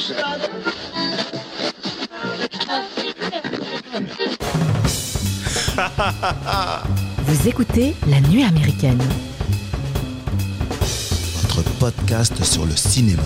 Vous écoutez La Nuit Américaine. Votre podcast sur le cinéma.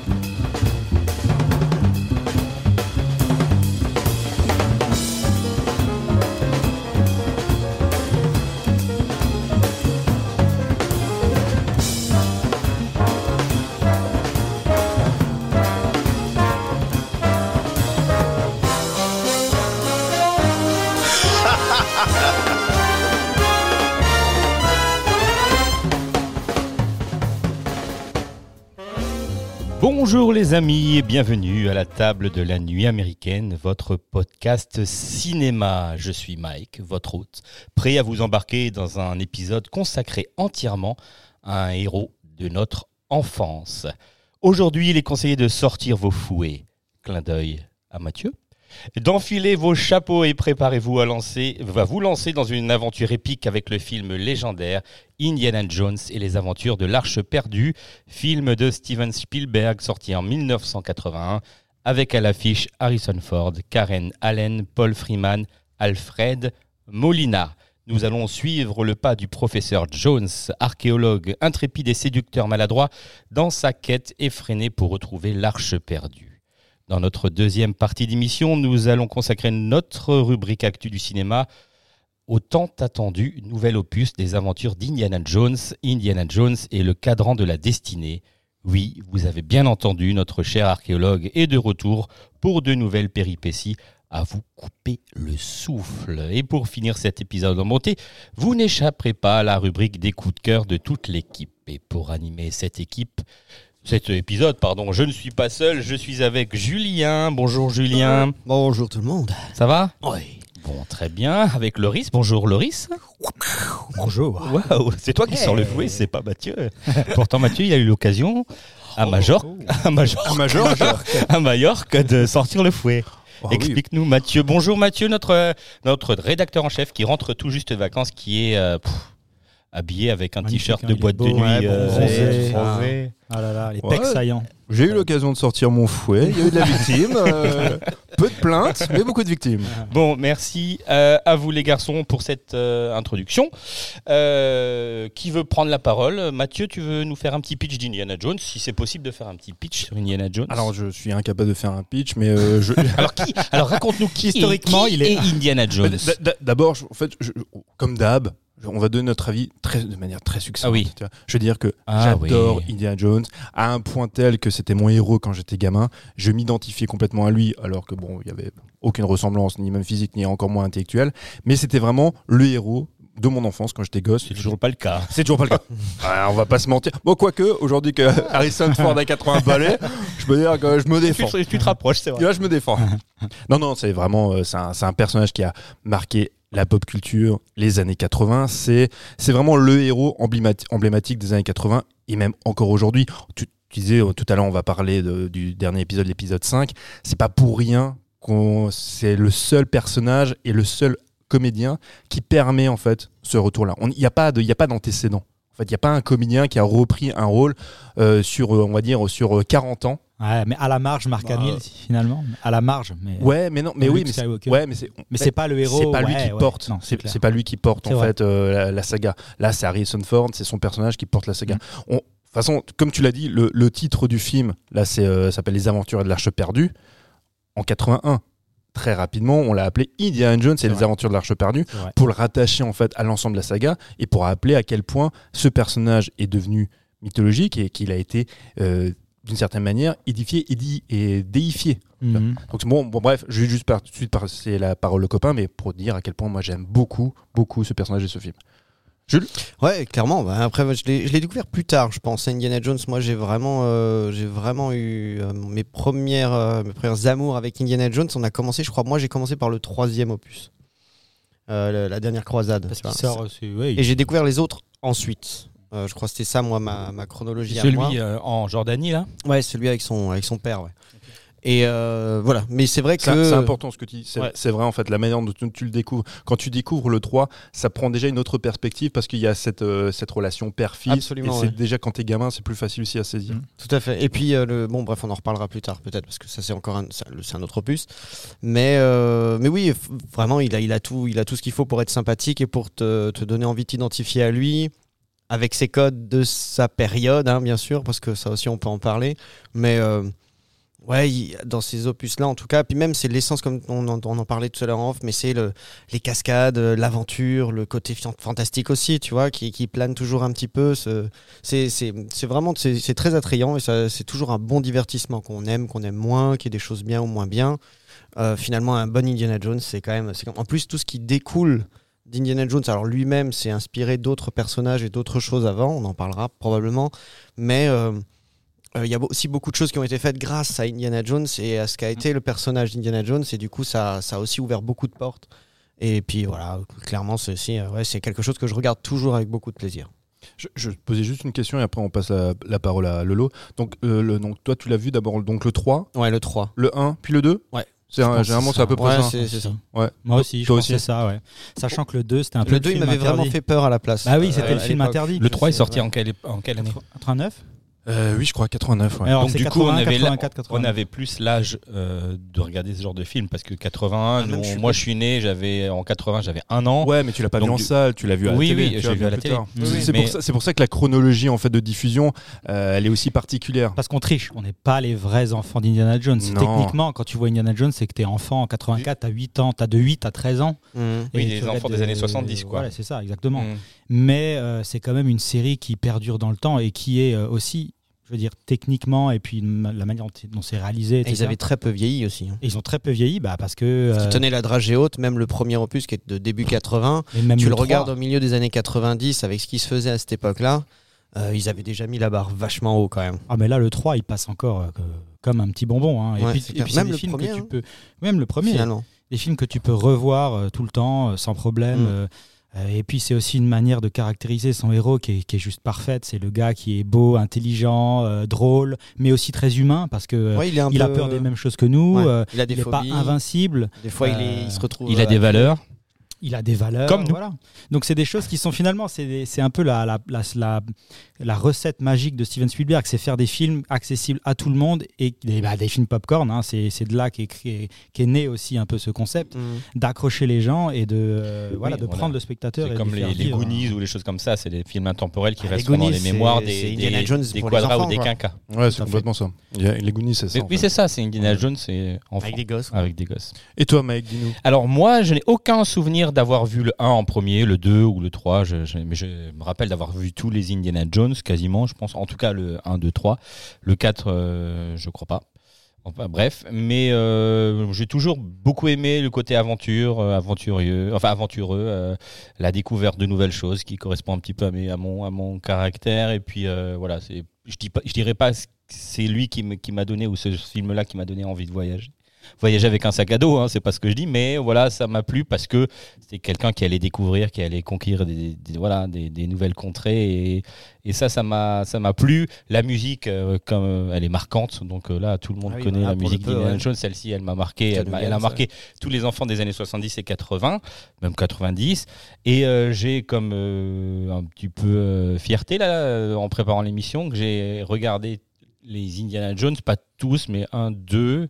Bonjour les amis et bienvenue à la table de la nuit américaine, votre podcast cinéma. Je suis Mike, votre hôte, prêt à vous embarquer dans un épisode consacré entièrement à un héros de notre enfance. Aujourd'hui, il est conseillé de sortir vos fouets, clin d'œil à Mathieu, d'enfiler vos chapeaux et préparez-vous à vous lancer dans une aventure épique avec le film légendaire Indiana Jones et les aventures de l'Arche perdue, film de Steven Spielberg sorti en 1981 avec à l'affiche Harrison Ford, Karen Allen, Paul Freeman, Alfred Molina. Nous allons suivre le pas du professeur Jones, archéologue intrépide et séducteur maladroit, dans sa quête effrénée pour retrouver l'Arche perdue. Dans notre deuxième partie d'émission, nous allons consacrer notre rubrique Actu du cinéma au tant attendu nouvel opus des aventures d'Indiana Jones. Indiana Jones et le cadran de la destinée. Oui, vous avez bien entendu, notre cher archéologue est de retour pour de nouvelles péripéties à vous couper le souffle. Et pour finir cet épisode en beauté, vous n'échapperez pas à la rubrique des coups de cœur de toute l'équipe. Et pour animer cet épisode, je ne suis pas seul, je suis avec Julien. Bonjour Julien. Bonjour tout le monde. Ça va ? Oui. Bon, très bien. Avec Loris. Bonjour Loris. Bonjour. Waouh, c'est toi qui sors le fouet, c'est pas Mathieu. Pourtant Mathieu, il a eu l'occasion à Majorque de sortir le fouet. Explique-nous Mathieu. Bonjour Mathieu, notre rédacteur en chef qui rentre tout juste de vacances, qui est habillé avec un t-shirt de boîte de nuit bronzé. Ah là là, les pecs saillants. J'ai eu l'occasion de sortir mon fouet, il y a eu de la victime, peu de plaintes, mais beaucoup de victimes. Bon, merci à vous les garçons pour cette introduction. Qui veut prendre la parole ? Mathieu, tu veux nous faire un petit pitch d'Indiana Jones, si c'est possible de faire un petit pitch sur Indiana Jones ? Alors, je suis incapable de faire un pitch, mais Alors raconte-nous qui historiquement il est Indiana Jones. D'abord, en fait, comme d'hab, on va donner notre avis de manière très succincte. Ah oui. Tu vois. Je veux dire que j'adore Indiana Jones à un point tel que c'était mon héros quand j'étais gamin. Je m'identifiais complètement à lui, alors que bon, il y avait aucune ressemblance, ni même physique, ni encore moins intellectuelle. Mais c'était vraiment le héros de mon enfance quand j'étais gosse. C'est toujours pas le cas. On va pas se mentir. Bon, quoique, aujourd'hui que Harrison Ford a 80 balais, je peux dire que je me défends. Tu te rapproches, c'est vrai. Là, je me défends. Non, c'est vraiment, c'est un personnage qui a marqué la pop culture, les années 80, c'est vraiment le héros emblématique des années 80 et même encore aujourd'hui. Tu disais tout à l'heure, on va parler du dernier épisode, l'épisode 5. C'est pas pour rien c'est le seul personnage et le seul comédien qui permet en fait ce retour-là. Il n'y a pas d'antécédent. En fait, il n'y a pas un comédien qui a repris un rôle sur 40 ans. Ouais, mais à la marge, Mark Hamill, finalement. À la marge. Mais c'est pas le héros. C'est pas lui qui porte. Non, c'est pas lui qui porte la saga. Là, c'est Harrison Ford, c'est son personnage qui porte la saga. De toute façon, comme tu l'as dit, le titre du film, là, ça s'appelle Les Aventures de l'Arche perdue. En 81. Très rapidement, on l'a appelé Indiana Jones et les aventures de l'Arche perdue pour le rattacher en fait à l'ensemble de la saga et pour rappeler à quel point ce personnage est devenu mythologique et qu'il a été d'une certaine manière édifié et déifié. Mm-hmm. Donc bref, je vais juste tout de suite passer la parole au copain, mais pour dire à quel point moi j'aime beaucoup ce personnage et ce film. Jules ? Ouais, clairement. Après, je l'ai découvert plus tard, je pense. Indiana Jones, moi, j'ai vraiment eu mes premiers amours avec Indiana Jones. On a commencé, je crois, moi, j'ai commencé par le 3e opus, la dernière croisade. Parce qu'il sort, et j'ai découvert les autres ensuite. Je crois que c'était ça, moi, ma chronologie. Celui en Jordanie, là ? Ouais, celui avec son père, ouais. Et voilà, mais c'est vrai que c'est important ce que tu dis, Ouais. c'est vrai en fait, la manière dont tu le découvres. Quand tu découvres le 3, ça prend déjà une autre perspective parce qu'il y a cette relation père-fils. Absolument, et c'est ouais. déjà quand t'es gamin, c'est plus facile aussi à saisir. Tout à fait. Et puis, bon, bref, on en reparlera plus tard peut-être parce que ça c'est encore c'est un autre opus. Mais oui, vraiment, il a tout ce qu'il faut pour être sympathique et pour te donner envie de t'identifier à lui, avec ses codes de sa période, hein, bien sûr, parce que ça aussi on peut en parler. Mais ouais, dans ces opus-là, en tout cas, puis même c'est l'essence, comme on en parlait tout à l'heure en off, mais c'est les cascades, l'aventure, le côté fantastique aussi, tu vois, qui plane toujours un petit peu. C'est vraiment, c'est très attrayant et c'est toujours un bon divertissement qu'on aime moins, qu'il y ait des choses bien ou moins bien. Finalement, un bon Indiana Jones, c'est quand même. En plus, tout ce qui découle d'Indiana Jones, alors lui-même s'est inspiré d'autres personnages et d'autres choses avant, on en parlera probablement, mais il y a aussi beaucoup de choses qui ont été faites grâce à Indiana Jones et à ce qu'a été le personnage d'Indiana Jones, et du coup ça a aussi ouvert beaucoup de portes. Et puis voilà, clairement c'est quelque chose que je regarde toujours avec beaucoup de plaisir. Je posais juste une question et après on passe la parole à Lolo. Donc, donc toi tu l'as vu d'abord donc le 3, Ouais, le 3. le 1 puis le 2. Ouais. Généralement c'est à peu près Ouais, ça. c'est ça. Ouais. Moi aussi, je Toi pensais aussi. ça, ouais. Sachant que le 2, c'était un peu Le 2, il film m'avait vraiment interdit. fait peur à la place. Bah oui, c'était le à film l'époque. interdit. Le 3 est sorti ouais. en quelle année 89. Oui, je crois 89. Ouais. Alors, Donc c'est du coup, on 80, avait 84, 89. on avait plus l'âge de regarder ce genre de film parce que 81, même moi je suis né, en 80, j'avais 1 an. Ouais, mais tu l'as pas Donc vu en du- salle, tu l'as vu à la Oui, télé. oui, tu j'ai vois, vu bien à la plus télé. tard. Oui, oui, C'est mais- c'est pour ça que la chronologie en fait de diffusion, elle est aussi particulière. Parce qu'on triche, on n'est pas les vrais enfants d'Indiana Jones. Non. Techniquement, quand tu vois Indiana Jones, c'est que t'es enfant en 84, t'as 8 ans, t'as de 8 à 13 ans. Mhm. Oui, Et des tu enfants regardes des années 70, quoi. Voilà, c'est ça, exactement. Mm. Mais c'est quand même une série qui perdure dans le temps et qui est aussi, je veux dire, techniquement, et puis la manière dont c'est réalisé, Et etc. ils avaient très peu vieilli aussi. Et ils ont très peu vieilli, parce que... Qui tenait la dragée haute, même le premier opus qui est de début 80. et même Tu le 3, regardes au milieu des années 90 avec ce qui se faisait à cette époque-là. Ils avaient déjà mis la barre vachement haut quand même. Ah, mais là, le 3, il passe encore comme un petit bonbon. Hein. Ouais, et c'est puis, clair. c'est Même des le films premier, que tu hein. peux... Même le premier. Finalement. Des films que tu peux revoir tout le temps, sans problème. Et puis c'est aussi une manière de caractériser son héros qui est juste parfaite. C'est le gars qui est beau, intelligent, drôle, mais aussi très humain parce que Ouais, il est un il a peu- peur des mêmes choses que nous. Ouais. Il a des il n'est pas phobies. invincible. Des fois, il se retrouve. Il a des valeurs. Il a des valeurs. Comme nous. Voilà. Donc c'est des choses qui sont finalement, c'est un peu la recette magique de Steven Spielberg, c'est faire des films accessibles à tout le monde et des films popcorn. Hein, c'est de là qu'est né aussi un peu ce concept d'accrocher les gens et de prendre le spectateur. C'est et comme de les faire les vivre. Goonies ou les choses comme ça, c'est des films intemporels qui Ah, les restent dans Goonies, les mémoires c'est des Indiana Jones des pour les quadras enfants, ou des quoi. quinquas. Ouais, c'est Tout à complètement ça. Les Goonies, c'est ça. en Oui, fait. c'est ça, c'est Indiana Jones, c'est enfant. Avec des gosses. Avec des gosses. Et toi, Mike, dis-nous. Alors moi, je n'ai aucun souvenir d'avoir vu le 1 en premier, le 2 ou le 3, mais je me rappelle d'avoir vu tous les Indiana Jones quasiment, je pense, en tout cas le 1, 2, 3. Le 4, je crois pas. Enfin, bref, mais j'ai toujours beaucoup aimé le côté aventureux, la découverte de nouvelles choses qui correspond un petit peu à mon caractère. Et puis voilà, je dirais pas que c'est lui qui m'a donné, ou ce film-là qui m'a donné envie de voyager avec un sac à dos, hein, c'est pas ce que je dis, mais voilà, ça m'a plu parce que c'est quelqu'un qui allait découvrir, qui allait conquérir des nouvelles contrées, et ça m'a plu. La musique, comme elle est marquante, donc là tout le monde connaît la musique d'Indiana Jones. Celle-ci, elle m'a marqué, elle a marqué tous les enfants des années 70 et 80, même 90, et j'ai comme un petit peu fierté là en préparant l'émission que j'ai regardé les Indiana Jones, pas tous, mais 1, 2,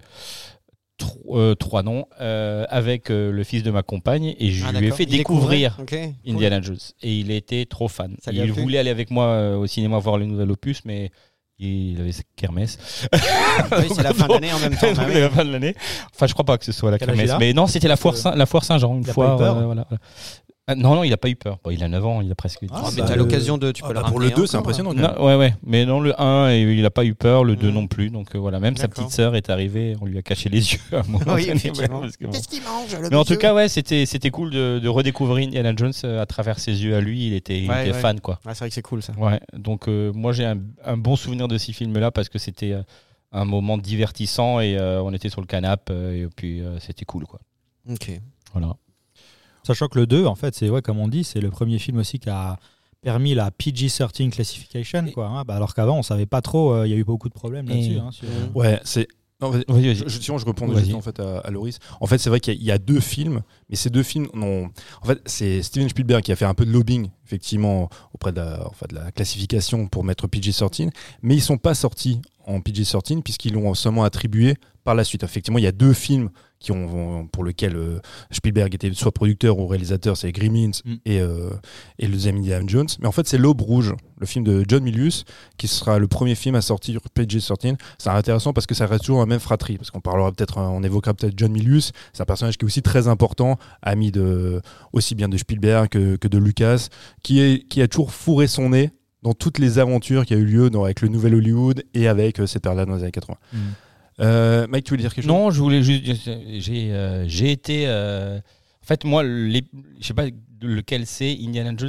3 noms, avec le fils de ma compagne, et je lui ai fait découvrir Indiana Jones, et il était trop fan. Il voulait aller avec moi au cinéma voir le nouvel opus, mais il avait sa kermesse. Oui, c'est la fin d'année en même temps. C'est la fin de l'année. Enfin, je crois pas que ce soit la kermesse, mais non, c'était la foire Saint-Jean, une foire. Voilà. Non, il a pas eu peur. Bon, il a 9 ans, il a presque 10. Mais t'as l'occasion tu peux le ramener. Pour le 2, c'est impressionnant. Non, ouais. Mais non, le 1, il a pas eu peur, le 2 non plus. Donc voilà, même sa petite sœur est arrivée, on lui a caché les yeux à un moment donné. Effectivement. Qu'est-ce qu'il mange, mais en tout cas, ouais, c'était cool de redécouvrir Indiana Jones à travers ses yeux à lui. Il était fan, quoi. Ouais, c'est vrai que c'est cool, ça. Ouais, donc moi j'ai un bon souvenir de ces films-là parce que c'était un moment divertissant et on était sur le canapé et puis c'était cool, quoi. Ok. Voilà. Sachant que le 2, en fait, c'est comme on dit, c'est le premier film aussi qui a permis la PG-13 classification, quoi. Hein, alors qu'avant, on savait pas trop. Il y a eu beaucoup de problèmes là-dessus. Hein, Ouais, c'est Non, vas-y. Je réponds juste en fait à Loris. En fait, c'est vrai qu'il y a 2 films, mais ces 2 films, non. En fait, c'est Steven Spielberg qui a fait un peu de lobbying, effectivement, auprès de la classification pour mettre PG-13, mais ils sont pas sortis en PG-13 puisqu'ils l'ont seulement attribué par la suite. Effectivement, il y a 2 films pour lesquels Spielberg était soit producteur ou réalisateur, c'est Gremlins et le deuxième Indiana Jones. Mais en fait, c'est L'Aube Rouge, le film de John Milius, qui sera le premier film à sortir PG-13. C'est intéressant parce que ça reste toujours la même fratrie. Parce on évoquera peut-être John Milius. C'est un personnage qui est aussi très important, ami aussi bien de Spielberg que de Lucas, qui a toujours fourré son nez dans toutes les aventures qui a eu lieu avec le Nouvel Hollywood et avec cette période-là dans les années 80. Mike, tu voulais dire quelque chose ? Non, je voulais juste. J'ai été. En fait, moi, je sais pas lequel c'est, Indiana Jones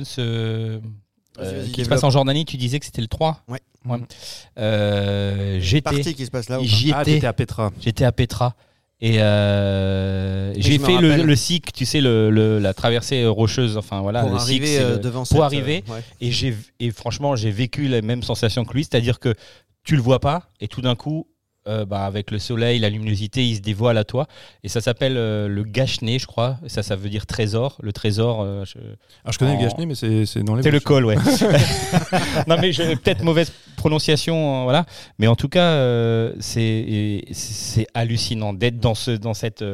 qui se passe en Jordanie. Tu disais que c'était le 3 ? Ouais. J'étais. Partie qui se passe là. T'étais à Petra. J'étais à Petra. Et j'ai fait le SIC, tu sais, la traversée rocheuse, enfin voilà, pour le arriver SIC, devant pour arriver. Ouais. Et franchement, j'ai vécu la même sensation que lui, c'est-à-dire que tu le vois pas, et tout d'un coup, avec le soleil, la luminosité, il se dévoile à toi. Et ça s'appelle le Gachné, je crois. Ça veut dire trésor. Le trésor. Alors je connais le Gachné, mais c'est dans les. C'est le col, ouais. Non, mais j'ai peut-être mauvaise prononciation, voilà. Mais en tout cas, c'est hallucinant d'être dans cette.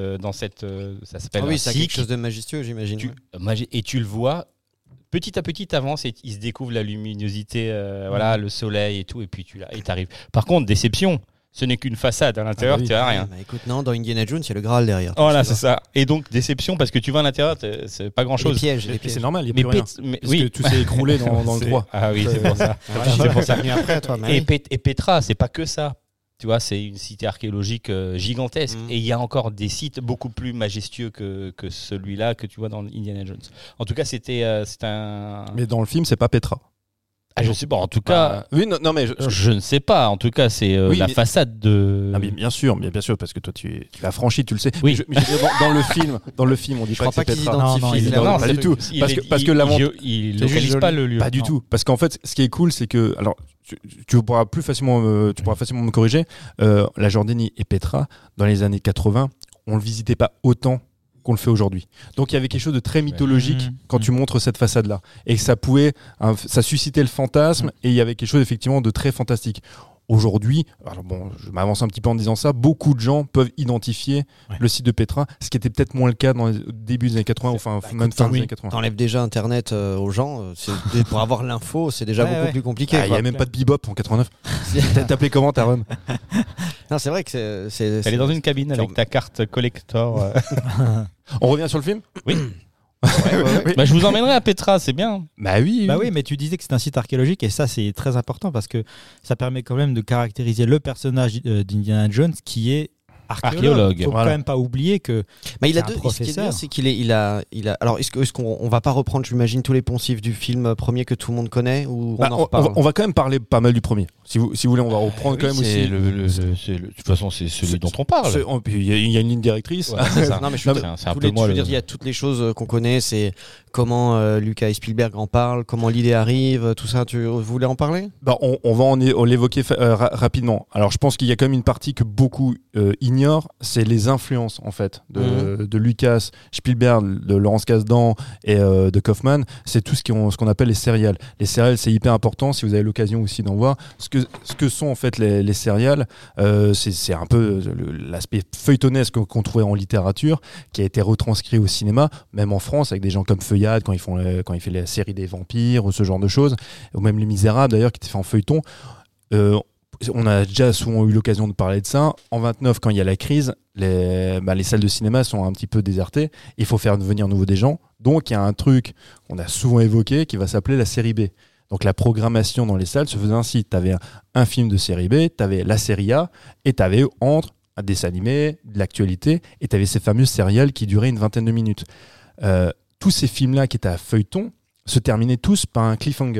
Ça s'appelle. Ah oui, c'est quelque chose de majestueux, j'imagine. Et tu le vois. Petit à petit, t'avances et il se découvre la luminosité, voilà, le soleil et tout, et puis il t'arrive. Par contre, déception. Ce n'est qu'une façade à l'intérieur, tu n'as rien. Bah écoute, non, dans Indiana Jones, il y a le Graal derrière. Voilà, c'est ça. Et donc, déception, parce que tu vas à l'intérieur, c'est pas grand-chose. Les pièges. C'est normal, il n'y a plus rien. Parce que tout s'est écroulé dans le 3. Ah oui, c'est pour ça. C'est pour ça. Après, toi, et Petra, c'est pas que ça. Tu vois, c'est une cité archéologique gigantesque. Et il y a encore des sites beaucoup plus majestueux que celui-là que tu vois dans Indiana Jones. En tout cas, c'est un... Mais dans le film, c'est pas Petra. Ah, je sais pas, en tout cas. Oui, non, mais je ne sais pas. En tout cas, c'est façade de. Ah, mais bien sûr, parce que toi, tu l'as franchi, tu le sais. Oui. Mais dans le film, on dit je crois pas que c'est Petra. Non, pas du tout. Parce que il localise pas le lieu. Pas du tout. Parce qu'en fait, ce qui est cool, c'est que, alors, tu pourras facilement me corriger. La Jordanie et Petra, dans les années 80, on le visitait pas autant qu'on le fait aujourd'hui. Donc il y avait quelque chose de très mythologique quand tu montres cette façade-là. Et que ça suscitait le fantasme et il y avait quelque chose effectivement de très fantastique. Aujourd'hui, alors bon, je m'avance un petit peu en disant ça, beaucoup de gens peuvent identifier le site de Petra, ce qui était peut-être moins le cas dans les débuts des années 80, même fin des années 80. T'enlèves déjà Internet aux gens, pour avoir l'info, c'est déjà beaucoup plus compliqué. Il n'y a même pas de bebop en 89. T'appelais comment ta rhum ? Non, c'est vrai que c'est... Elle est dans une cabine avec ta carte collector. On revient sur le film ? Oui. Ouais. Bah, je vous emmènerai à Petra, c'est bien. Bah oui, mais tu disais que c'est un site archéologique et ça c'est très important parce que ça permet quand même de caractériser le personnage d'Indiana Jones qui est archéologue. Faut quand même pas oublier que il a deux. Ce qui est bien, c'est qu'il a. Alors, est-ce qu'on va pas reprendre, j'imagine, tous les poncifs du film premier que tout le monde connaît ou on en reparle ? On va quand même parler pas mal du premier. Si vous voulez, on va reprendre quand même aussi. De toute façon, c'est celui dont on parle. Il y a une ligne directrice. Ouais, c'est ça. Non, mais je veux dire, il y a toutes les choses qu'on connaît. C'est comment Lucas et Spielberg en parlent, comment l'idée arrive, tout ça. Tu voulais en parler ? On va l'évoquer rapidement. Alors, je pense qu'il y a quand même une partie que beaucoup ignorent, c'est les influences en fait de Lucas, Spielberg, de Laurence Kasdan et de Kaufman. C'est tout ce qu'on appelle les serials. Les serials, c'est hyper important. Si vous avez l'occasion aussi d'en voir, ce que sont en fait les serials, c'est un peu l'aspect feuilletonesque qu'on trouvait en littérature, qui a été retranscrit au cinéma, même en France avec des gens comme Feuillade quand il fait la série des vampires ou ce genre de choses, ou même Les Misérables d'ailleurs qui était fait en feuilleton. On a déjà souvent eu l'occasion de parler de ça. En 29, quand il y a la crise, les salles de cinéma sont un petit peu désertées. Il faut faire venir nouveau des gens. Donc, il y a un truc qu'on a souvent évoqué qui va s'appeler la série B. Donc, la programmation dans les salles se faisait ainsi. Tu avais un film de série B, tu avais la série A, et tu avais entre un dessin animé, de l'actualité, et tu avais ces fameuses serials qui duraient une vingtaine de minutes. Tous ces films-là qui étaient à feuilleton se terminaient tous par un cliffhanger.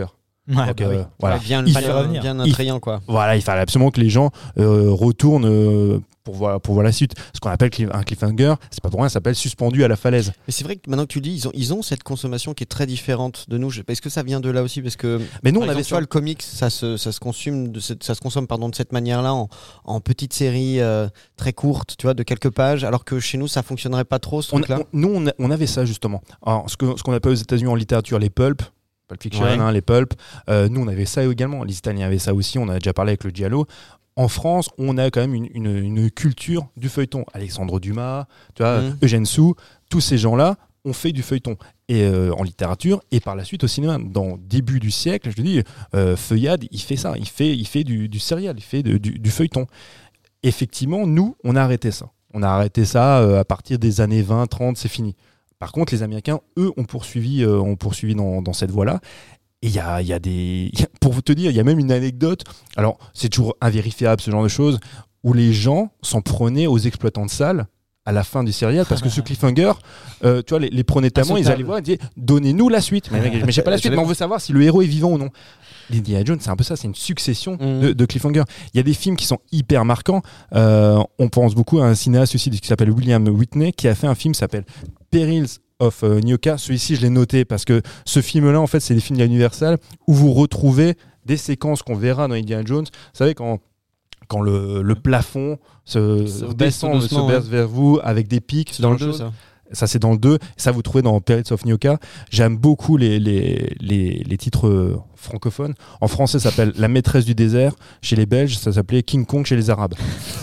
Ouais, Donc, Voilà. Bien attrayant, quoi. Voilà, il fallait absolument que les gens retournent pour voir la suite. Ce qu'on appelle un cliffhanger, c'est pas pour rien, ça s'appelle suspendu à la falaise. Mais c'est vrai que maintenant que tu le dis, ils ont cette consommation qui est très différente de nous. Est-ce que ça vient de là aussi? Parce que mais nous, on exemple, avait tu vois, le comics, ça se consomme de cette manière-là, en petites séries très courtes, tu vois, de quelques pages, alors que chez nous, ça fonctionnerait pas trop, ce truc-là. Nous, on avait ça justement. Alors, ce qu'on appelle aux États-Unis en littérature les pulp fiction, Ouais. les pulp. Nous, on avait ça également. Les Italiens avaient ça aussi. On a déjà parlé avec le giallo. En France, on a quand même une culture du feuilleton. Alexandre Dumas, tu vois, Eugène Sue, tous ces gens-là ont fait du feuilleton et en littérature et par la suite au cinéma. Dans début du siècle, je te dis, Feuillade, il fait ça. Il fait du serial, il fait du feuilleton. Effectivement, nous, on a arrêté ça. On a arrêté ça à partir des années 20, 30, c'est fini. Par contre, les Américains, eux, ont poursuivi dans cette voie-là. Et il y a des... Pour te dire, il y a même une anecdote. Alors, c'est toujours invérifiable, ce genre de choses, où les gens s'en prenaient aux exploitants de salles à la fin du serial, parce que ce cliffhanger, tu vois, les prenaient tellement, ils allaient voir et disaient « Donnez-nous la suite ». Mais j'ai pas la suite, mais on veut savoir si le héros est vivant ou non. Indiana Jones, c'est un peu ça, c'est une succession de cliffhangers. Il y a des films qui sont hyper marquants. On pense beaucoup à un cinéaste aussi qui s'appelle William Whitney, qui a fait un film qui s'appelle Perils of New-York. Celui-ci, je l'ai noté parce que ce film-là, en fait, c'est des films d'Universal où vous retrouvez des séquences qu'on verra dans Indiana Jones. Vous savez, quand le plafond se baisse vers vous avec des pics. C'est dans le 2, ça. Ça, c'est dans le 2. Ça, vous trouvez dans Perils of New-York. J'aime beaucoup les titres francophones. En français, ça s'appelle La maîtresse du désert. Chez les Belges, ça s'appelait King Kong chez les Arabes.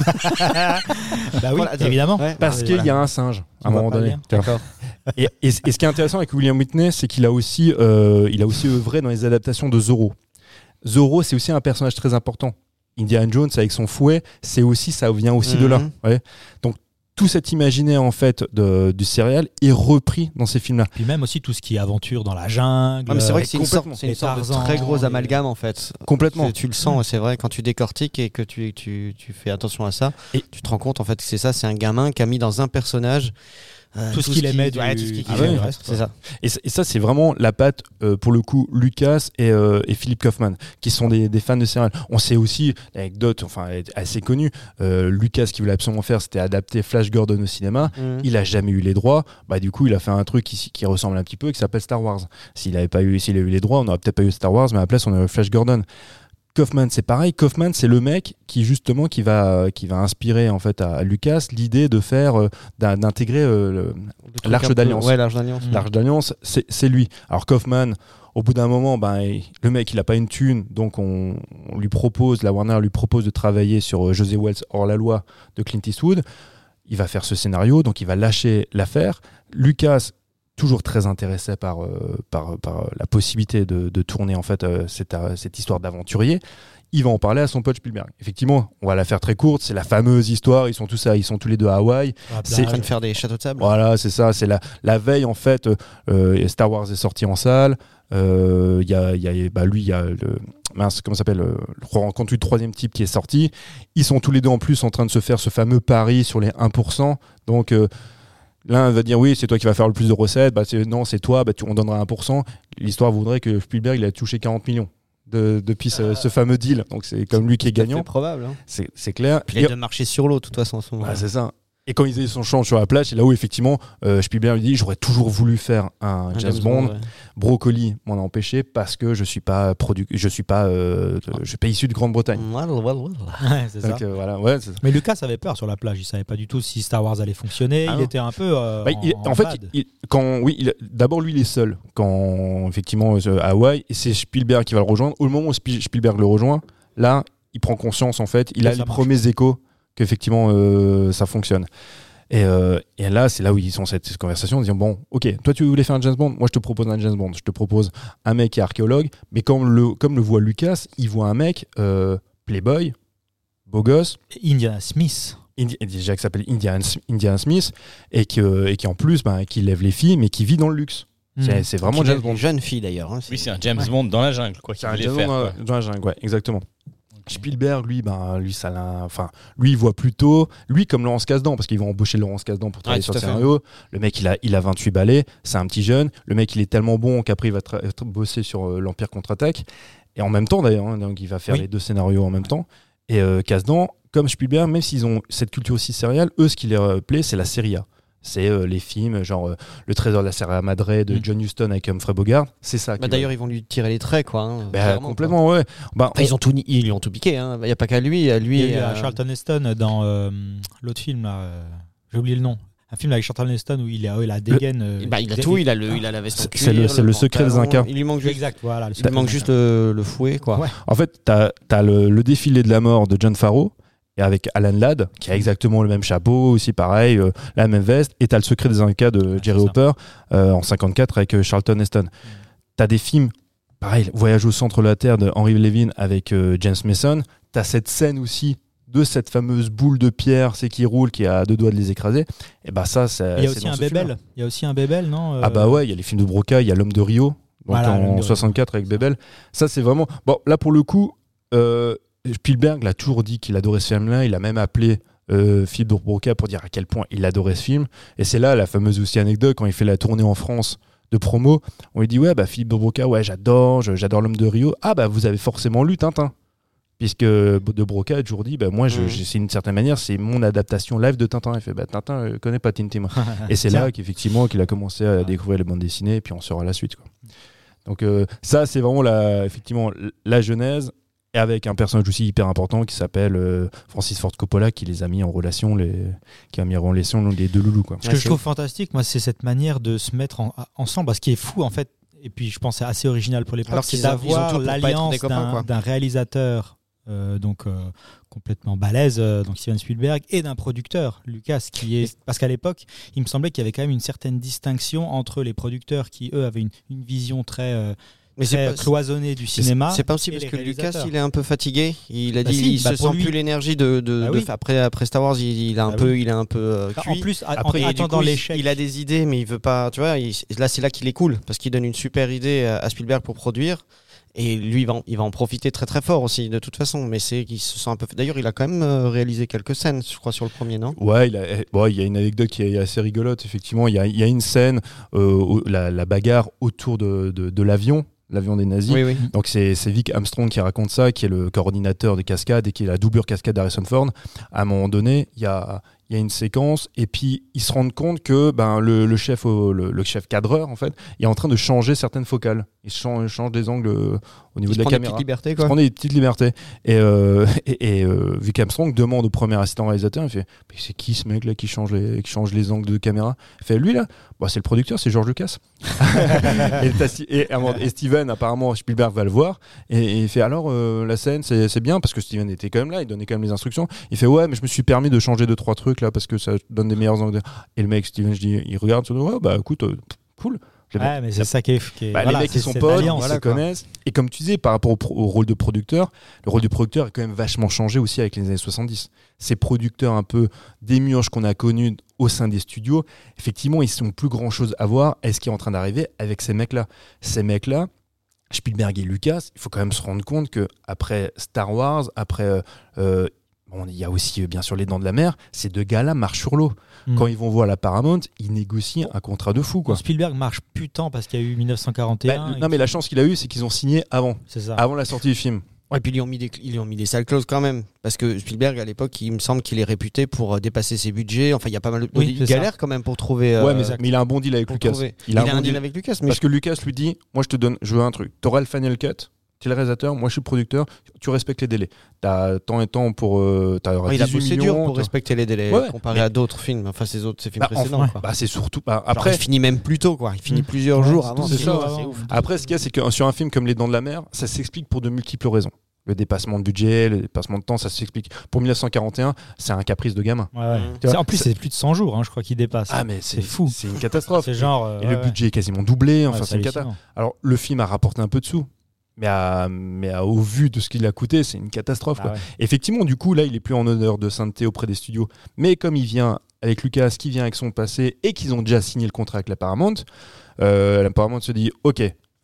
Bah oui, évidemment. Ouais. Parce qu'il y a un singe, à un moment donné. D'accord. Et ce qui est intéressant avec William Whitney, c'est qu'il a aussi œuvré dans les adaptations de Zorro. Zorro, c'est aussi un personnage très important. Indiana Jones, avec son fouet, ça vient aussi de là. Ouais. Donc, tout cet imaginaire en fait du serial est repris dans ces films-là. Puis même aussi tout ce qui est aventure dans la jungle. Mais c'est vrai que c'est une sorte de très gros amalgame en fait. Complètement. Tu le sens, c'est vrai, quand tu décortiques et que tu fais attention à ça, et tu te rends compte en fait que c'est un gamin qui a mis dans un personnage tout ce qu'il aimait du reste, c'est ça. Et ça, c'est vraiment la patte, pour le coup, Lucas et Philip Kaufman, qui sont des fans de serial. On sait aussi, l'anecdote assez connue, Lucas, qui voulait absolument faire, c'était adapter Flash Gordon au cinéma. Il a jamais eu les droits. Du coup, il a fait un truc qui ressemble un petit peu, qui s'appelle Star Wars. S'il a eu les droits, on n'aurait peut-être pas eu Star Wars, mais à la place, on aurait eu Flash Gordon. Kaufman, c'est pareil. Kaufman, c'est le mec qui justement qui va inspirer en fait à Lucas l'idée de faire d'intégrer l'Arche d'Alliance. Ouais, l'Arche d'Alliance. L'Arche d'Alliance, c'est lui. Alors Kaufman, au bout d'un moment, le mec, il a pas une thune, donc la Warner lui propose de travailler sur José Wells hors la loi de Clint Eastwood. Il va faire ce scénario, donc il va lâcher l'affaire. Lucas, toujours très intéressé par la possibilité de tourner en fait cette histoire d'aventurier. Il va en parler à son pote Spielberg. Effectivement, on va la faire très courte, c'est la fameuse histoire, ils sont tous les deux à Hawaï. C'est en train de faire des châteaux de sable. Voilà, c'est ça, c'est la veille en fait, Star Wars est sorti en salle, il y a comment s'appelle, le rencontre du troisième type qui est sorti. Ils sont tous les deux en plus en train de se faire ce fameux pari sur les 1%. Donc l'un va dire oui, c'est toi qui vas faire le plus de recettes, non, c'est toi, on donnera 1%. L'histoire voudrait que Spielberg il a touché 40 millions depuis ce fameux deal. Donc c'est comme lui qui est gagnant. C'est probable. Hein. C'est clair. Puis il a de marcher sur l'eau de toute façon. C'est ça. Et quand ils avaient son champ sur la plage, c'est là où effectivement Spielberg lui dit j'aurais toujours voulu faire un James Bond. Ouais. Brocoli m'en a empêché parce que je suis pas issu de Grande-Bretagne. Ouais, c'est donc, ça. Voilà, c'est ça. Mais Lucas avait peur sur la plage, il savait pas du tout si Star Wars allait fonctionner. Il était un peu en fait, d'abord lui il est seul quand effectivement à Hawaï, et c'est Spielberg qui va le rejoindre. Au moment où Spielberg le rejoint, là il prend conscience en fait, il a les premiers échos qu'effectivement ça fonctionne. Et là, c'est là où ils ont cette conversation en disant bon, ok, toi tu voulais faire un James Bond, moi je te propose un James Bond, je te propose un mec qui est archéologue, mais comme le voit Lucas, il voit un mec playboy, beau gosse, Indiana Smith. Déjà qui s'appelle Indiana Smith et qui en plus qui lève les filles, mais qui vit dans le luxe. C'est vraiment James Bond. Jeune fille d'ailleurs. Hein, oui, c'est un James Bond dans la jungle, quoi. C'est un James Bond dans la jungle, ouais, exactement. Spielberg, lui, il voit plutôt, lui comme Laurence Kasdan, parce qu'ils vont embaucher Laurence Kasdan pour travailler sur le scénario. Le mec, il a 28 balais, c'est un petit jeune. Le mec, il est tellement bon qu'après, il va bosser sur l'Empire contre-attaque. Et en même temps, d'ailleurs, hein, donc il va faire les 2 scénarios en même temps. Et Kasdan, comme Spielberg, même s'ils ont cette culture aussi sérielle, eux, ce qui leur plaît, c'est la série A. C'est les films, genre Le Trésor de la Sierra Madre de John Huston avec Humphrey Bogart. C'est ça. D'ailleurs, ils vont lui tirer les traits, quoi. Hein, complètement, quoi. Ouais. Ils lui ont tout piqué. Hein. Il n'y a pas qu'à lui. Il y a Charlton Heston dans l'autre film, là, j'ai oublié le nom. Un film avec Charlton Heston où il a dégaine. Il a tout. Il a la veste en cuir. C'est le secret des Incas. Il lui manque juste, exact, voilà, il manque juste le fouet, quoi. Ouais. En fait, t'as le défilé de la mort de John Farrow. Et avec Alan Ladd, qui a exactement le même chapeau, aussi pareil, la même veste, et t'as le secret des Incas de Jerry Hopper en 54 avec Charlton Heston. T'as des films, pareil, Voyage au centre de la Terre de Henry Levin avec James Mason. T'as cette scène aussi de cette fameuse boule de pierre, qui roule, qui a 2 doigts de les écraser. Et ça, il y a aussi un Bébel. Il y a aussi un Bébel, non Ah ouais, il y a les films de Broca, il y a L'Homme de Rio, donc en 64 avec Bébel. Ça, c'est vraiment... Bon, là, pour le coup... Spielberg l'a toujours dit qu'il adorait ce film-là. Il a même appelé Philippe de Broca pour dire à quel point il adorait ce film. Et c'est là la fameuse aussi anecdote quand il fait la tournée en France de promo. On lui dit Philippe de Broca, j'adore L'Homme de Rio. Vous avez forcément lu Tintin, puisque de Broca a toujours dit c'est une certaine manière c'est mon adaptation live de Tintin. Il fait Tintin connaît pas Tintin. Et c'est là qu'effectivement qu'il a commencé à découvrir les bandes dessinées et puis on sera à la suite, quoi. Donc ça c'est vraiment effectivement la genèse. Et avec un personnage aussi hyper important qui s'appelle Francis Ford Coppola, qui les a mis en relation, qui a mis en relation les 2 loulous, quoi. Ce que je trouve fantastique, moi, c'est cette manière de se mettre ensemble. Ce qui est fou, en fait, et puis je pense c'est assez original pour l'époque, c'est d'avoir l'alliance d'un réalisateur complètement balèze, donc Steven Spielberg, et d'un producteur, Lucas, parce qu'à l'époque, il me semblait qu'il y avait quand même une certaine distinction entre les producteurs qui, eux, avaient une vision très cloisonné du cinéma. C'est pas aussi parce que Lucas, il est un peu fatigué. Il a dit il se sent plus l'énergie après Star Wars. Il est un peu cuit. En plus, après, attendant l'échec, il a des idées, mais il veut pas. Tu vois, c'est là qu'il est cool parce qu'il donne une super idée à Spielberg pour produire. Et lui, il va en profiter très très fort aussi, de toute façon. Mais c'est qu'il se sent un peu. D'ailleurs, il a quand même réalisé quelques scènes, je crois, sur le premier, non ? Ouais, il y a une anecdote qui est assez rigolote. Effectivement, il y a une scène, la bagarre autour de l'avion des nazis. Oui. Donc c'est Vic Armstrong qui raconte ça, qui est le coordinateur des cascades et qui est la doublure cascade d'Harrison Ford. À un moment donné, il y a une séquence et puis ils se rendent compte que le chef cadreur en fait, il est en train de changer certaines focales. Il change des angles au niveau de la caméra. Il se prend des petites libertés. Et Vic Armstrong demande au premier assistant réalisateur, il fait mais c'est qui ce mec là qui change les angles de caméra ? Il fait lui là, c'est le producteur, c'est George Lucas. et Steven, apparemment Spielberg va le voir et il fait alors la scène c'est bien parce que Steven était quand même là, il donnait quand même les instructions. Il fait ouais mais je me suis permis de changer 2-3 trucs là parce que ça donne des meilleurs angles. Et le mec Steven, je dis, il regarde sur nous, écoute, cool. Mais c'est ça qui est les mecs ils sont potes, ils se connaissent. Et comme tu disais, par rapport au rôle de producteur, le rôle du producteur est quand même vachement changé aussi avec les années 70. Ces producteurs un peu démiurges qu'on a connus au sein des studios, effectivement, ils n'ont plus grand chose à voir avec ce qui est en train d'arriver avec ces mecs-là. Ces mecs-là, Spielberg et Lucas, il faut quand même se rendre compte qu'après Star Wars, après il y a aussi bien sûr Les Dents de la Mer, ces 2 gars-là marchent sur l'eau. Quand ils vont voir la Paramount, ils négocient un contrat de fou, quoi. Spielberg marche plus tant parce qu'il y a eu 1941. Non, mais la chance qu'il a eue, c'est qu'ils ont signé avant la sortie du film. Ouais, et puis ils lui ont mis des sales clauses quand même. Parce que Spielberg, à l'époque, il me semble qu'il est réputé pour dépasser ses budgets. Enfin, il y a pas mal de galères quand même pour trouver. Mais il a un bon deal avec Lucas. Il a un deal avec Lucas. Parce que Lucas lui dit moi, je veux un truc. T'auras le final cut. Tu es le réalisateur, moi je suis le producteur, tu respectes les délais. T'as tant et tant pour. Il a bossé dur pour respecter les délais comparé à d'autres films, enfin ces films précédents. C'est surtout. Après, il finit même plus tôt, quoi. Il finit plusieurs jours avant. C'est ça. Après, ce qu'il y a, c'est que sur un film comme Les Dents de la Mer, ça s'explique pour de multiples raisons. Le dépassement de budget, le dépassement de temps, ça s'explique. Pour 1941, c'est un caprice de gamin. En plus, c'est plus de 100 jours, je crois, qu'il dépasse. Ah, mais c'est fou. C'est une catastrophe. C'est genre, et le budget est quasiment doublé. Enfin, c'est une catastrophe. Alors, le film a rapporté un peu de sous. Mais au vu de ce qu'il a coûté, c'est une catastrophe. Effectivement, du coup, là, il est plus en honneur de sainteté auprès des studios. Mais comme il vient avec Lucas, qui vient avec son passé, et qu'ils ont déjà signé le contrat avec la Paramount se dit, ok,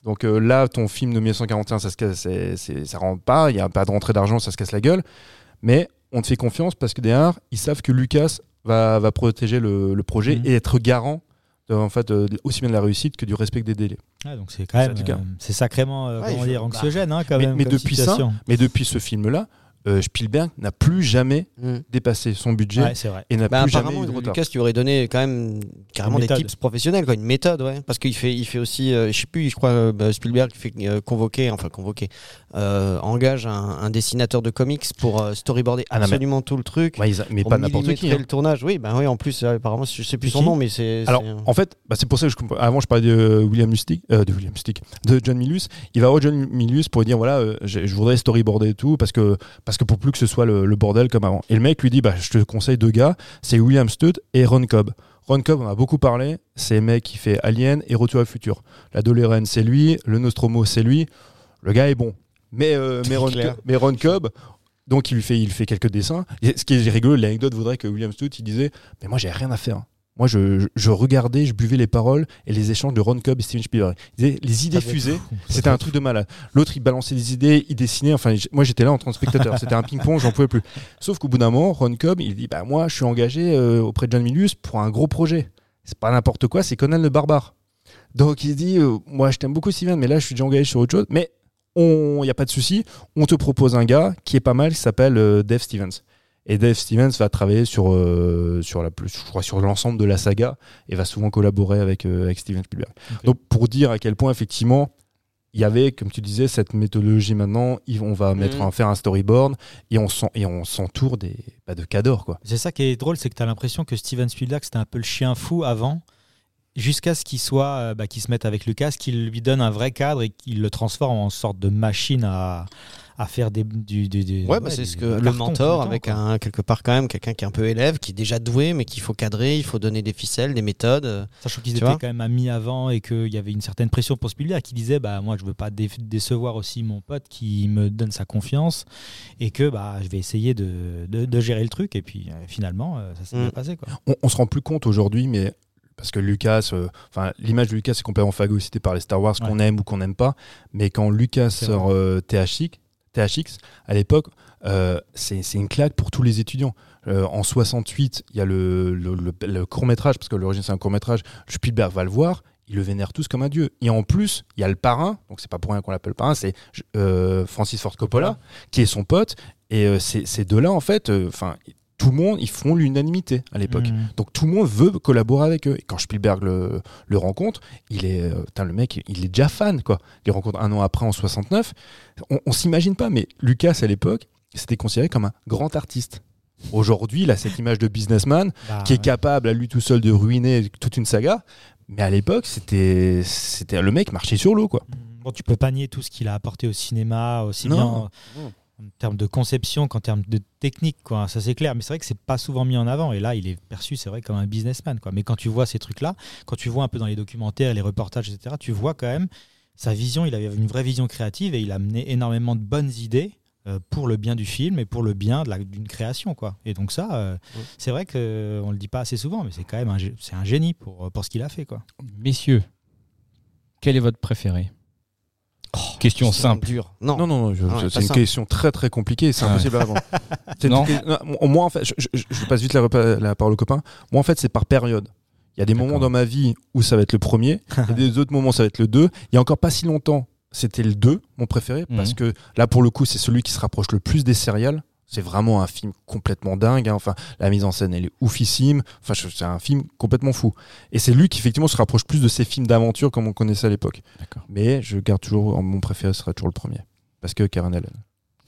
Donc là, ton film de 1941, ça rentre pas, il n'y a pas de rentrée d'argent, ça se casse la gueule. Mais on te fait confiance parce que derrière, ils savent que Lucas va protéger le projet et être garant aussi bien de la réussite que du respect des délais. Ah, donc c'est quand même, c'est sacrément anxiogène quand même. Mais depuis ce film-là, Spielberg n'a plus jamais dépassé son budget et n'a plus jamais eu de retard. Lucas, tu aurais donné quand même carrément des tips professionnels, une méthode, parce qu'il fait aussi, je sais plus, je crois Spielberg fait engage un dessinateur de comics pour storyboarder absolument tout le truc. Mais pas n'importe qui. Le tournage, en plus apparemment je sais plus son nom, mais c'est. Alors en fait, c'est pour ça que avant je parlais de de John Milius. Il va voir John Milius pour lui dire voilà, je voudrais storyboarder et tout parce que pour plus que ce soit le bordel comme avant. Et le mec lui dit je te conseille 2 gars, c'est William Studd et Ron Cobb. Ron Cobb, on a beaucoup parlé, c'est le mec qui fait Alien et Retour à le futur. La DeLorean, c'est lui, le Nostromo, c'est lui. Le gars est bon. Mais Ron Cobb, donc il fait quelques dessins. Et ce qui est rigolo, l'anecdote voudrait que William Studd, il disait mais moi j'ai rien à faire. Moi, je regardais, je buvais les paroles et les échanges de Ron Cobb et Steven Spielberg. Les idées fusées, c'était un truc de malade. L'autre, il balançait des idées, il dessinait. Enfin, moi, j'étais là en tant que spectateur. C'était un ping-pong, j'en pouvais plus. Sauf qu'au bout d'un moment, Ron Cobb, il dit moi, je suis engagé auprès de John Milius pour un gros projet. C'est pas n'importe quoi, c'est Conan le Barbare. Donc, il dit moi, je t'aime beaucoup, Steven, mais là, je suis déjà engagé sur autre chose. Mais il n'y a pas de souci. On te propose un gars qui est pas mal, qui s'appelle Dave Stevens. Et Dave Stevens va travailler sur l'ensemble de la saga et va souvent collaborer avec Steven Spielberg. Okay. Donc pour dire à quel point effectivement il y avait, comme tu disais, cette méthodologie maintenant, on va faire un storyboard et on s'entoure de cadors, quoi. C'est ça qui est drôle, c'est que tu as l'impression que Steven Spielberg c'était un peu le chien fou avant, jusqu'à ce qu'il soit, qu'il se mette avec Lucas, qu'il lui donne un vrai cadre et qu'il le transforme en sorte de machine à faire c'est ce que le mentor avec quelque part quand même quelqu'un qui est un peu élève, qui est déjà doué mais qu'il faut cadrer, il faut donner des ficelles, des méthodes. Sachant qu'ils étaient quand même amis avant et qu'il y avait une certaine pression pour Spielberg qui disait moi je veux pas décevoir aussi mon pote qui me donne sa confiance et que je vais essayer de gérer le truc et puis finalement ça s'est bien passé, quoi. On se rend plus compte aujourd'hui, mais parce que Lucas, l'image de Lucas est complètement phagocytée par les Star Wars qu'on aime ou qu'on n'aime pas, mais quand Lucas sort THX, à l'époque, c'est une claque pour tous les étudiants. En 68, il y a le court-métrage, parce que l'origine c'est un court-métrage, Spielberg va le voir, ils le vénèrent tous comme un dieu. Et en plus, il y a le parrain, donc c'est pas pour rien qu'on l'appelle parrain, c'est Francis Ford Coppola, qui est son pote, et ces deux-là, en fait, tout le monde, ils font l'unanimité à l'époque. Donc tout le monde veut collaborer avec eux. Et quand Spielberg le rencontre, le mec, il est déjà fan, quoi. Il le rencontre 1 an après, en 69. On s'imagine pas, mais Lucas, à l'époque, c'était considéré comme un grand artiste. Aujourd'hui, il a cette image de businessman qui est capable à lui tout seul de ruiner toute une saga. Mais à l'époque, c'était le mec marchait sur l'eau, quoi. Bon, tu peux pas nier tout ce qu'il a apporté au cinéma, aussi bien en termes de conception qu'en termes de technique, quoi. Ça c'est clair, mais c'est vrai que c'est pas souvent mis en avant et là il est perçu, c'est vrai, comme un businessman, quoi. Mais quand tu vois ces trucs là, quand tu vois un peu dans les documentaires, les reportages, etc., tu vois quand même sa vision. Il avait une vraie vision créative et il a amené énormément de bonnes idées pour le bien du film et pour le bien d'une création, quoi. Et donc ça c'est vrai qu'on le dit pas assez souvent, mais c'est quand même c'est un génie pour ce qu'il a fait, quoi. Messieurs, quel est votre préféré? Question simple. Dure. Non, c'est une question très très compliquée, c'est impossible à répondre. Moi, en fait, je passe vite la parole au copain. Moi, en fait, c'est par période. Il y a des moments dans ma vie où ça va être le premier, et des autres moments, ça va être le 2. Il y a encore pas si longtemps, c'était le 2, mon préféré, parce que là, pour le coup, c'est celui qui se rapproche le plus des serials. C'est vraiment un film complètement dingue, hein. Enfin, la mise en scène, elle est oufissime. Enfin, c'est un film complètement fou. Et c'est lui qui, effectivement, se rapproche plus de ces films d'aventure comme on connaissait à l'époque. D'accord. Mais je garde toujours, mon préféré sera toujours le premier. Parce que Karen Allen.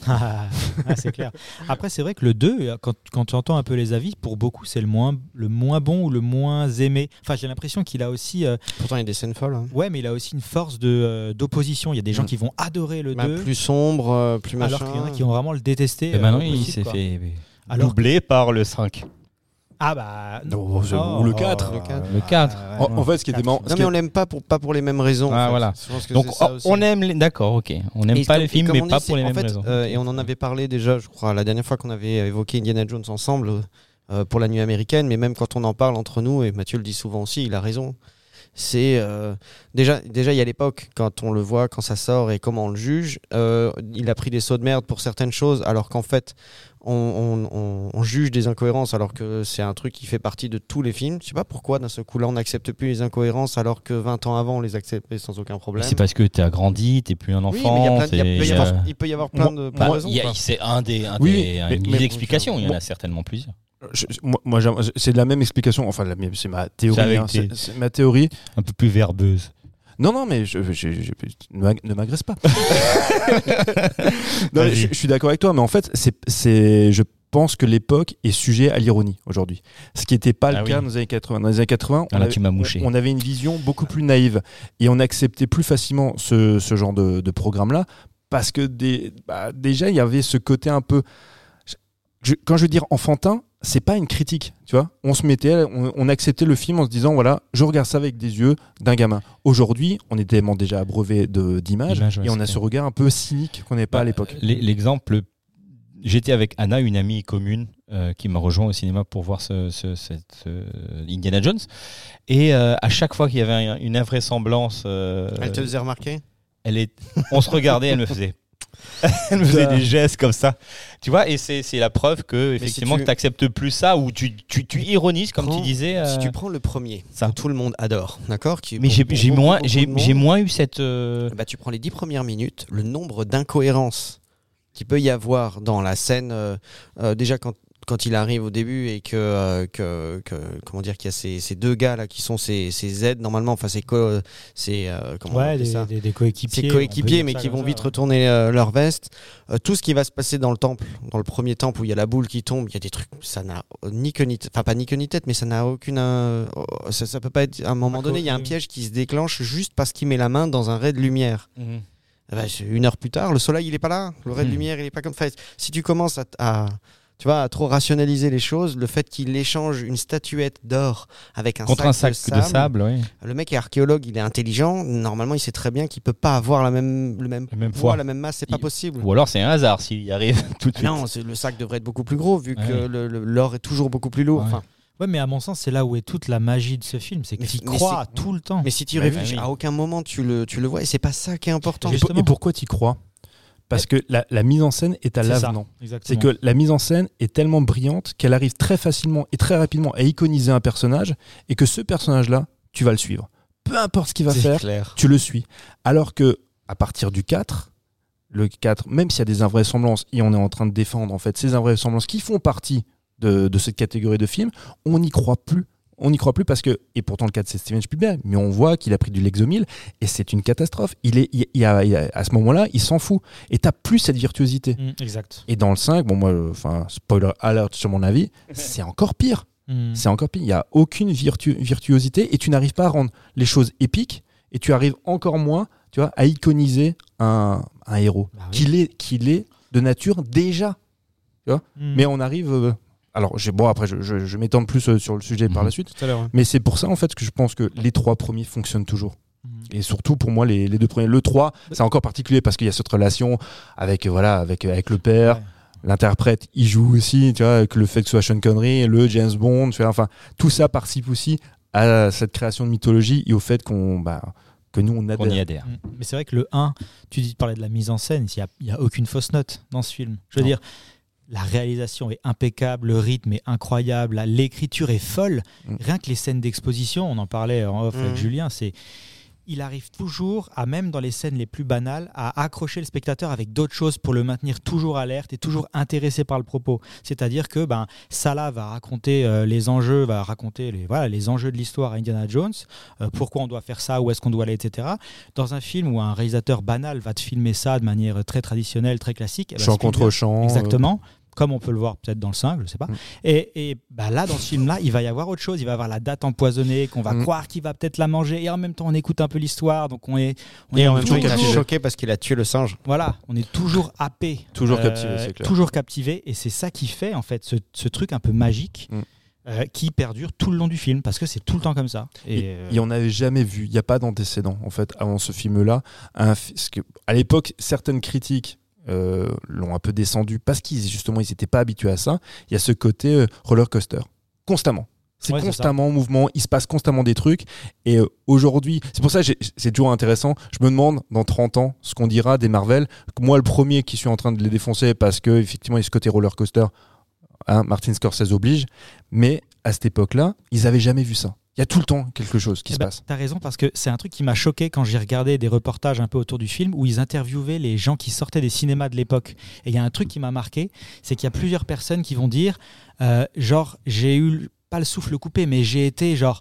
C'est clair. Après, c'est vrai que le 2, quand tu entends un peu les avis, pour beaucoup, c'est le moins bon ou le moins aimé. Enfin, j'ai l'impression qu'il a aussi... Pourtant, il y a des scènes folles. Hein. Ouais, mais il a aussi une force d'opposition. Il y a des gens qui vont adorer le 2. Plus sombre, plus machin. Alors qu'il y en a qui vont vraiment le détester. Et maintenant, il s'est fait doubler par le 5. Ah bah non, ou le 4. Le 4. En fait, ce qui était marrant. Non, mais on l'aime pas pour les mêmes raisons. Ah, voilà. Donc on aime d'accord, OK. On n'aime pas les films, mais pas pour les mêmes raisons. Et on en avait parlé déjà, je crois, la dernière fois qu'on avait évoqué Indiana Jones ensemble pour la nuit américaine, mais même quand on en parle entre nous, et Mathieu le dit souvent aussi, il a raison. C'est déjà il y a l'époque quand on le voit, quand ça sort et comment on le juge. Il a pris des sauts de merde pour certaines choses, alors qu'en fait on juge des incohérences alors que c'est un truc qui fait partie de tous les films. Je sais pas pourquoi d'un seul coup là on n'accepte plus les incohérences alors que 20 ans avant on les acceptait sans aucun problème. C'est parce que tu as grandi, tu n'es plus un enfant. Il peut y avoir plein de raisons. C'est une explication, il y en a certainement plusieurs. Moi, c'est la même explication, enfin c'est ma théorie, c'est ma théorie. Un peu plus verbeuse. Non, mais ne m'agresse pas. Non, je suis d'accord avec toi, mais en fait, je pense que l'époque est sujet à l'ironie aujourd'hui. Ce qui n'était pas le cas dans les années 80. Dans les années 80, on avait une vision beaucoup plus naïve et on acceptait plus facilement ce genre de programme-là parce que déjà, il y avait ce côté un peu... Quand je veux dire enfantin, c'est pas une critique, tu vois. On acceptait le film en se disant voilà, je regarde ça avec des yeux d'un gamin. Aujourd'hui, on est tellement déjà abreuvé d'images et on a ce regard un peu cynique qu'on n'avait pas à l'époque. L'exemple, j'étais avec Anna, une amie commune qui m'a rejoint au cinéma pour voir Indiana Jones, et à chaque fois qu'il y avait une invraisemblance, elle te faisait remarquer. On se regardait, elle me faisait. Elle me faisait des gestes comme ça, tu vois, et c'est la preuve que effectivement que t'acceptes plus ça, ou tu ironises comme tu disais. Si tu prends le premier, ça tout le monde adore, d'accord. Mais j'ai moins eu cette. Tu prends les 10 premières minutes, le nombre d'incohérences qu'il peut y avoir dans la scène. Déjà quand il arrive au début et que comment dire, qu'il y a ces deux gars là qui sont ces aides normalement, enfin des coéquipiers mais qui vont vite retourner leur veste. Tout ce qui va se passer dans le temple, dans le premier temple où il y a la boule qui tombe, il y a des trucs, ça n'a ni queue ni tête, enfin pas ni queue ni tête, mais ça n'a aucune ça peut pas être, à un moment donné il y a un piège qui se déclenche juste parce qu'il met la main dans un ray de lumière. Une heure plus tard, le soleil il est pas là, le ray de lumière il est pas comme ça. Si tu commences à trop rationaliser les choses, le fait qu'il échange une statuette d'or avec un sac de sable, oui. Le mec est archéologue, il est intelligent, normalement il sait très bien qu'il peut pas avoir le même poids, la même masse, c'est pas possible. Ou alors c'est un hasard s'il y arrive tout de suite. Non, le sac devrait être beaucoup plus gros vu que l'or est toujours beaucoup plus lourd. Enfin, ouais, mais à mon sens, c'est là où est toute la magie de ce film, c'est que tu y crois tout le temps. Mais si tu réfléchis, à aucun moment tu le vois, et c'est pas ça qui est important. Et pourquoi tu y crois ? Parce que la mise en scène est à l'avenant. C'est que la mise en scène est tellement brillante qu'elle arrive très facilement et très rapidement à iconiser un personnage, et que ce personnage-là, tu vas le suivre. Peu importe ce qu'il va faire, tu le suis. Alors que à partir du 4, le 4, même s'il y a des invraisemblances, et on est en train de défendre en fait ces invraisemblances qui font partie de cette catégorie de films, on n'y croit plus. On n'y croit plus parce que, et pourtant le cas de c'est Steven Spielberg, mais on voit qu'il a pris du Lexomil et c'est une catastrophe. À ce moment-là, il s'en fout. Et t'as plus cette virtuosité. Exact. Et dans le 5, spoiler alert sur mon avis, c'est encore pire. C'est encore pire. Il n'y a aucune virtuosité et tu n'arrives pas à rendre les choses épiques, et tu arrives encore moins, tu vois, à iconiser un héros qu'il est de nature déjà. Tu vois. Mais on arrive... Alors, après, je m'étends plus sur le sujet par la suite. Mais c'est pour ça, en fait, que je pense que les 3 premiers fonctionnent toujours. Et surtout, pour moi, les 2 premiers. Le 3, c'est encore particulier parce qu'il y a cette relation avec le père. Ouais. L'interprète, il joue aussi, tu vois, avec le fait que ce soit Sean Connery, le James Bond, tu vois, enfin, tout ça participe aussi à cette création de mythologie et au fait que nous, on y adhère. Mais c'est vrai que le 1, tu parlais de la mise en scène, il n'y a aucune fausse note dans ce film. Je veux dire... La réalisation est impeccable, le rythme est incroyable, l'écriture est folle. Rien que les scènes d'exposition, on en parlait en off avec Julien, il arrive toujours, même dans les scènes les plus banales, à accrocher le spectateur avec d'autres choses pour le maintenir toujours alerte et toujours intéressé par le propos. C'est-à-dire que Salah va raconter les enjeux, les enjeux de l'histoire à Indiana Jones, pourquoi on doit faire ça, où est-ce qu'on doit aller, etc. Dans un film où un réalisateur banal va te filmer ça de manière très traditionnelle, très classique. Chant contre chant. Exactement. Comme on peut le voir peut-être dans le 5, je sais pas. Et là, dans ce film-là, il va y avoir autre chose. Il va y avoir la date empoisonnée, qu'on va croire qu'il va peut-être la manger. Et en même temps, on écoute un peu l'histoire. Donc on est en même temps, il est choqué parce qu'il a tué le singe. Voilà, on est toujours happé. Toujours captivé, c'est clair. Toujours captivé. Et c'est ça qui fait, en fait, ce truc un peu magique qui perdure tout le long du film. Parce que c'est tout le temps comme ça. Et on n'avait jamais vu, il n'y a pas d'antécédent, en fait, avant ce film-là. À l'époque, certaines critiques l'ont un peu descendu parce qu'ils n'étaient pas habitués à ça. Il y a ce côté roller coaster constamment. C'est Ouais, constamment en mouvement, il se passe constamment des trucs. Et aujourd'hui, c'est pour ça que c'est toujours intéressant. Je me demande dans 30 ans ce qu'on dira des Marvel. Moi, le premier qui suis en train de les défoncer parce que effectivement, il y a ce côté roller coaster. Martin Scorsese oblige. Mais à cette époque-là, ils n'avaient jamais vu ça. Il y a tout le temps quelque chose qui se passe. T'as raison, parce que c'est un truc qui m'a choqué quand j'ai regardé des reportages un peu autour du film où ils interviewaient les gens qui sortaient des cinémas de l'époque. Et il y a un truc qui m'a marqué, c'est qu'il y a plusieurs personnes qui vont dire genre, j'ai eu pas le souffle coupé, mais j'ai été genre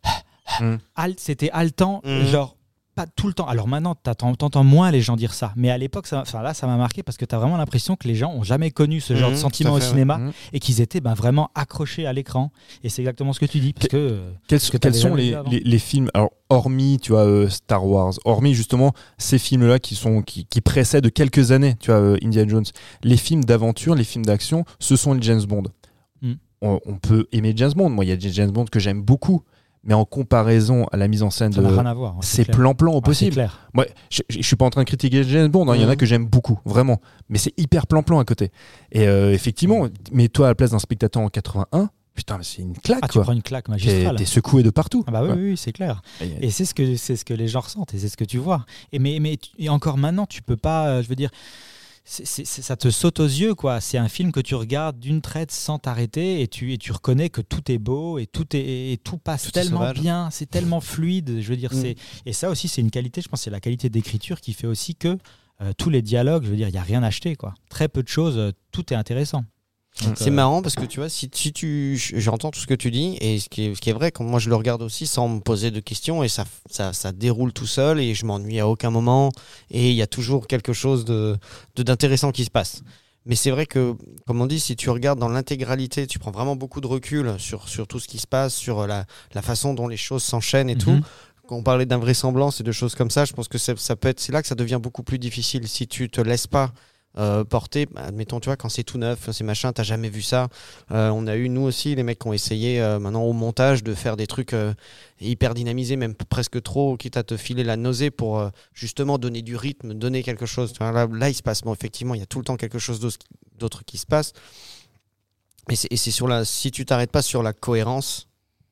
c'était haletant, genre pas tout le temps. Alors maintenant, t'entends moins les gens dire ça, mais à l'époque, ça m'a marqué parce que t'as vraiment l'impression que les gens ont jamais connu ce genre de sentiment au cinéma et qu'ils étaient vraiment accrochés à l'écran. Et c'est exactement ce que tu dis. Parce quels sont les films, alors hormis tu vois Star Wars, hormis justement ces films-là qui précèdent de quelques années, tu vois Indiana Jones, les films d'aventure, les films d'action, ce sont les James Bond. On peut aimer James Bond. Moi, il y a des James Bond que j'aime beaucoup. Mais en comparaison à la mise en scène ça n'a rien à voir, c'est plan-plan au possible. C'est clair. Moi, je suis pas en train de critiquer James Bond, il y en a que j'aime beaucoup, vraiment. Mais c'est hyper plan-plan à côté. Et effectivement, mets-toi à la place d'un spectateur en 81, putain, c'est une claque. Tu prends une claque magistrale. T'es secoué de partout. Ah bah oui, c'est clair. Et c'est ce que les gens ressentent et c'est ce que tu vois. Et encore maintenant, tu peux pas, je veux dire... ça te saute aux yeux, quoi. C'est un film que tu regardes d'une traite sans t'arrêter et tu reconnais que tout est beau et tout passe tellement bien, c'est tellement fluide. Je veux dire, et ça aussi, c'est une qualité. Je pense que c'est la qualité d'écriture qui fait aussi que tous les dialogues, je veux dire, il y a rien à acheter, quoi. Très peu de choses, tout est intéressant. Donc, c'est marrant parce que tu vois, si j'entends tout ce que tu dis et ce qui est vrai, quand moi je le regarde aussi sans me poser de questions et ça déroule tout seul et je m'ennuie à aucun moment et il y a toujours quelque chose d'intéressant qui se passe. Mais c'est vrai que, comme on dit, si tu regardes dans l'intégralité, tu prends vraiment beaucoup de recul sur tout ce qui se passe, sur la façon dont les choses s'enchaînent et tout. Quand on parlait d'invraisemblance et de choses comme ça, je pense que c'est là que ça devient beaucoup plus difficile si tu te laisses pas porter, admettons, tu vois, quand c'est tout neuf, c'est machin, t'as jamais vu ça. On a eu, nous aussi, les mecs qui ont essayé maintenant au montage de faire des trucs hyper dynamisés, même presque trop, quitte à te filer la nausée pour justement donner du rythme, donner quelque chose. Tu vois, là, il se passe, bon, effectivement, il y a tout le temps quelque chose d'autre qui se passe. Et c'est si tu t'arrêtes pas sur la cohérence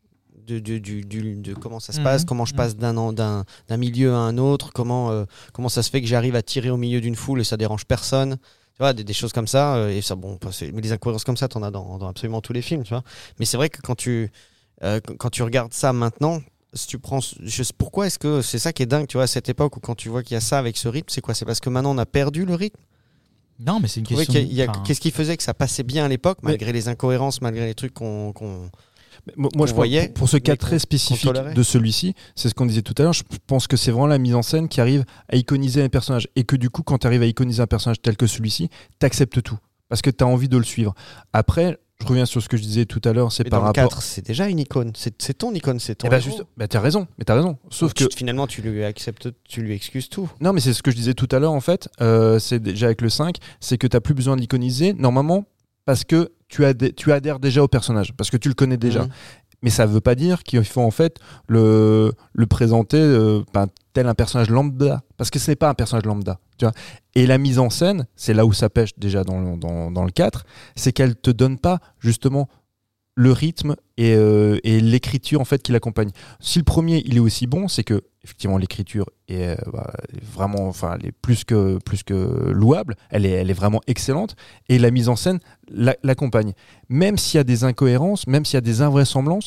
de comment ça se passe, comment je passe d'un milieu à un autre, comment ça se fait que j'arrive à tirer au milieu d'une foule et ça dérange personne, tu vois, des choses comme ça, et ça, bon, mais des incohérences comme ça, t'en as dans absolument tous les films, tu vois. Mais c'est vrai que quand tu regardes ça maintenant, si tu prends, pourquoi est-ce que c'est ça qui est dingue, tu vois, à cette époque où quand tu vois qu'il y a ça avec ce rythme, c'est quoi? C'est parce que maintenant on a perdu le rythme? Non, mais c'est une question. Qu'est-ce qui faisait que ça passait bien à l'époque, malgré les incohérences, malgré les trucs qu'on moi, je voyais, pour ce cas très spécifique de celui-ci, c'est ce qu'on disait tout à l'heure, je pense que c'est vraiment la mise en scène qui arrive à iconiser un personnage. Et que du coup, quand tu arrives à iconiser un personnage tel que celui-ci, tu acceptes tout. Parce que tu as envie de le suivre. Après, je reviens sur ce que je disais tout à l'heure, c'est par rapport... le 4, c'est déjà une icône. C'est ton icône, c'est ton héros. T'as raison. Sauf que... Finalement, tu lui excuses tout. Non, mais c'est ce que je disais tout à l'heure, en fait. C'est déjà avec le 5, c'est que tu n'as plus besoin de l'iconiser, normalement, parce que tu adhères déjà au personnage, parce que tu le connais déjà. Mais ça ne veut pas dire qu'il faut en fait le présenter tel un personnage lambda, parce que ce n'est pas un personnage lambda. Tu vois. Et la mise en scène, c'est là où ça pêche déjà dans le 4, c'est qu'elle ne te donne pas justement le rythme et l'écriture en fait qui l'accompagne. Si le premier il est aussi bon, c'est que effectivement l'écriture est vraiment, enfin, elle est plus que louable, elle est vraiment excellente et la mise en scène l'accompagne. Même s'il y a des incohérences, même s'il y a des invraisemblances,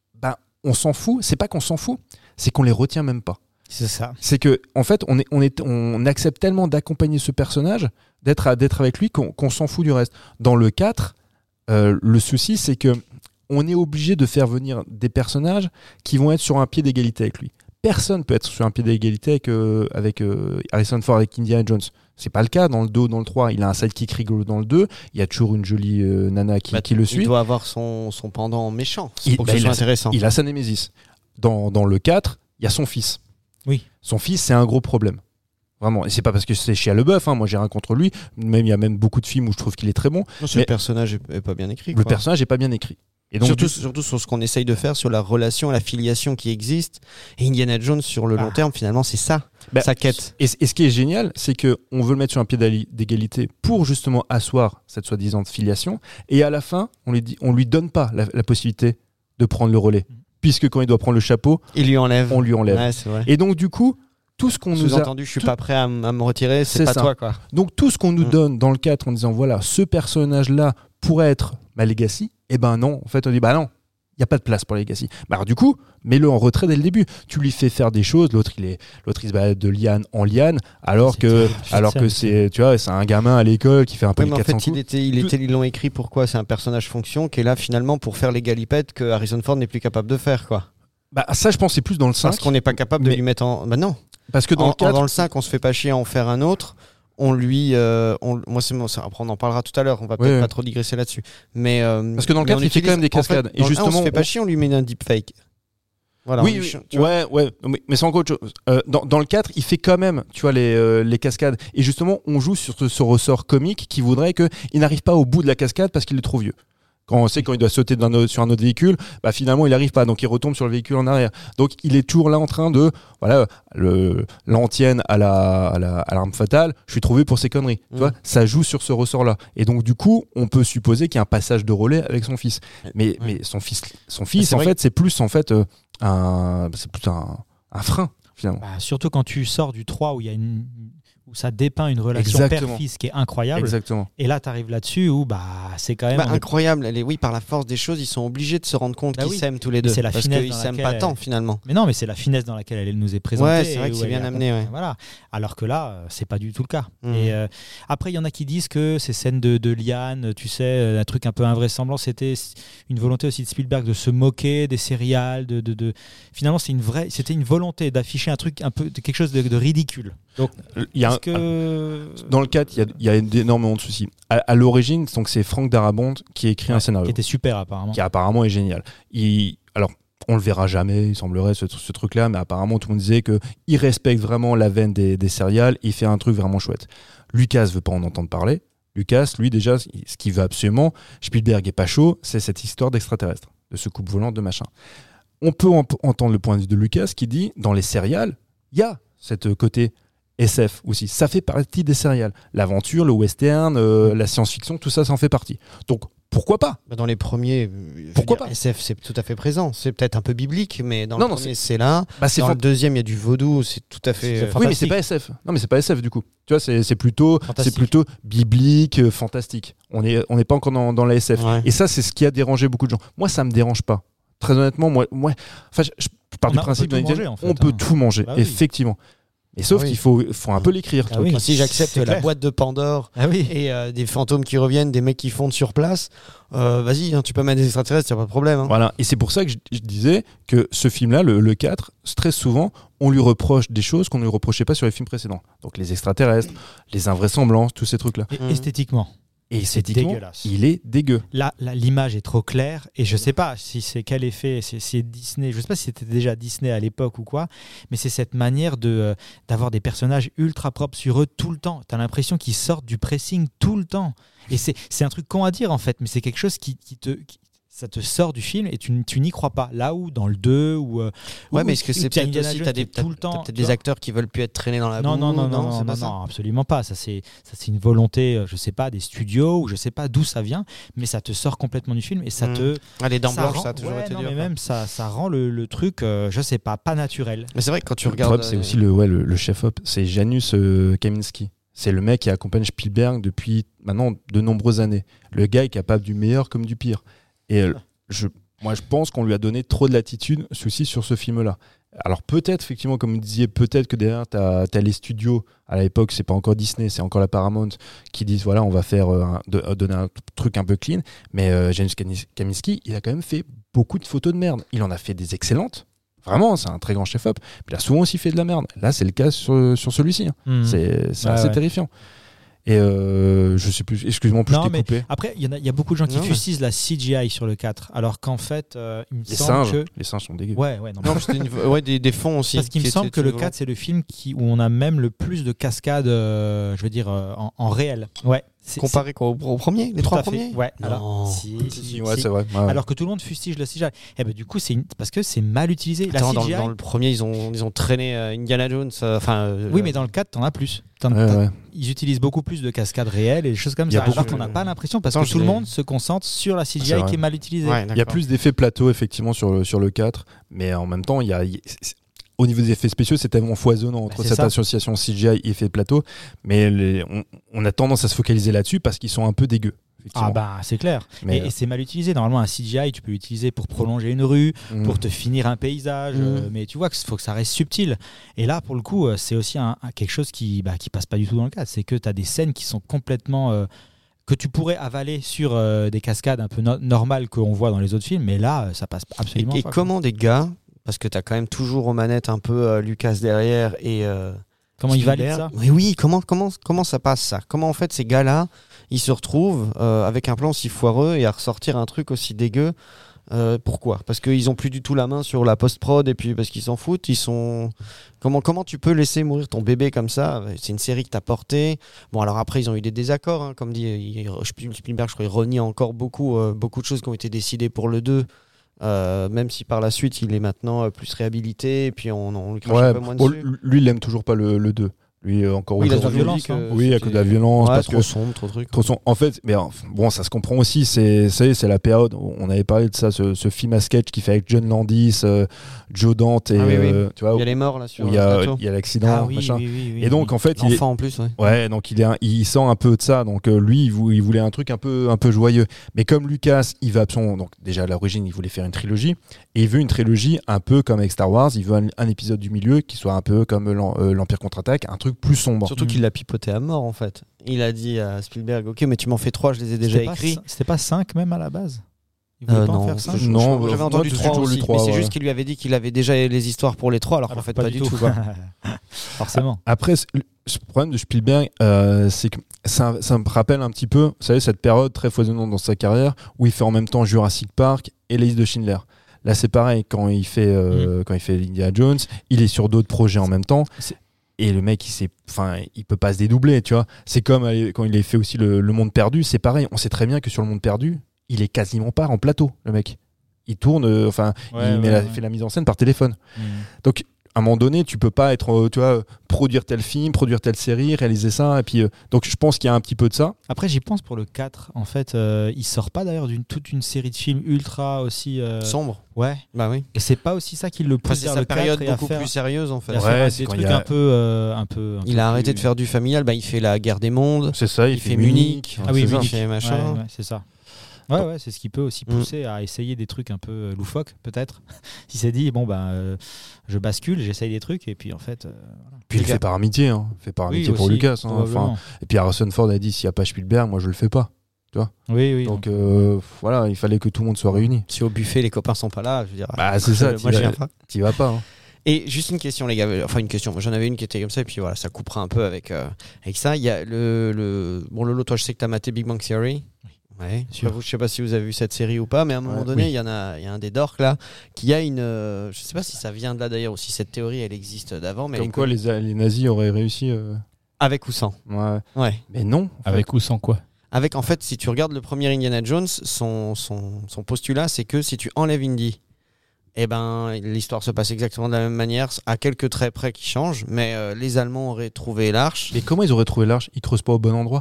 on s'en fout. C'est pas qu'on s'en fout, c'est qu'on les retient même pas. C'est ça. C'est que en fait on accepte tellement d'accompagner ce personnage, d'être avec lui qu'on s'en fout du reste. Dans le 4, le souci c'est que on est obligé de faire venir des personnages qui vont être sur un pied d'égalité avec lui. Personne peut être sur un pied d'égalité avec Harrison Ford, avec Indiana Jones. C'est pas le cas dans le 2 ou dans le 3. Il a un sidekick rigolo dans le 2. Il y a toujours une jolie nana qui le suit. Il doit avoir son pendant méchant. C'est pour que ce soit intéressant. Il a sa némésis. Dans le 4, il y a son fils. Oui. Son fils, c'est un gros problème. Vraiment. Et c'est pas parce que c'est Shia LaBeouf, moi j'ai rien contre lui. Il y a même beaucoup de films où je trouve qu'il est très bon. Non, le personnage est pas bien écrit. Le personnage est pas bien écrit. Et donc, surtout sur ce qu'on essaye de faire, sur la relation, la filiation qui existe. Et Indiana Jones, sur le long terme, finalement, c'est ça, sa quête. Et ce qui est génial, c'est qu'on veut le mettre sur un pied d'égalité pour justement asseoir cette soi-disant filiation. Et à la fin, on lui donne pas la possibilité de prendre le relais. Puisque quand il doit prendre le chapeau, il lui enlève. On lui enlève. Ouais, c'est vrai. Et donc, du coup, tout ce qu'on nous a... Sous-entendu, je suis pas prêt à me retirer, c'est pas ça. toi, quoi. Donc, tout ce qu'on nous donne dans le 4 en disant, voilà, ce personnage-là pourrait être ma Legacy, eh ben non. En fait, on dit, bah non, il n'y a pas de place pour la Legacy. Bah alors, du coup, mets-le en retrait dès le début. Tu lui fais faire des choses, l'autre il se balade de liane en liane, alors que c'est, tu vois, c'est un gamin à l'école qui fait un peu les 400 coups. Ils l'ont écrit pourquoi c'est un personnage fonction qui est là finalement pour faire les galipettes que Harrison Ford n'est plus capable de faire, quoi. Bah ça, je pense c'est plus dans le 5. Parce qu'on n'est pas capable de lui mettre en... Bah non. Parce que dans le 4... dans le 5, on se fait pas chier à en faire un autre. On lui... moi, après, on en parlera tout à l'heure. On va peut-être pas trop digresser là-dessus. Mais, parce que dans le 4, il fait quand même des cascades. Et justement, on se fait pas chier, on lui met un deepfake. Voilà, mais c'est encore autre chose. Dans le 4, il fait quand même, tu vois, les cascades. Et justement, on joue sur ce ressort comique qui voudrait qu'il n'arrive pas au bout de la cascade parce qu'il est trop vieux. Quand on sait quand il doit sauter sur un autre véhicule, bah finalement il n'arrive pas, donc il retombe sur le véhicule en arrière. Donc il est toujours là en train de, voilà, l'antienne à l'arme fatale. Je suis trop vieux pour ces conneries. Tu vois, ça joue sur ce ressort-là. Et donc du coup, on peut supposer qu'il y a un passage de relais avec son fils. Mais son fils, en fait, c'est plus un frein finalement. Bah, surtout quand tu sors du 3 où il y a où ça dépeint une relation père-fils qui est incroyable. Exactement. Et là, tu arrives là-dessus où c'est quand même... incroyable. Oui, par la force des choses, ils sont obligés de se rendre compte qu'ils s'aiment tous les deux. C'est la parce qu'ils s'aiment pas tant, finalement. Mais non, mais c'est la finesse dans laquelle elle nous est présentée. Ouais, c'est vrai que c'est bien amené. Ouais. Voilà. Alors que là, c'est pas du tout le cas. Et après, il y en a qui disent que ces scènes de liane, tu sais, un truc un peu invraisemblable, c'était une volonté aussi de Spielberg de se moquer des céréales. Finalement, c'était une volonté d'afficher un truc un peu, quelque chose de ridicule. Donc, dans le 4, il y a énormément de soucis. À l'origine, donc c'est Frank Darabont qui a écrit un scénario. Qui était super, apparemment. Qui apparemment est génial. Alors, on le verra jamais, il semblerait, ce truc-là, mais apparemment, tout le monde disait qu'il respecte vraiment la veine des céréales, il fait un truc vraiment chouette. Lucas veut pas en entendre parler. Lucas, lui, déjà, ce qu'il veut absolument, Spielberg est pas chaud, c'est cette histoire d'extraterrestre, de soucoupe volante, de machin. On peut entendre le point de vue de Lucas qui dit, dans les céréales, il y a cette côté SF aussi, ça fait partie des céréales. L'aventure, le western, la science-fiction, tout ça, ça en fait partie. Donc, pourquoi pas ? Dans les premiers, pourquoi pas ? SF, c'est tout à fait présent. C'est peut-être un peu biblique, mais dans le premier, c'est là. Dans le deuxième, il y a du vaudou, c'est tout à fait... Oui, mais c'est pas SF. Non, mais c'est pas SF, du coup. Tu vois, c'est plutôt biblique, fantastique. On n'est pas encore dans la SF. Ouais. Et ça, c'est ce qui a dérangé beaucoup de gens. Moi, ça me dérange pas. Très honnêtement, je pars du principe on peut tout manger, effectivement. Et sauf qu'il faut un peu l'écrire. Si j'accepte la boîte de Pandore et des fantômes qui reviennent, des mecs qui fondent sur place, vas-y, tu peux mettre des extraterrestres, il n'y a pas de problème. Voilà. Et c'est pour ça que je disais que ce film-là, le 4, très souvent, on lui reproche des choses qu'on ne lui reprochait pas sur les films précédents. Donc les extraterrestres, les invraisemblances, tous ces trucs-là. Et esthétiquement. Et c'est dégueulasse. Il est dégueu. Là, l'image est trop claire et je sais pas si c'est quel effet, c'est Disney. Je sais pas si c'était déjà Disney à l'époque ou quoi, mais c'est cette manière d'avoir des personnages ultra propres sur eux tout le temps. T'as l'impression qu'ils sortent du pressing tout le temps. Et c'est un truc con à dire en fait, mais c'est quelque chose ça te sort du film et tu n'y crois pas. Là où dans le 2 mais est-ce que c'est peut-être aussi t'as peut-être des acteurs qui veulent plus être traînés dans la boue. Non, absolument pas. Ça c'est une volonté, je sais pas, des studios ou je sais pas d'où ça vient, mais ça te sort complètement du film et ça te les dents blanches, ça a toujours été dur. Mais même ça rend le truc, je sais pas naturel. Mais c'est vrai que quand tu regardes, c'est aussi le chef-op, c'est Janusz Kaminski. C'est le mec qui accompagne Spielberg depuis maintenant de nombreuses années. Le gars est capable du meilleur comme du pire. Et je pense qu'on lui a donné trop de latitude souci sur ce film-là. Alors peut-être, effectivement, comme vous disiez, peut-être que derrière, t'as les studios, à l'époque, c'est pas encore Disney, c'est encore la Paramount, qui disent, voilà, on va faire donner un truc un peu clean. Mais Janusz Kaminski, il a quand même fait beaucoup de photos de merde. Il en a fait des excellentes. Vraiment, c'est un très grand chef-op. Il a souvent aussi fait de la merde. Là, c'est le cas sur celui-ci. C'est assez terrifiant. Et je sais plus, excuse-moi, en plus je t'ai coupé. Après, il y a beaucoup de gens qui fustigent la CGI sur le 4, alors qu'en fait, il me semble que... Les singes sont dégueux. Des fonds aussi. Parce qu'il me semble que le 4, c'est le film où on a même le plus de cascades, je veux dire, en réel. Ouais, Comparé quoi, au premier, les 3 premiers. Ouais. Non. Alors, Ouais, c'est vrai. Ouais. Alors que tout le monde fustige le CGI. Et ben du coup, parce que c'est mal utilisé. Attends, la CGI, dans le premier, ils ont traîné Indiana Jones. Oui, mais dans le 4, t'en as plus. Ouais. Ils utilisent beaucoup plus de cascades réelles et des choses comme ça. Alors qu'on n'a pas l'impression parce que tout le monde se concentre sur la CGI qui est mal utilisée. Ouais, il y a plus d'effets plateau effectivement sur le 4, mais en même temps, au niveau des effets spéciaux, c'est tellement foisonnant entre cette association CGI et effets plateau, mais on a tendance à se focaliser là-dessus parce qu'ils sont un peu dégueux. Ah bah c'est clair. Et c'est mal utilisé. Normalement, un CGI, tu peux l'utiliser pour prolonger une rue, pour te finir un paysage, mais tu vois qu'il faut que ça reste subtil. Et là, pour le coup, c'est aussi quelque chose qui passe pas du tout dans le cadre. C'est que tu as des scènes qui sont complètement... que tu pourrais avaler sur des cascades un peu normales qu'on voit dans les autres films, mais là, ça passe absolument pas. Et comment des gars, parce que tu as quand même toujours aux manettes un peu Lucas derrière et... comment ils valident ça ? Oui, comment ça passe ça ? Comment en fait ces gars-là, ils se retrouvent avec un plan si foireux et à ressortir un truc aussi dégueu ? Pourquoi ? Parce qu'ils ont plus du tout la main sur la post-prod et puis parce qu'ils s'en foutent. Comment tu peux laisser mourir ton bébé comme ça ? C'est une série que t'as portée. Bon, alors après ils ont eu des désaccords, hein, comme dit Spielberg, je crois, il renie encore beaucoup de choses qui ont été décidées pour le 2. Même si par la suite il est maintenant plus réhabilité et puis on lui crache un peu moins dessus. Lui il aime toujours pas le 2. Lui encore il a de la violence. Oui, à cause de la violence. Ouais, parce trop que sombre, trop truc. Trop sombre. En fait, mais bon, ça se comprend aussi. C'est la période. On avait parlé de ça, ce film à sketch qui fait avec John Landis, Joe Dante et tu vois. Il y a les morts là sur le plateau. Il y a l'accident, machin. Oui, et donc en fait, l'enfant en plus. Ouais, donc il sent un peu de ça. Donc lui, il voulait un truc un peu joyeux. Mais comme Lucas, il veut absolument. Donc déjà à l'origine, il voulait faire une trilogie. Et il veut une trilogie un peu comme avec Star Wars. Il veut un épisode du milieu qui soit un peu comme l'Empire contre-attaque, un truc plus sombre. Surtout qu'il l'a pipoté à mort en fait. Il a dit à Spielberg, ok, mais tu m'en fais 3, je les ai déjà écrits. C'était pas 5 même à la base. Il voulait pas en faire 5. Non, j'avais entendu 3 aussi, mais c'est juste qu'il lui avait dit qu'il avait déjà les histoires pour les 3, alors qu'en fait pas du tout. Forcément. Après, ce problème de Spielberg, c'est que ça me rappelle un petit peu, vous savez, cette période très foisonnante dans sa carrière où il fait en même temps Jurassic Park et la liste de Schindler. Là, c'est pareil, quand il fait Indiana Jones, il est sur d'autres projets en même temps. Et le mec, il peut pas se dédoubler, tu vois. C'est comme quand il a fait aussi le Monde Perdu, c'est pareil. On sait très bien que sur le Monde Perdu, il est quasiment pas en plateau, le mec. Il tourne, fait la mise en scène par téléphone. Donc, à un moment donné, tu peux pas être, produire tel film, produire telle série, réaliser ça. Et puis, donc, je pense qu'il y a un petit peu de ça. Après, j'y pense pour le 4. En fait, il sort pas d'ailleurs toute une série de films ultra aussi sombre. Ouais. Bah oui. Et c'est pas aussi ça qui le pousse vers le 4. C'est sa période beaucoup plus sérieuse en fait. Des trucs un peu. Il a arrêté de faire du familial. Il fait la Guerre des Mondes. C'est ça. Il fait Munich. Ah oui, il fait machin. Ouais, c'est ça. Ouais, c'est ce qui peut aussi pousser à essayer des trucs un peu loufoques, peut-être. S'il s'est dit, je bascule, j'essaye des trucs, et puis en fait. Voilà. Puis il fait par amitié, pour aussi, Lucas. Et puis Harrison Ford a dit, s'il n'y a pas Spielberg, moi je le fais pas. Tu vois. Oui. Donc voilà, il fallait que tout le monde soit réuni. Si au buffet les copains sont pas là, je veux dire. Bah c'est ça, moi je viens pas. T'y vas pas. Hein. Et juste une question les gars, enfin une question, moi j'en avais une qui était comme ça et puis voilà, ça coupera un peu avec ça. Il y a Lolo, toi je sais que t'as maté Big Bang Theory. Ouais, je sais pas si vous avez vu cette série ou pas, mais à un moment donné, il y a un des dorks là qui a une. Je sais pas si ça vient de là d'ailleurs ou si cette théorie elle existe d'avant. Mais comme quoi les nazis auraient réussi. Avec ou sans. Ouais. Mais non. Avec ou sans quoi. Avec en fait, si tu regardes le premier Indiana Jones, son postulat c'est que si tu enlèves Indy, l'histoire se passe exactement de la même manière, à quelques traits près qui changent, mais les Allemands auraient trouvé l'arche. Mais comment ils auraient trouvé l'arche ? Ils creusent pas au bon endroit ?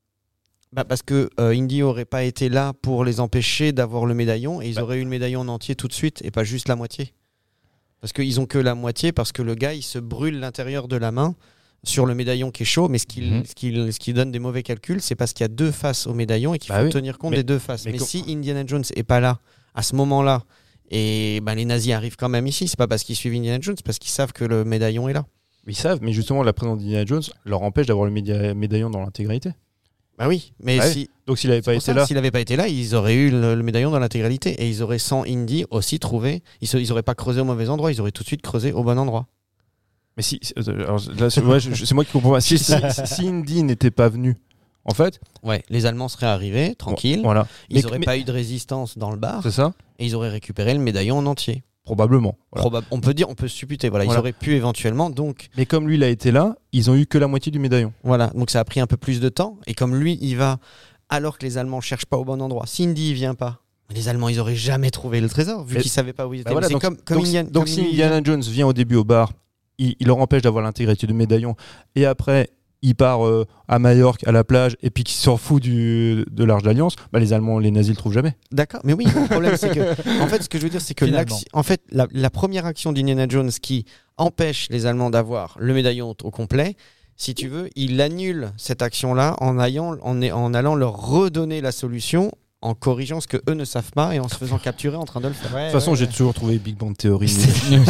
Parce que Indy aurait pas été là pour les empêcher d'avoir le médaillon et ils auraient eu le médaillon en entier tout de suite et pas juste la moitié. Parce qu'ils ont que la moitié parce que le gars il se brûle l'intérieur de la main sur le médaillon qui est chaud, mais ce qui donne des mauvais calculs, c'est parce qu'il y a 2 faces au médaillon et qu'il faut tenir compte des 2 faces. Mais si Indiana Jones est pas là à ce moment-là et les nazis arrivent quand même ici, c'est pas parce qu'ils suivent Indiana Jones, c'est parce qu'ils savent que le médaillon est là. Ils savent, mais justement la présence d'Indiana Jones leur empêche d'avoir le médaillon dans l'intégralité. Bah oui, mais donc s'il n'avait pas été là, ils auraient eu le médaillon dans l'intégralité et ils auraient sans Indy aussi trouvé. Ils auraient pas creusé au mauvais endroit, ils auraient tout de suite creusé au bon endroit. Mais c'est moi qui comprends pas. Si Indy n'était pas venu, en fait, les Allemands seraient arrivés tranquilles. Voilà. Ils n'auraient pas eu de résistance dans le bar. C'est ça. Et ils auraient récupéré le médaillon en entier. Probablement. Voilà. On peut supputer. Voilà, ils auraient pu éventuellement. Donc, mais comme lui, il a été là, ils ont eu que la moitié du médaillon. Voilà, donc ça a pris un peu plus de temps. Et comme lui, il va alors que les Allemands cherchent pas au bon endroit. Si Indy il vient pas, les Allemands ils auraient jamais trouvé le trésor vu qu'ils savaient pas où ils étaient. Voilà, donc si Indiana Jones vient au début au bar, il leur empêche d'avoir l'intégralité du médaillon. Et après, il part à Majorque, à la plage, et puis qu'il s'en fout de l'Arche d'Alliance, les Allemands, les nazis le trouvent jamais. D'accord, mais oui, le problème c'est que, en fait, ce que je veux dire, c'est que la première action d'Indiana Jones qui empêche les Allemands d'avoir le médaillon au complet, si tu veux, il annule cette action-là en allant leur redonner la solution, en corrigeant ce que eux ne savent pas et en se faisant capturer en train de le faire. De toute façon, j'ai toujours trouvé Big Bang Theory. Non,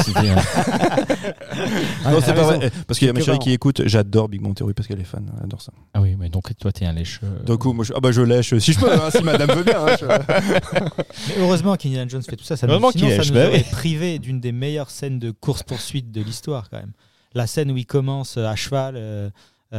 c'est pas vrai. Parce qu'il y a ma chérie qui écoute. J'adore Big Bang Theory parce qu'elle est fan. Elle adore ça. Ah oui, mais donc toi, t'es un lèche. Donc, moi, je lèche si je peux, si madame veut bien. Mais heureusement qu'Indiana Jones fait tout ça. Sinon, ça nous aurait privé d'une des meilleures scènes de course-poursuite de l'histoire, quand même. La scène où il commence à cheval.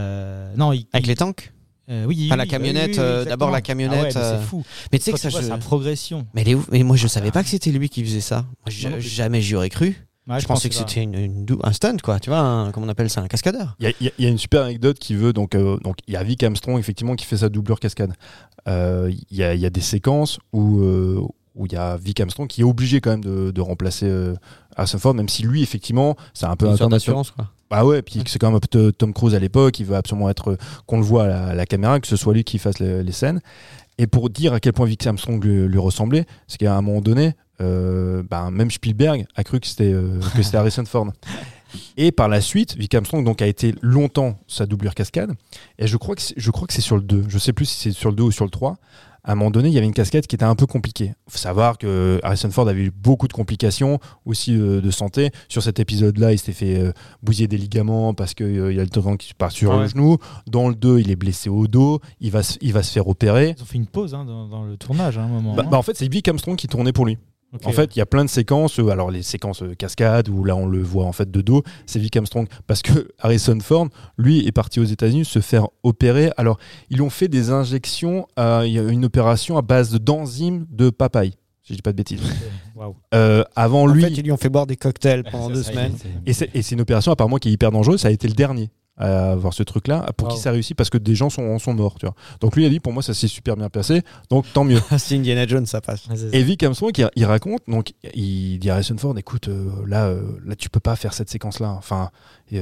Avec les tanks. La camionnette, d'abord la camionnette. C'est fou. Mais tu sais que ça, sa progression. Mais moi, je savais pas que c'était lui qui faisait ça. Jamais j'y aurais cru. Je pensais que c'était un stunt, quoi. Tu vois, comment on appelle ça, un cascadeur. Il y a une super anecdote qui veut donc il y a Vic Armstrong effectivement qui fait sa doublure cascade. Il y a des séquences où il y a Vic Armstrong qui est obligé quand même de remplacer Harrison Ford, même si lui effectivement c'est un peu une sorte d'assurance, quoi. Bah ouais, puis c'est quand même un peu Tom Cruise à l'époque, il veut absolument être qu'on le voit à la caméra, que ce soit lui qui fasse les scènes. Et pour dire à quel point Vic Armstrong lui ressemblait, c'est qu'à un moment donné, même Spielberg a cru que c'était Harrison Ford. Et par la suite, Vic Armstrong donc a été longtemps sa doublure cascade. Et je crois que c'est sur le 2. Je sais plus si c'est sur le 2 ou sur le 3. À un moment donné, il y avait une cascade qui était un peu compliquée. Il faut savoir que Harrison Ford avait eu beaucoup de complications, aussi de santé. Sur cet épisode-là, il s'était fait bousiller des ligaments parce qu'il y a le tendon qui part sur le genou. Dans le 2, il est blessé au dos. Il va se faire opérer. Ils ont fait une pause dans le tournage à un moment. En fait, c'est Vic Armstrong qui tournait pour lui. Okay. En fait, il y a plein de séquences, alors les séquences cascades où là on le voit en fait de dos, c'est Vic Armstrong parce que Harrison Ford, lui, est parti aux États-Unis se faire opérer. Alors, ils ont fait des injections, il y a une opération à base d'enzymes de papaye. Si je dis pas de bêtises. Wow. Avant lui, en fait, ils lui ont fait boire des cocktails pendant 2 semaines. Et c'est une opération apparemment qui est hyper dangereuse. Ça a été le dernier à avoir ce truc-là, pour qui ça réussit parce que des gens sont morts, tu vois. Donc lui il a dit pour moi ça s'est super bien passé, donc tant mieux. C'est Indiana Jones, ça passe. Et Vic Armstrong il raconte, donc il dit à Harrison Ford, écoute, là tu peux pas faire cette séquence-là. Enfin,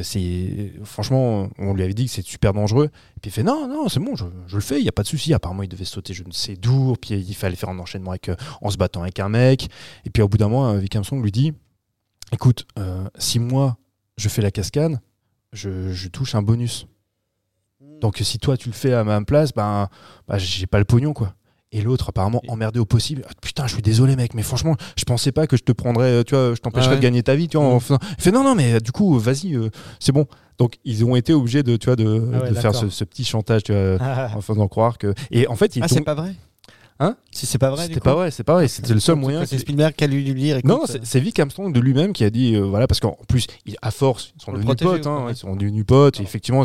franchement, on lui avait dit que c'est super dangereux. Et puis il fait non, c'est bon, je le fais, il y a pas de souci. Apparemment il devait sauter je ne sais d'où, puis il fallait faire un enchaînement en se battant avec un mec. Et puis au bout d'un moment, Vic Armstrong lui dit, écoute, si moi je fais la cascade, je touche un bonus. Donc si toi tu le fais à ma place, j'ai pas le pognon, quoi. Et l'autre apparemment emmerdé au possible. Putain, je suis désolé mec, mais franchement, je pensais pas que je te prendrais, tu vois, je t'empêcherais de gagner ta vie, tu vois. Il fait non, mais du coup, vas-y, c'est bon. Donc ils ont été obligés de faire ce petit chantage, tu vois, en faisant croire que. Et en fait, c'est pas vrai. Hein, si c'est pas vrai, c'est pas vrai. C'était le seul moyen. C'est Spielberg qui a dû lui dire. Écoute, non, c'est Vic Armstrong de lui-même qui a dit voilà, parce qu'en plus, à force, ils sont devenus potes. Ils sont devenus potes. Et effectivement,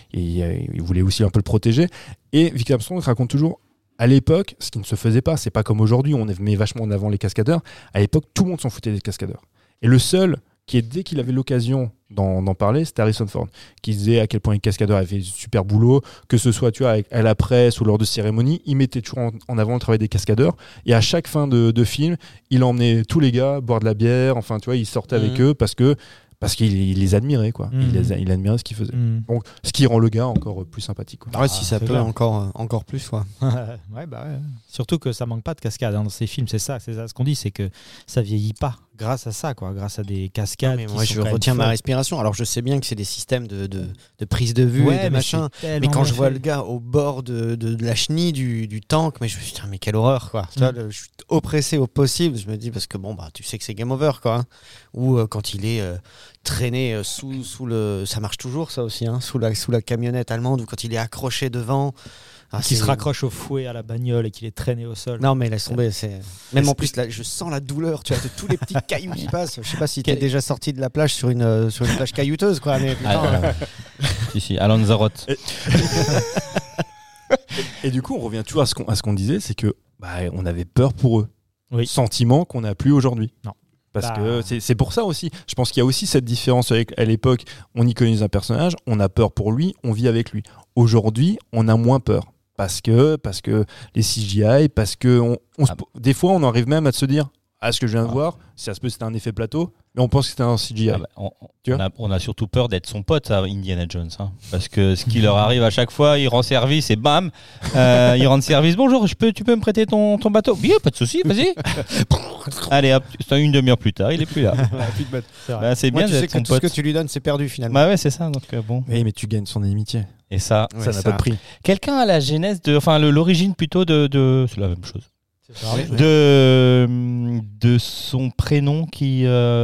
il voulait aussi un peu le protéger. Et Vic Armstrong raconte toujours, à l'époque, ce qui ne se faisait pas, c'est pas comme aujourd'hui, on met vachement en avant les cascadeurs. À l'époque, tout le monde s'en foutait des cascadeurs. Et le seul qui, dès qu'il avait l'occasion d'en parler, c'était Harrison Ford, qui disait à quel point les cascadeurs avaient fait du super boulot, que ce soit à la presse ou lors de cérémonies, il mettait toujours en avant le travail des cascadeurs, et à chaque fin de film, il emmenait tous les gars boire de la bière, enfin tu vois, il sortait avec eux parce qu'il les admirait, quoi. Il admirait ce qu'ils faisaient. Donc, ce qui rend le gars encore plus sympathique, quoi. Si ça peut encore plus, quoi. Ouais. Surtout que ça manque pas de cascades dans ces films, c'est ça ce qu'on dit, c'est que ça vieillit pas grâce à ça, quoi, grâce à des cascades. Moi je retiens ma respiration. Alors je sais bien que c'est des systèmes de prise de vue et des machins, mais quand je vois le gars au bord de la chenille du tank, mais je me dis putain, mais quelle horreur, quoi. Tu vois, je suis oppressé au possible, je me dis, parce que tu sais que c'est game over, quoi, hein. Ou quand il est traîné sous le, ça marche toujours ça aussi, hein, sous la camionnette allemande, ou quand il est accroché devant. Qui se raccroche au fouet à la bagnole et qu'il est traîné au sol. Non, mais laisse tomber. Même en plus, là, je sens la douleur, tu vois, de tous les petits cailloux qui passent. Je sais pas si t'es déjà sorti de la plage sur une plage caillouteuse, quoi. Mais si, à Lanzarote. Et du coup, on revient toujours à ce qu'on disait, c'est que on avait peur pour eux. Oui. Sentiment qu'on n'a plus aujourd'hui. Non. Parce que c'est pour ça aussi. Je pense qu'il y a aussi cette différence à l'époque. On iconise un personnage, on a peur pour lui, on vit avec lui. Aujourd'hui, on a moins peur. Parce que les CGI, parce que des fois, on arrive même à se dire ce que je viens de voir, ça se peut c'était un effet plateau, mais on pense que c'était un CGI. On a surtout peur d'être son pote à Indiana Jones. Parce que ce qui leur arrive à chaque fois, il rend service et bam, il rend service. Bonjour, tu peux me prêter ton bateau ? Oui, pas de souci, vas-y. Allez, hop, c'est une demi-heure plus tard, il est plus là. C'est bien d'être son pote. Tout ce que tu lui donnes, c'est perdu finalement. Bah ouais, c'est ça. Donc bon. Oui, mais tu gagnes son amitié. Et ça n'a pas de prix. Quelqu'un a la genèse l'origine plutôt de c'est la même chose. De son prénom qui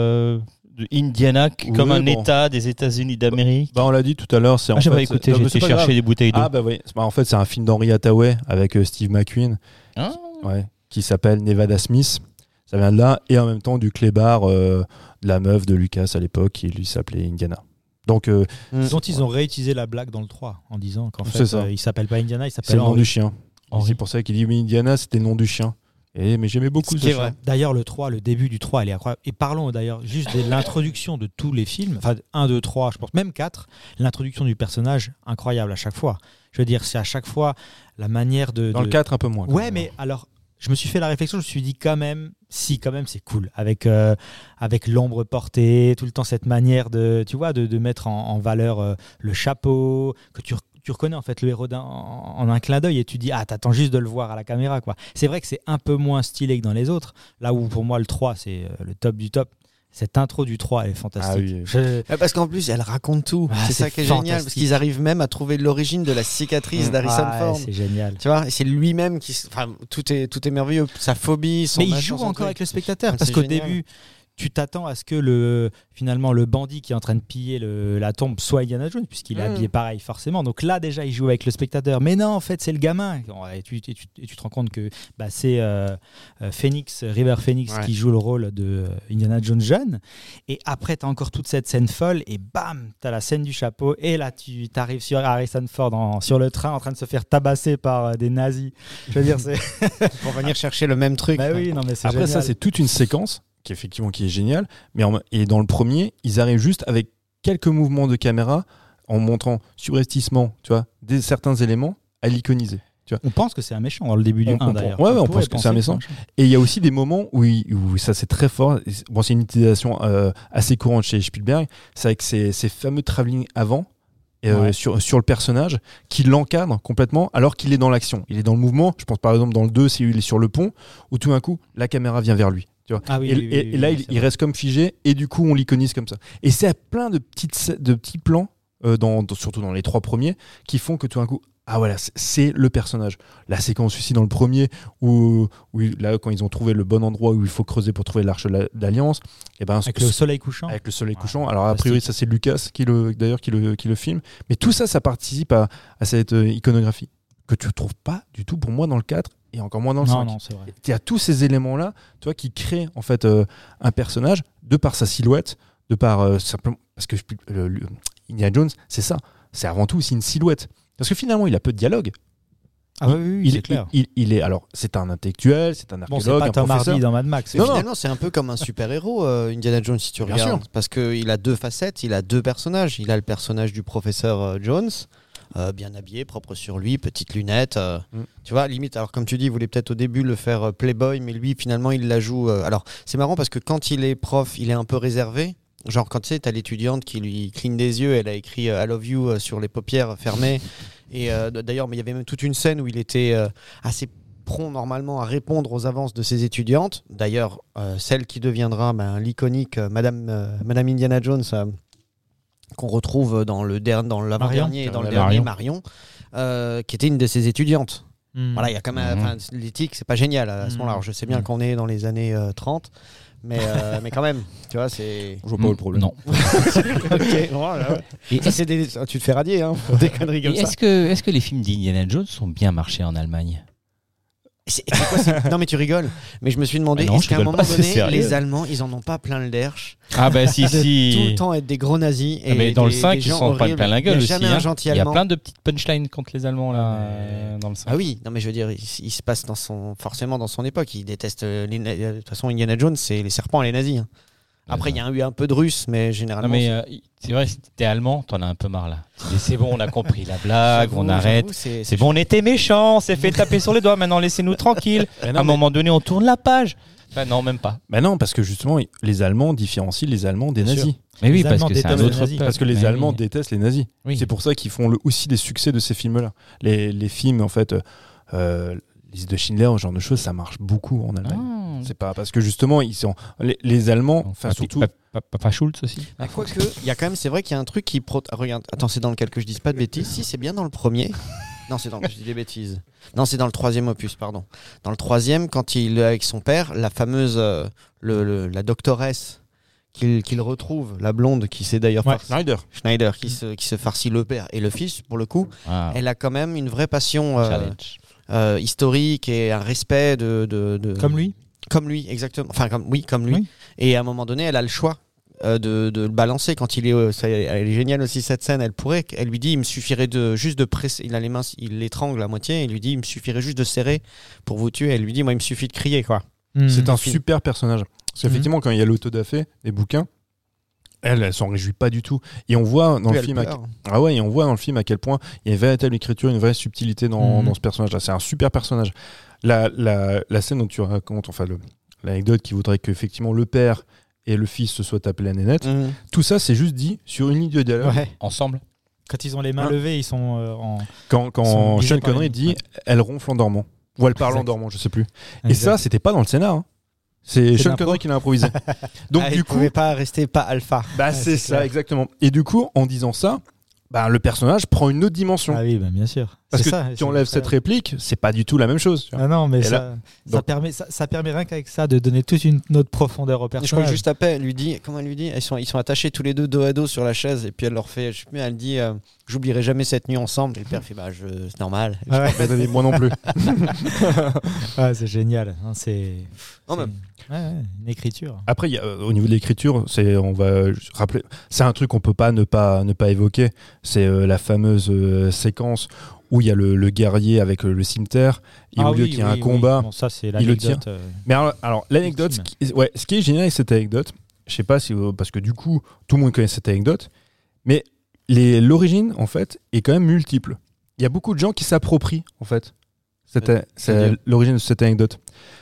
Indiana comme un État des États-Unis d'Amérique. On l'a dit tout à l'heure, c'est j'ai pas écouté, j'ai été chercher des bouteilles d'eau. En fait, c'est un film d'Henry Hathaway avec Steve McQueen, qui s'appelle Nevada Smith. Ça vient de là et en même temps du clébard de la meuf de Lucas à l'époque qui lui s'appelait Indiana. Donc, dont ils ont réutilisé la blague dans le 3 en disant qu'en fait il s'appelle pas Indiana, il s'appelle c'est le nom du chien. C'est pour ça qu'il dit Indiana, c'était le nom du chien. Mais j'aimais beaucoup ce chien. D'ailleurs, le début du 3, elle est incroyable. Et parlons d'ailleurs juste de l'introduction de tous les films, enfin 1, 2, 3, je pense même 4, l'introduction du personnage, incroyable à chaque fois. Je veux dire, c'est à chaque fois la manière de... Dans le 4, un peu moins. Ouais, mais alors, je me suis fait la réflexion, je me suis dit quand même, c'est cool. Avec l'ombre portée, tout le temps cette manière de mettre en valeur le chapeau, que tu reconnais en fait le héros en un clin d'œil et tu dis t'attends juste de le voir à la caméra quoi. C'est vrai que c'est un peu moins stylé que dans les autres. Là où pour moi le 3 c'est le top du top. Cette intro du 3 elle est fantastique. Parce qu'en plus elle raconte tout. C'est ça qui est génial parce qu'ils arrivent même à trouver l'origine de la cicatrice d'Harrison Ford. C'est génial. Tu vois, c'est lui-même tout est merveilleux. Sa phobie, son mais il joue encore avec le spectateur parce qu'au début tu t'attends à ce que finalement le bandit qui est en train de piller la tombe soit Indiana Jones puisqu'il est habillé pareil forcément. Donc là déjà il joue avec le spectateur. Mais non en fait c'est le gamin. Et tu te rends compte que c'est River Phoenix qui joue le rôle de Indiana Jones jeune. Et après t'as encore toute cette scène folle et bam t'as la scène du chapeau et là tu t'arrives sur Harrison Ford sur le train en train de se faire tabasser par des nazis. Je veux dire c'est pour venir chercher le même truc. Oui, non, mais c'est après génial. Ça c'est toute une séquence qui est génial, et dans le premier, ils arrivent juste avec quelques mouvements de caméra en montrant subrepticement, tu vois, certains éléments à l'iconiser. Tu vois. On pense que c'est un méchant dans le début du 1 d'ailleurs. Ouais, on pense que c'est un méchant. Et il y a aussi des moments où ça c'est très fort. Bon, c'est une utilisation assez courante chez Spielberg. C'est avec ces fameux travelling avant. Sur le personnage qui l'encadre complètement alors qu'il est dans l'action. Il est dans le mouvement. Je pense par exemple dans le 2, c'est où il est sur le pont où tout d'un coup la caméra vient vers lui. Tu vois. Et là il reste comme figé et du coup on l'iconise comme ça. Et c'est plein de petits plans, surtout dans les 3 premiers, qui font que tout d'un coup voilà, c'est le personnage. La séquence aussi dans le premier où là quand ils ont trouvé le bon endroit où il faut creuser pour trouver l'arche d'alliance, avec le soleil couchant. Avec le soleil couchant. Alors a priori ça c'est Lucas qui le filme, mais tout ça participe à cette iconographie que tu trouves pas du tout pour moi dans le 4 et encore moins dans le 5. Non, c'est vrai. Il y a tous ces éléments là, toi qui créent en fait un personnage de par sa silhouette, de par simplement parce que Indiana Jones, c'est ça. C'est avant tout aussi une silhouette. Parce que finalement, il a peu de dialogue. Oui, c'est clair. C'est un intellectuel, c'est un archéologue, c'est pas Tom Hardy dans Mad Max. Finalement, c'est un peu comme un super-héros, Indiana Jones, si tu regardes. Sûr. Parce qu'il a 2 facettes, il a 2 personnages. Il a le personnage du professeur Jones, bien habillé, propre sur lui, petites lunettes. Tu vois, limite, alors comme tu dis, il voulait peut-être au début le faire playboy, mais lui, finalement, il la joue. Alors, c'est marrant parce que quand il est prof, il est un peu réservé. Genre quand tu sais, t'as l'étudiante qui lui cligne des yeux, elle a écrit I love you sur les paupières fermées. Et d'ailleurs, mais il y avait même toute une scène où il était assez prompt normalement à répondre aux avances de ses étudiantes. D'ailleurs, celle qui deviendra l'iconique Madame Indiana Jones qu'on retrouve dans l'avant-dernier et dans le dernier Marion, qui était une de ses étudiantes. Voilà, il y a quand même l'éthique, c'est pas génial à ce moment-là. Alors, je sais bien qu'on est dans les années 30. Mais quand même, tu vois, c'est. Je vois pas le problème. Non. Ok, voilà. Tu te fais radier pour des conneries comme ça. Est-ce que les films d'Indiana Jones ont bien marché en Allemagne ? C'est quoi, non mais tu rigoles. Mais je me suis demandé, est-ce qu'à un moment donné, les Allemands, ils en ont pas plein le derche? Ah bah si. Tout le temps être des gros nazis. Et mais dans le 5, ils s'en prennent plein la gueule aussi. Il y a plein de petites punchlines contre les Allemands là, dans le 5. Ah oui, non mais je veux dire, il se passe forcément dans son époque. Il déteste de toute façon, Indiana Jones, c'est les serpents et les nazis. Après, il y a eu un peu de russe, mais généralement. Non, mais c'est vrai, si t'es allemand, t'en as un peu marre là. C'est bon, on a compris la blague, on arrête. C'est bon, on était méchants, on s'est fait taper sur les doigts, maintenant laissez-nous tranquilles. À un moment donné, on tourne la page. Bah non, même pas. Bah non, parce que justement, les Allemands différencient les Allemands des nazis. Mais oui, parce que c'est un autre peuple. Parce que les Allemands détestent les nazis. Oui. C'est pour ça qu'ils font aussi des succès de ces films-là. Les films, en fait. Les de Schindler, ce genre de choses, ça marche beaucoup en Allemagne. C'est pas parce que justement ils sont les Allemands, enfin surtout Papa Schultz aussi. Quoique, il y a quand même, c'est vrai qu'il y a un truc qui regarde. Attends, c'est dans lequel que je dise pas de bêtises. Si c'est bien dans le premier. Non, je dis des bêtises. Non, c'est dans le 3e opus, pardon. Dans le 3e, quand il est avec son père, la fameuse la doctoresse qu'il retrouve, la blonde qui s'est d'ailleurs Schneider qui se farcit le père et le fils pour le coup. Elle a quand même une vraie passion. Historique et un respect de comme lui exactement, enfin comme lui. Oui. Et à un moment donné elle a le choix de le balancer quand il est elle est géniale aussi cette scène. Elle lui dit il me suffirait juste de presser, il a les mains, il l'étrangle à moitié et il lui dit il me suffirait juste de serrer pour vous tuer. Elle lui dit moi il me suffit de crier quoi. C'est un super personnage parce qu'effectivement quand il y a l'autodafé des bouquins, elle s'en réjouit pas du tout. Et on voit dans le film à quel point il y a une véritable écriture, une vraie subtilité dans ce personnage-là. C'est un super personnage. La scène dont tu racontes, enfin l'anecdote qui voudrait qu'effectivement le père et le fils se soient tapés la nénette, tout ça c'est juste dit sur une ligne de dialogue. Ouais. Ensemble. Quand ils ont les mains levées, ils sont Quand Sean Connery dit elle ronfle en dormant. Ou elle parle en dormant, je sais plus. Exact. Et ça, c'était pas dans le scénar. C'est Sean Connery qui l'a improvisé. Donc du coup, il pouvait pas rester pas alpha. C'est ça, clair. Exactement. Et du coup, en disant ça, le personnage prend une autre dimension. Ah oui, bien sûr. Parce que tu enlèves cette réplique, c'est pas du tout la même chose. Ah non, mais ça permet rien qu'avec ça de donner toute une autre profondeur au personnage. Je crois que juste après, elle lui dit, ils sont attachés tous les deux dos à dos sur la chaise et puis elle leur fait, je sais plus, elle dit, j'oublierai jamais cette nuit ensemble. Et le père fait, c'est normal. Moi non plus. C'est génial. Une écriture. Après, au niveau de l'écriture, on va rappeler, c'est un truc qu'on peut pas ne pas évoquer. C'est la fameuse séquence où il y a le guerrier avec le cimeterre et au lieu qu'il y a un combat, bon, ça, c'est il le tire. Mais alors l'anecdote, ce qui est génial avec cette anecdote, je sais pas si parce que du coup tout le monde connaît cette anecdote, mais l'origine en fait est quand même multiple. Il y a beaucoup de gens qui s'approprient en fait l'origine de cette anecdote.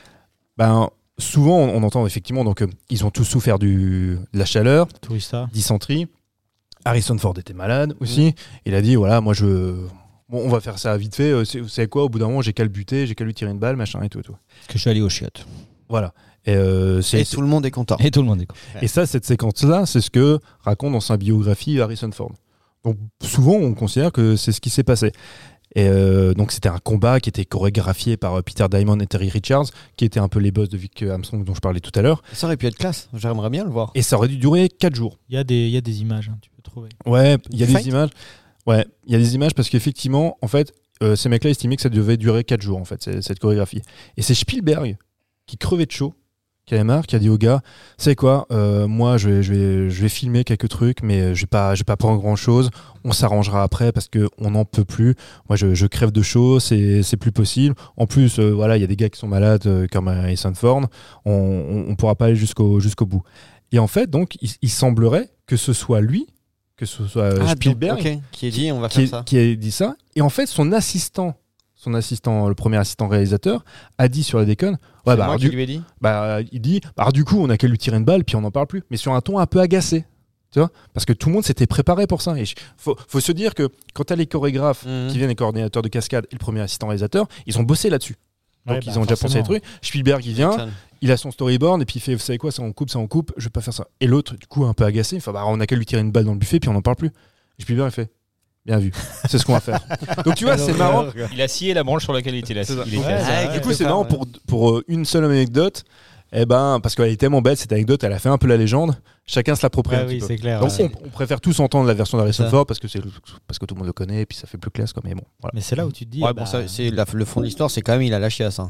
Souvent on entend effectivement donc ils ont tous souffert de la chaleur, dysenterie. Harrison Ford était malade aussi. Il a dit voilà, moi on va faire ça vite fait. Vous savez quoi, au bout d'un moment, j'ai qu'à le buter, j'ai qu'à lui tirer une balle, machin et tout. Parce que je suis allé aux chiottes. Voilà. Et tout le monde est content. Et ça, cette séquence-là, c'est ce que raconte dans sa biographie Harrison Ford. Donc souvent, on considère que c'est ce qui s'est passé. Et donc c'était un combat qui était chorégraphié par Peter Diamond et Terry Richards, qui étaient un peu les boss de Vic Armstrong dont je parlais tout à l'heure. Ça aurait pu être classe. J'aimerais bien le voir. Et ça aurait dû durer 4 jours. Il y a des images, tu peux trouver. Ouais, il y a des images. Ouais, il y a des images parce qu'effectivement, en fait, ces mecs-là estimaient que ça devait durer 4 jours, en fait, cette chorégraphie. Et c'est Spielberg qui crevait de chaud, qui avait marre, qui a dit aux gars, c'est quoi, moi, je vais filmer quelques trucs, mais je vais pas prendre grand-chose. On s'arrangera après parce qu'on n'en peut plus. Moi, je crève de chaud, c'est plus possible. En plus, il y a des gars qui sont malades, comme Harrison Ford. On pourra pas aller jusqu'au bout. Et en fait, donc, il semblerait que ce soit lui, que ce soit Spielberg qui ait dit on va faire ça. Qui a dit ça. Et en fait, son assistant, le premier assistant réalisateur, a dit sur la déconne. Ouais, qui lui a dit. Il dit, du coup, on a qu'à lui tirer une balle, puis on n'en parle plus. Mais sur un ton un peu agacé. Tu vois, parce que tout le monde s'était préparé pour ça. Et faut se dire que quand tu as les chorégraphes qui viennent, les coordinateurs de cascade et le premier assistant réalisateur, ils ont bossé là-dessus. Donc ils ont déjà pensé les trucs. Spielberg, il vient, il a son storyboard et puis il fait, vous savez quoi, ça on coupe, je vais pas faire ça. Et l'autre, du coup, un peu agacé, il fait, on a qu'à lui tirer une balle dans le buffet puis on n'en parle plus. Et Spielberg, il fait, bien vu, c'est ce qu'on va faire. Donc tu vois, c'est marrant. Il a scié la branche sur laquelle il était assis. Du coup, c'est marrant pour une seule anecdote. Parce qu'elle est tellement belle cette anecdote, elle a fait un peu la légende. Chacun se l'approprie un petit peu. C'est clair, donc on préfère tous entendre la version d'Harrison Ford parce que tout le monde le connaît et puis ça fait plus classe. Mais bon. Voilà. Mais c'est là où tu te dis. Le fond de l'histoire, c'est quand même il a la chiasse.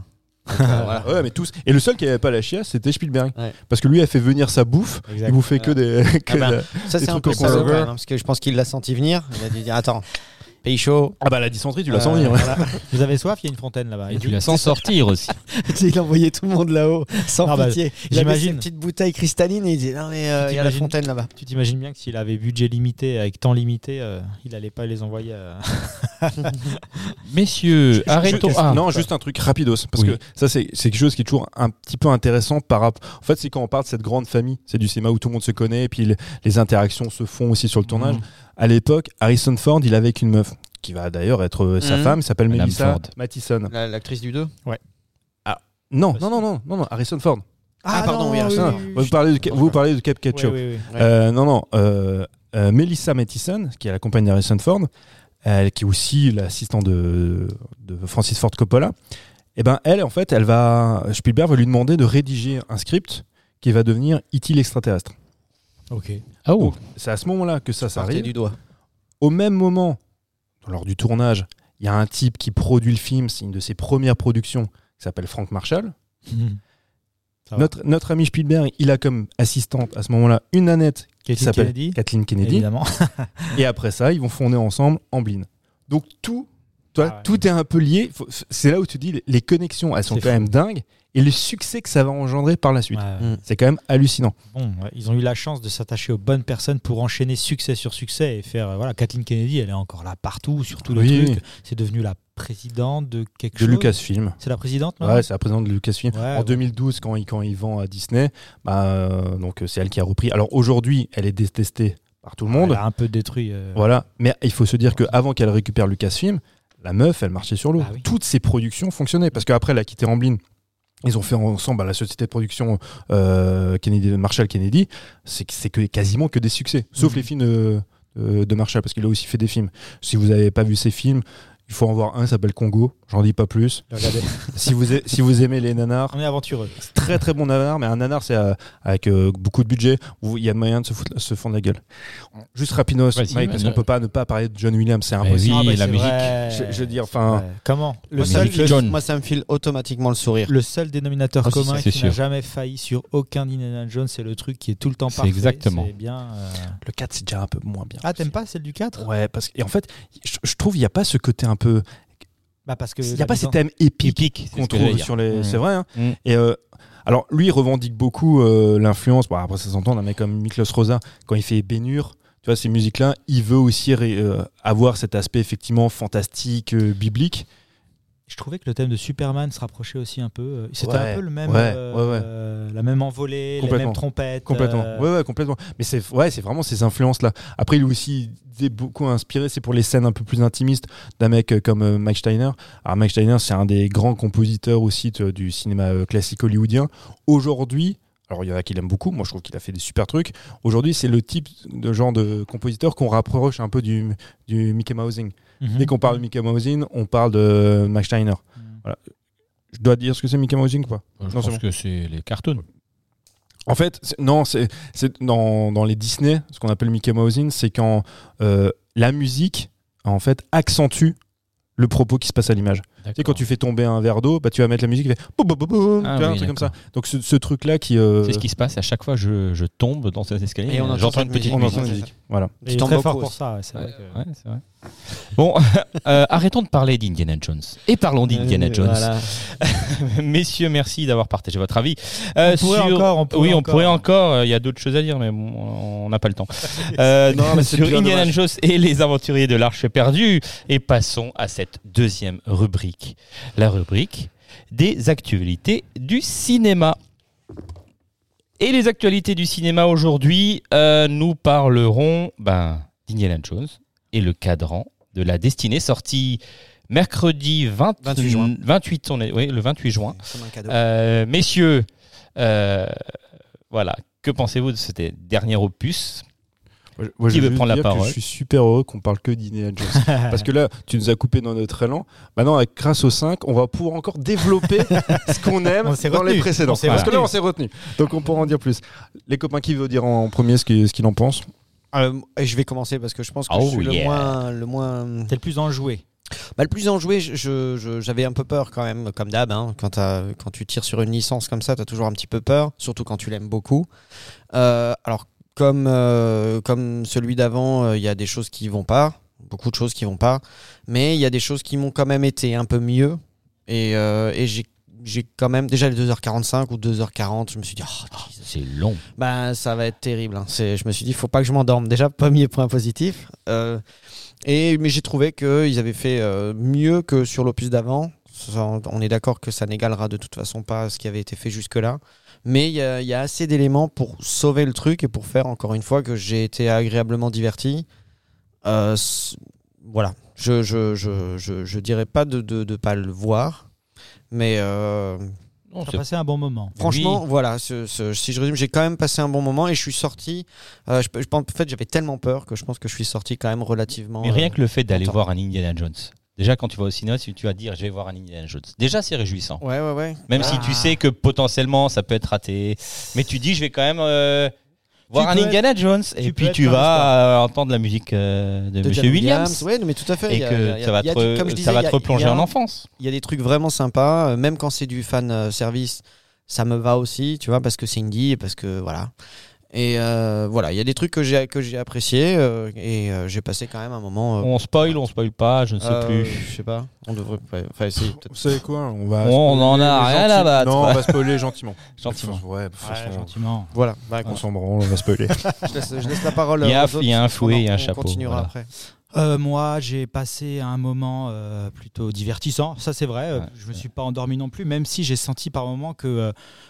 Voilà. Ouais, mais tous. Et le seul qui avait pas la chiasse, c'était Spielberg. Ouais. Parce que lui a fait venir sa bouffe. Exact. Il bouffait que des. que Ah ben, de- Ça, des c'est un trucs peu au ça, conserve. quand même, parce que je pense qu'il l'a senti venir. Il a dû dire attends, pays chaud. Ah bah la dysenterie, tu la sens venir. Ouais. Voilà. Vous avez soif, il y a une fontaine là-bas. Et tu la sens sortir aussi. Il envoyait tout le monde là-haut, sans Ah bah, pitié. Il avait ses j'imagine. petites bouteilles cristallines et il disait non mais il y a la t'imagines fontaine là-bas. Tu t'imagines bien que s'il avait budget limité, avec temps limité, il allait pas les envoyer à... Messieurs, arrêtons. Non, juste un truc rapidos. Parce Oui. que ça, c'est quelque chose qui est toujours un petit peu intéressant par rapport. En fait, c'est quand on parle de cette grande famille. C'est du cinéma où tout le monde se connaît et puis les interactions se font aussi sur le tournage. À l'époque, Harrison Ford, il avait une meuf qui va d'ailleurs être sa femme, s'appelle Madame Melissa Ford. Mathison. L'actrice du 2. Non, Harrison Ford. Ah, pardon, oui, Harrison Non, Ford. Vous parlez de Cape Ketchup. Oui. Melissa Mathison, qui est la compagne d'Harrison Ford, qui est aussi l'assistante de Francis Ford Coppola. Et ben elle, en fait, Spielberg va lui demander de rédiger un script qui va devenir E.T. l'extraterrestre. Ok. Oh, Donc, c'est à ce moment-là que ça Partez arrive. du doigt. Au même moment, lors du tournage, il y a un type qui produit le film, c'est une de ses premières productions, qui s'appelle Frank Marshall. Ça va. Notre ami Spielberg, il a comme assistante à ce moment-là une nanette qui Kathleen s'appelle Kennedy, Kathleen Kennedy. évidemment. Et après ça, ils vont fonder ensemble Amblin. Donc tout ouais. est un peu lié. C'est là où tu dis les connexions, elles sont C'est quand fou. même dingues. Et le succès que ça va engendrer par la suite. Ouais. C'est quand même hallucinant. Bon, ouais, ils ont eu la chance de s'attacher aux bonnes personnes pour enchaîner succès sur succès et faire. Voilà, Kathleen Kennedy, elle est encore là partout, sur tous les Oui. trucs. C'est devenu la présidente de quelque De chose. Lucasfilm. C'est la présidente, non Ouais, c'est la présidente de Lucasfilm. Ouais, En ouais. 2012, quand il vend à Disney, donc c'est elle qui a repris. Alors aujourd'hui, elle est détestée par tout le monde. Elle a un peu détruit. Voilà. Mais il faut se dire qu'avant qu'elle récupère Lucasfilm, la meuf, elle marchait sur l'eau. Ah oui. Toutes ses productions fonctionnaient. Parce qu'après, elle a quitté Amblin. Ils ont fait ensemble la société de production Marshall Kennedy. C'est quasiment que des succès. Sauf les films de Marshall, parce qu'il a aussi fait des films. Si vous n'avez pas vu ces films, il faut en voir un, il s'appelle Congo. J'en dis pas plus. Regardez, Si vous aimez les nanars, on est aventureux. très très bon nanar, mais un nanar, c'est avec beaucoup de budget où il y a moyen de se fendre la gueule. Juste rapidos, Vas-y, Mike, parce vas-y. qu'on peut pas ne pas parler de John Williams, c'est Mais impossible. oui, Ah, bah, la c'est musique. vrai. Je veux dire, enfin, Ouais. Comment Le seul, musique John. moi ça me file automatiquement le sourire. Le seul dénominateur Ah, si, commun ça, c'est qui n'a sûr. jamais failli sur aucun Indiana Jones, c'est le truc qui est tout le temps C'est parfait. exactement. C'est bien. le 4, c'est déjà un peu moins bien. Ah, t'aimes pas celle du 4 Ouais, parce que, et en fait, je trouve qu'il n'y a pas ce côté un peu. Bah parce que Il n'y a pas ces thèmes épiques c'est qu'on ce que j'allais trouve dire. sur les. Mm. C'est vrai, hein. Mm. Et alors, lui, il revendique beaucoup l'influence. Bon, après, ça s'entend, un mec comme Miklos Rosa, quand il fait Ben-Hur, tu vois, ces musiques-là, il veut aussi avoir cet aspect effectivement fantastique, biblique. Je trouvais que le thème de Superman se rapprochait aussi un peu. C'était Ouais, un peu le même, ouais. la même envolée, les Complètement. mêmes trompettes. Complètement. Ouais, complètement. Mais c'est vraiment ces influences-là. Après, il est aussi beaucoup inspiré, c'est pour les scènes un peu plus intimistes d'un mec comme Mike Steiner. Alors, Mike Steiner, c'est un des grands compositeurs aussi du cinéma classique hollywoodien. Aujourd'hui, alors il y en a qui l'aiment beaucoup, moi je trouve qu'il a fait des super trucs. Aujourd'hui, c'est le type de genre de compositeur qu'on rapproche un peu du Mickey Mousing. Mhm. Dès qu'on parle de Mickey Mousing, on parle de Mike Steiner. Voilà. Je dois dire ce que c'est Mickey Mousing ou pas? Je Non, pense c'est bon. que c'est les cartoons. En fait, c'est dans les Disney, ce qu'on appelle Mickey Mousing, c'est quand la musique, en fait, accentue le propos qui se passe à l'image. Tu sais, quand tu fais tomber un verre d'eau, bah, tu vas mettre la musique qui fait boum, boum, boum, boum, Ah tu vois, oui, un truc comme ça. d'accord. Donc ce truc-là qui... C'est ce qui se passe à chaque fois je tombe dans ces escaliers. Et on entend j'entends cette une petite musique. on musique. entend la c'est musique. Voilà. Il est t'en très moques fort aussi. pour ça. C'est vrai que- Ouais, c'est vrai. Bon, arrêtons de parler d'Indiana Jones. Et parlons d'Indiana Jones. Voilà. Messieurs, merci d'avoir partagé votre avis. On pourrait encore. Il y a d'autres choses à dire, mais bon, on n'a pas le temps. Non, mais c'est sur bien Indiana dommage. Jones et les aventuriers de l'Arche perdue. Et passons à cette deuxième rubrique. La rubrique des actualités du cinéma. Et les actualités du cinéma aujourd'hui, nous parlerons d'Indiana Jones et le cadran de la destinée, sorti mercredi 28 juin. 28, le 28 juin. Comme un cadeau. Messieurs, voilà, que pensez-vous de ce dernier opus? Moi, Qui je veut veux prendre la dire que parole? je suis super heureux qu'on parle que d'Indiana Jones. Parce que là, tu nous as coupé dans notre élan. Maintenant, grâce aux 5, on va pouvoir encore développer ce qu'on aime On s'est dans retenu. les précédents. On s'est Parce que là, retenu. on s'est retenu. Donc, on pourra en dire plus. Les copains, qui veut dire en premier ce qu'il en pense? Et je vais commencer parce que je pense que Oh je suis yeah. le moins. T'es le plus enjoué. Le plus enjoué, j'avais un peu peur quand même, comme d'hab. Hein, quand tu tires sur une licence comme ça, t'as toujours un petit peu peur, surtout quand tu l'aimes beaucoup. Alors, comme celui d'avant, il y a des choses qui vont pas, beaucoup de choses qui vont pas, mais il y a des choses qui m'ont quand même été un peu mieux. Et j'ai quand même déjà les 2h45 ou 2h40, je me suis dit c'est long. Ça va être terrible. Hein. Je me suis dit faut pas que je m'endorme. Déjà premier point positif. Mais j'ai trouvé qu'ils avaient fait mieux que sur l'opus d'avant. On est d'accord que ça n'égalera de toute façon pas ce qui avait été fait jusque-là. Mais il y a assez d'éléments pour sauver le truc et pour faire encore une fois que j'ai été agréablement diverti. Voilà. Je dirais pas de pas le voir. Mais on a passé un bon moment. Franchement, oui. Voilà. Si je résume, j'ai quand même passé un bon moment et je suis sorti. En fait, j'avais tellement peur que je pense que je suis sorti quand même relativement. Mais rien que le fait d'aller voir un Indiana Jones. Déjà, quand tu vas au cinéma, si tu vas dire je vais voir un Indiana Jones, déjà c'est réjouissant. Ouais. Même si tu sais que potentiellement ça peut être raté, mais tu dis je vais quand même voir un Indiana Jones et puis tu vas entendre la musique de Monsieur Williams. Ouais, mais tout à fait. Et que ça va te replonger en enfance. Il y a des trucs vraiment sympas, même quand c'est du fan service, ça me va aussi, tu vois, parce que c'est indie et parce que voilà. Et voilà, il y a des trucs que j'ai appréciés et j'ai passé quand même un moment. On spoil pas, je ne sais plus. Je sais pas. On devrait essayer. Vous savez quoi, on en a rien à battre. Non, on va spoiler gentiment. Gentiment. Gentiment. Voilà. On s'en branle, on va spoiler. je laisse la parole. Il y a un fouet, il y a un chapeau. On continuera après. Moi, j'ai passé un moment plutôt divertissant. Ça, c'est vrai. Je me suis pas endormi non plus, même si j'ai senti par moments que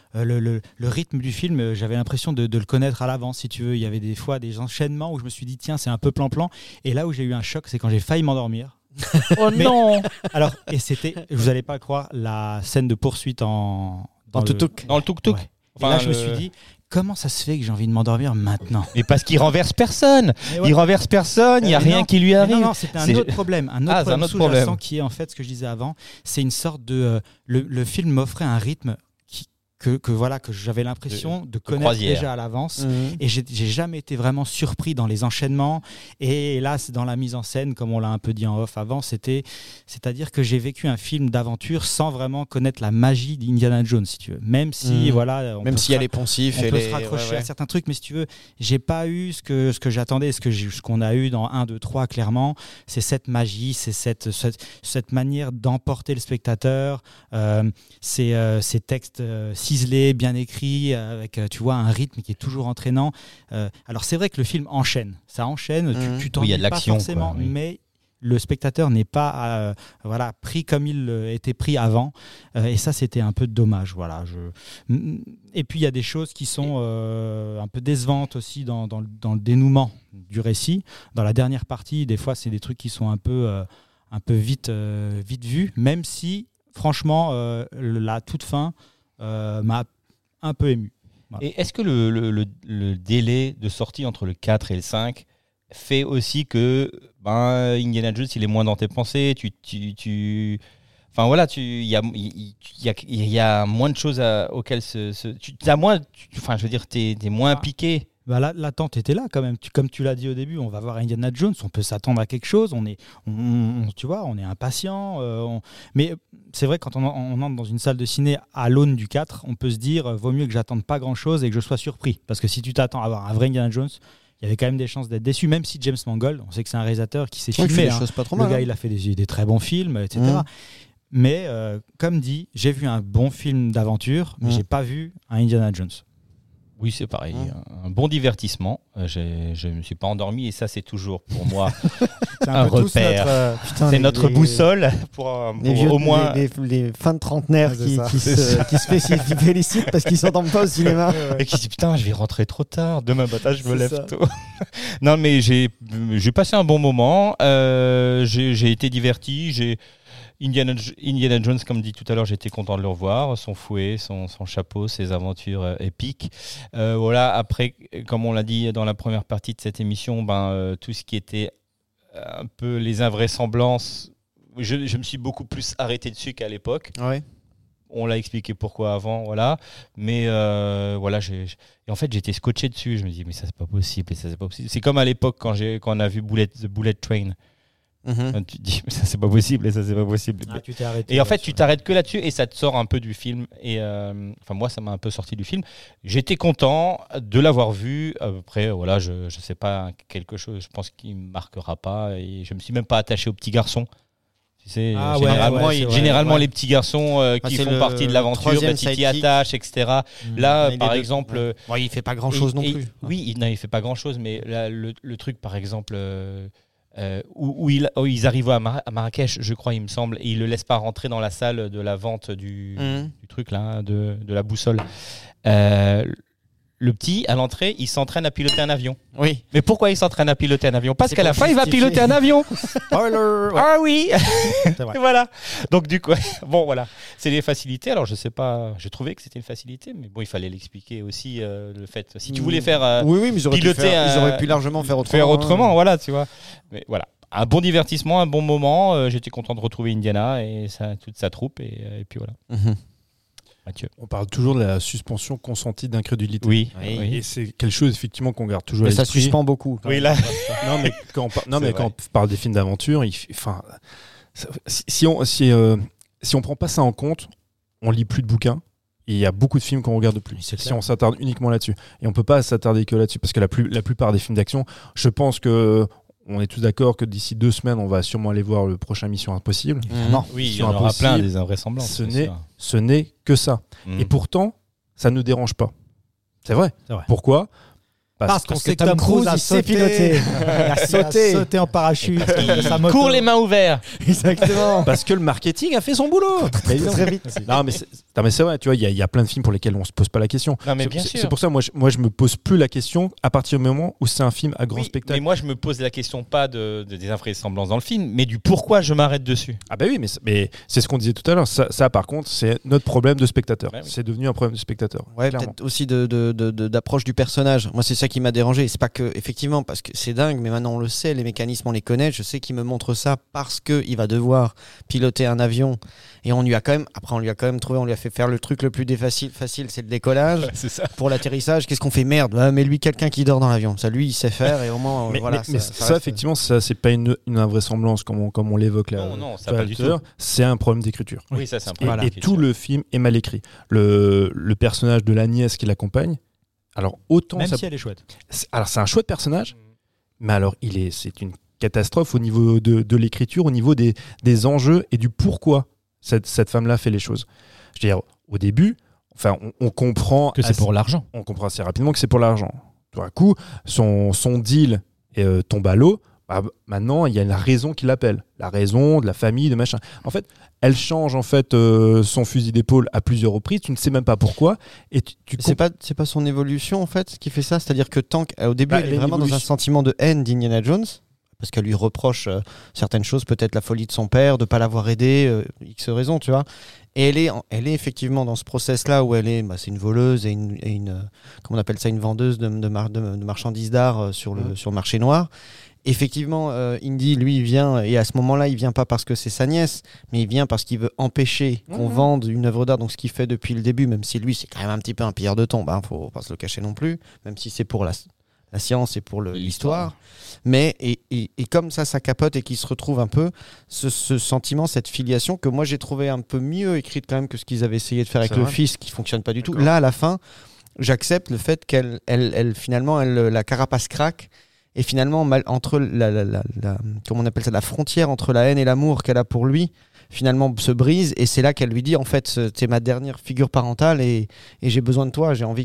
le rythme du film, j'avais l'impression de le connaître à l'avance, si tu veux. Il y avait des fois des enchaînements où je me suis dit, tiens, c'est un peu plan-plan. Et là où j'ai eu un choc, c'est quand j'ai failli m'endormir. Oh non. Alors, et c'était, vous n'allez pas le croire, la scène de poursuite dans le tuk-tuk. Dans le tuk-tuk. Ouais. Enfin, et là, je me suis dit, comment ça se fait que j'ai envie de m'endormir maintenant ? Mais parce qu'il renverse personne. Ouais. Il renverse personne, il n'y a rien qui lui arrive. Non, c'était un autre problème. Un autre sous-jacent qui est en fait ce que je disais avant. C'est une sorte de... le film m'offrait un rythme que j'avais l'impression de connaître déjà à l'avance. Et j'ai jamais été vraiment surpris dans les enchaînements. Et là, c'est dans la mise en scène, comme on l'a un peu dit en off avant, c'est-à-dire que j'ai vécu un film d'aventure sans vraiment connaître la magie d'Indiana Jones, si tu veux. Même si, même s'il y a les poncifs on peut se raccrocher à certains trucs, mais si tu veux, j'ai pas eu ce que j'attendais, ce qu'on a eu dans 1, 2, 3, clairement. C'est cette magie, c'est cette manière d'emporter le spectateur, ces textes ciselé, bien écrit, avec tu vois un rythme qui est toujours entraînant. Alors c'est vrai que le film enchaîne, tu t'en dis pas forcément, mais le spectateur n'est pas pris comme il était pris avant, et ça c'était un peu dommage. Voilà. Et puis il y a des choses qui sont un peu décevantes aussi dans le dénouement du récit. Dans la dernière partie, des fois c'est des trucs qui sont un peu vite vus, même si franchement la toute fin m'a un peu ému. Voilà. Et est-ce que le délai de sortie entre le 4 et le 5 fait aussi que Indiana Jones il est moins dans tes pensées, enfin voilà, il y a moins de choses auxquelles t'as moins, enfin je veux dire t'es moins impliqué. L'attente était là quand même. Comme tu l'as dit au début, on va voir Indiana Jones, on peut s'attendre à quelque chose, on est impatient. Mais c'est vrai, quand on entre dans une salle de ciné à l'aune du 4, on peut se dire vaut mieux que j'attende pas grand-chose et que je sois surpris. Parce que si tu t'attends à avoir un vrai Indiana Jones, il y avait quand même des chances d'être déçu, même si James Mangold, on sait que c'est un réalisateur qui s'est filmé. Le gars, il a fait des très bons films, etc. Mais comme dit, j'ai vu un bon film d'aventure, mais j'ai pas vu un Indiana Jones. Oui, c'est pareil. Un bon divertissement. Je ne me suis pas endormi et ça, c'est toujours pour moi un repère. C'est notre boussole pour vieux, au moins. Les fins de trentenaires qui se félicitent parce qu'ils ne s'entendent pas au cinéma. Et qui se disent putain, je vais rentrer trop tard. Demain matin, je me lève tôt. Non, mais j'ai passé un bon moment. J'ai été diverti. Indiana Jones, comme dit tout à l'heure, j'étais content de le revoir, son fouet, son chapeau, ses aventures épiques. Voilà, après, comme on l'a dit dans la première partie de cette émission, tout ce qui était un peu les invraisemblances, je me suis beaucoup plus arrêté dessus qu'à l'époque. Ouais. On l'a expliqué pourquoi avant, voilà. Mais voilà, et en fait, j'étais scotché dessus. Je me dis, mais ça, c'est pas possible. Et ça, c'est pas possible. C'est comme à l'époque quand on a vu The Bullet Train. Tu te dis, mais ça c'est pas possible et ça c'est pas possible. Tu t'es arrêté. Et en fait, tu t'arrêtes que là-dessus et ça te sort un peu du film. Et moi, ça m'a un peu sorti du film. J'étais content de l'avoir vu. Après, voilà, je sais pas, quelque chose, je pense qu'il me marquera pas. Et je me suis même pas attaché au petit garçon. Tu sais, généralement les petits garçons qui font partie de l'aventure, tu t'y attaches, etc. Là, par exemple, il fait pas grand-chose non plus. Oui, il fait pas grand-chose, mais là, le truc, par exemple. Où ils arrivent à Marrakech, je crois, il me semble, et ils le laissent pas rentrer dans la salle de la vente du truc là, de la boussole. Le petit, à l'entrée, il s'entraîne à piloter un avion. Oui. Mais pourquoi il s'entraîne à piloter un avion ? Parce qu'à la fin, il va piloter un avion. Ah oui. Et voilà. Donc du coup, bon voilà, c'est les facilités. Alors je sais pas, j'ai trouvé que c'était une facilité, mais bon, il fallait l'expliquer aussi le fait. Si tu voulais faire mais ils auraient pu largement faire autrement. Voilà, tu vois. Mais voilà. Un bon divertissement, un bon moment. J'étais content de retrouver Indiana et toute sa troupe et puis voilà. Mathieu. On parle toujours de la suspension consentie d'incrédulité. Oui. Et c'est quelque chose effectivement qu'on garde toujours à l'esprit. Ça suspend beaucoup. Oui, là. Non, mais quand on parle des films d'aventure, si on prend pas ça en compte, on lit plus de bouquins. Et il y a beaucoup de films qu'on regarde plus. Si on s'attarde uniquement là-dessus. Et on peut pas s'attarder que là-dessus. Parce que la plupart des films d'action, je pense que on est tous d'accord que d'ici 2 semaines, on va sûrement aller voir le prochain Mission Impossible. Oui, il y en aura plein des invraisemblances. Ce n'est que ça. Et pourtant, ça ne dérange pas. C'est vrai. Pourquoi ? Parce qu'on sait que Tom Cruise a sauté. Il a sauté en parachute. Il court les mains ouvertes. Exactement. Parce que le marketing a fait son boulot. Très vite. Non, mais c'est vrai, tu vois, il y a plein de films pour lesquels on se pose pas la question. Non, mais bien sûr. C'est pour ça, moi, je me pose plus la question à partir du moment où c'est un film à grand spectacle. Mais moi, je me pose la question pas des invraisemblances dans le film, mais du pourquoi je m'arrête dessus. Ah bah oui, mais c'est ce qu'on disait tout à l'heure. Ça, par contre, c'est notre problème de spectateur. Ouais, oui. C'est devenu un problème de spectateur. Ouais, peut-être aussi d'approche du personnage. Moi, c'est ça qui m'a dérangé. C'est pas que, effectivement, parce que c'est dingue, mais maintenant on le sait, les mécanismes, on les connaît. Je sais qu'il me montre ça parce qu'il va devoir piloter un avion. Et on lui a quand même trouvé, on lui a fait faire le truc le plus facile, c'est le décollage. C'est ça. Pour l'atterrissage, qu'est-ce qu'on fait ? Merde, mais lui, quelqu'un qui dort dans l'avion. Ça, lui, il sait faire et au moins, mais ça effectivement, ça, c'est pas une invraisemblance comme on l'évoque là. Non, ça pas du tout. C'est un problème d'écriture. Oui, ça, c'est un problème d'écriture. Et tout le film est mal écrit. Le personnage de la nièce qui l'accompagne, alors autant même si elle est chouette. Alors c'est un chouette personnage, mais alors c'est une catastrophe au niveau de l'écriture, au niveau des enjeux et du pourquoi cette femme-là fait les choses. Je veux dire, au début, enfin, on comprend que c'est pour l'argent. On comprend assez rapidement que c'est pour l'argent. Tout à coup, son deal tombe à l'eau. Maintenant, il y a la raison qui l'appelle, la raison de la famille, de machin. En fait, elle change son fusil d'épaule à plusieurs reprises. Tu ne sais même pas pourquoi. Et c'est pas son évolution en fait qui fait ça. C'est-à-dire que au début, elle est vraiment dans un sentiment de haine d'Indiana Jones. Parce qu'elle lui reproche certaines choses, peut-être la folie de son père, de ne pas l'avoir aidé, X raisons, tu vois. Et elle est effectivement dans ce process-là où c'est une voleuse et une comment on appelle ça, une vendeuse de marchandises d'art sur le marché noir. Effectivement, Indy, lui, il vient, et à ce moment-là, il vient pas parce que c'est sa nièce, mais il vient parce qu'il veut empêcher qu'on vende une œuvre d'art, donc ce qu'il fait depuis le début, même si lui, c'est quand même un petit peu un pilleur de tombe, faut pas se le cacher non plus, même si c'est pour la science et pour l'histoire. Mais et comme ça capote et qu'il se retrouve un peu ce sentiment, cette filiation que moi j'ai trouvé un peu mieux écrite quand même que ce qu'ils avaient essayé de faire avec le fils, qui fonctionne pas du tout. Là, à la fin, j'accepte le fait qu'elle finalement la carapace craque et finalement entre comment on appelle ça, la frontière entre la haine et l'amour qu'elle a pour lui finalement se brise, et c'est là qu'elle lui dit en fait t'es ma dernière figure parentale et j'ai besoin de toi, je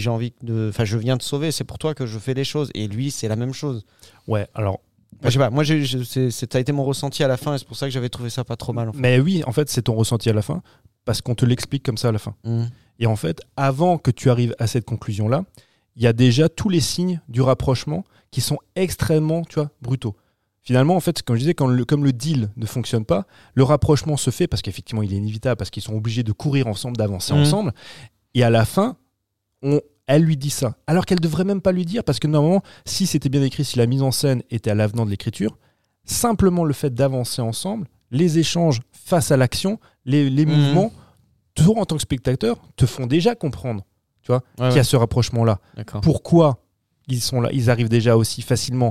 viens te sauver, c'est pour toi que je fais les choses, et lui c'est la même chose. Ouais, alors je sais pas, moi ça a été mon ressenti à la fin et c'est pour ça que j'avais trouvé ça pas trop mal en fait. Mais oui, en fait c'est ton ressenti à la fin parce qu'on te l'explique comme ça à la fin. Et en fait avant que tu arrives à cette conclusion là, il y a déjà tous les signes du rapprochement qui sont extrêmement, tu vois, brutaux. Finalement, en fait, comme je disais, comme le deal ne fonctionne pas, le rapprochement se fait parce qu'effectivement, il est inévitable, parce qu'ils sont obligés de courir ensemble, d'avancer ensemble. Et à la fin, elle lui dit ça. Alors qu'elle ne devrait même pas lui dire, parce que normalement, si c'était bien écrit, si la mise en scène était à l'avenant de l'écriture, simplement le fait d'avancer ensemble, les échanges face à l'action, les mouvements, toi, en tant que spectateur, te font déjà comprendre, tu vois, qu'il y a ce rapprochement-là. D'accord. Pourquoi ils sont là, ils arrivent déjà aussi facilement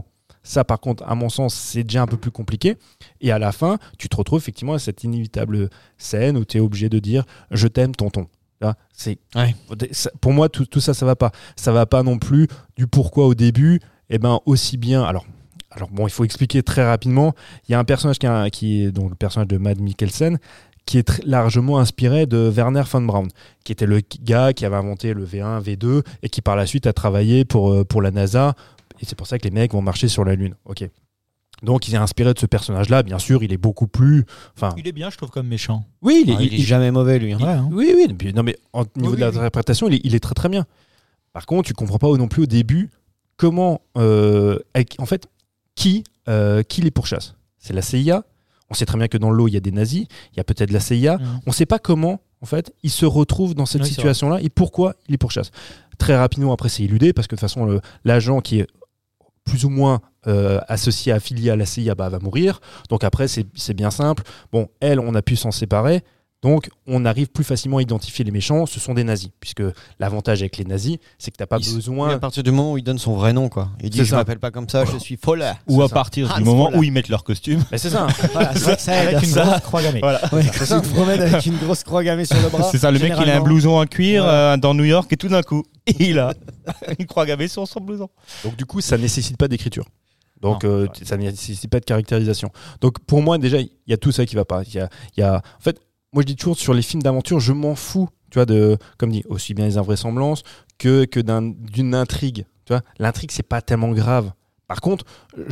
Ça, par contre, à mon sens, c'est déjà un peu plus compliqué. Et à la fin, tu te retrouves effectivement à cette inévitable scène où tu es obligé de dire « je t'aime, tonton ». Pour moi, tout ça, ça va pas. Ça va pas non plus du pourquoi au début. Aussi bien... Alors bon, il faut expliquer très rapidement. Il y a un personnage qui est donc le personnage de Mads Mikkelsen, qui est largement inspiré de Werner von Braun, qui était le gars qui avait inventé le V1, V2 et qui par la suite a travaillé pour la NASA. Et c'est pour ça que les mecs vont marcher sur la Lune. Ok. Donc il est inspiré de ce personnage-là. Bien sûr, il est beaucoup plus. Il est bien, je trouve, comme méchant. Oui, il est jamais mauvais, lui. Oui. Non, mais au niveau de l'interprétation, il est très très bien. Par contre, tu comprends pas non plus au début comment, en fait, qui les pourchasse. C'est la CIA. On sait très bien que dans l'eau, il y a des nazis. Il y a peut-être la CIA. On ne sait pas comment, en fait, ils se retrouvent dans cette situation-là et pourquoi ils les pourchassent. Très rapidement, après, c'est éludé parce que de toute façon, l'agent qui est plus ou moins associé, affilié à la CIA, va mourir. Donc après, c'est bien simple. Bon, on a pu s'en séparer. Donc, on arrive plus facilement à identifier les méchants. Ce sont des nazis. Puisque l'avantage avec les nazis, c'est que tu n'as pas besoin... À partir du moment où il donne son vrai nom, quoi. Il dit, je ne m'appelle pas comme ça, je suis Fowler. Ou à partir du moment où ils mettent leur costume. Mais c'est ça. Voilà, ça avec une grosse croix gammée. Voilà. Ouais, tu te promènes avec une grosse croix gammée sur le bras. C'est ça, le mec, il a un blouson en cuir dans New York et tout d'un coup, il a une croix gammée sur son blouson. Donc du coup, ça ne nécessite pas d'écriture. Donc ça ne nécessite pas de caractérisation. Donc pour moi, déjà, il y a tout ça qui ne va pas. Il y a... En fait, moi, je dis toujours, sur les films d'aventure, je m'en fous, tu vois, comme dit, aussi bien les invraisemblances que d'une intrigue. Tu vois, l'intrigue, c'est pas tellement grave. Par contre,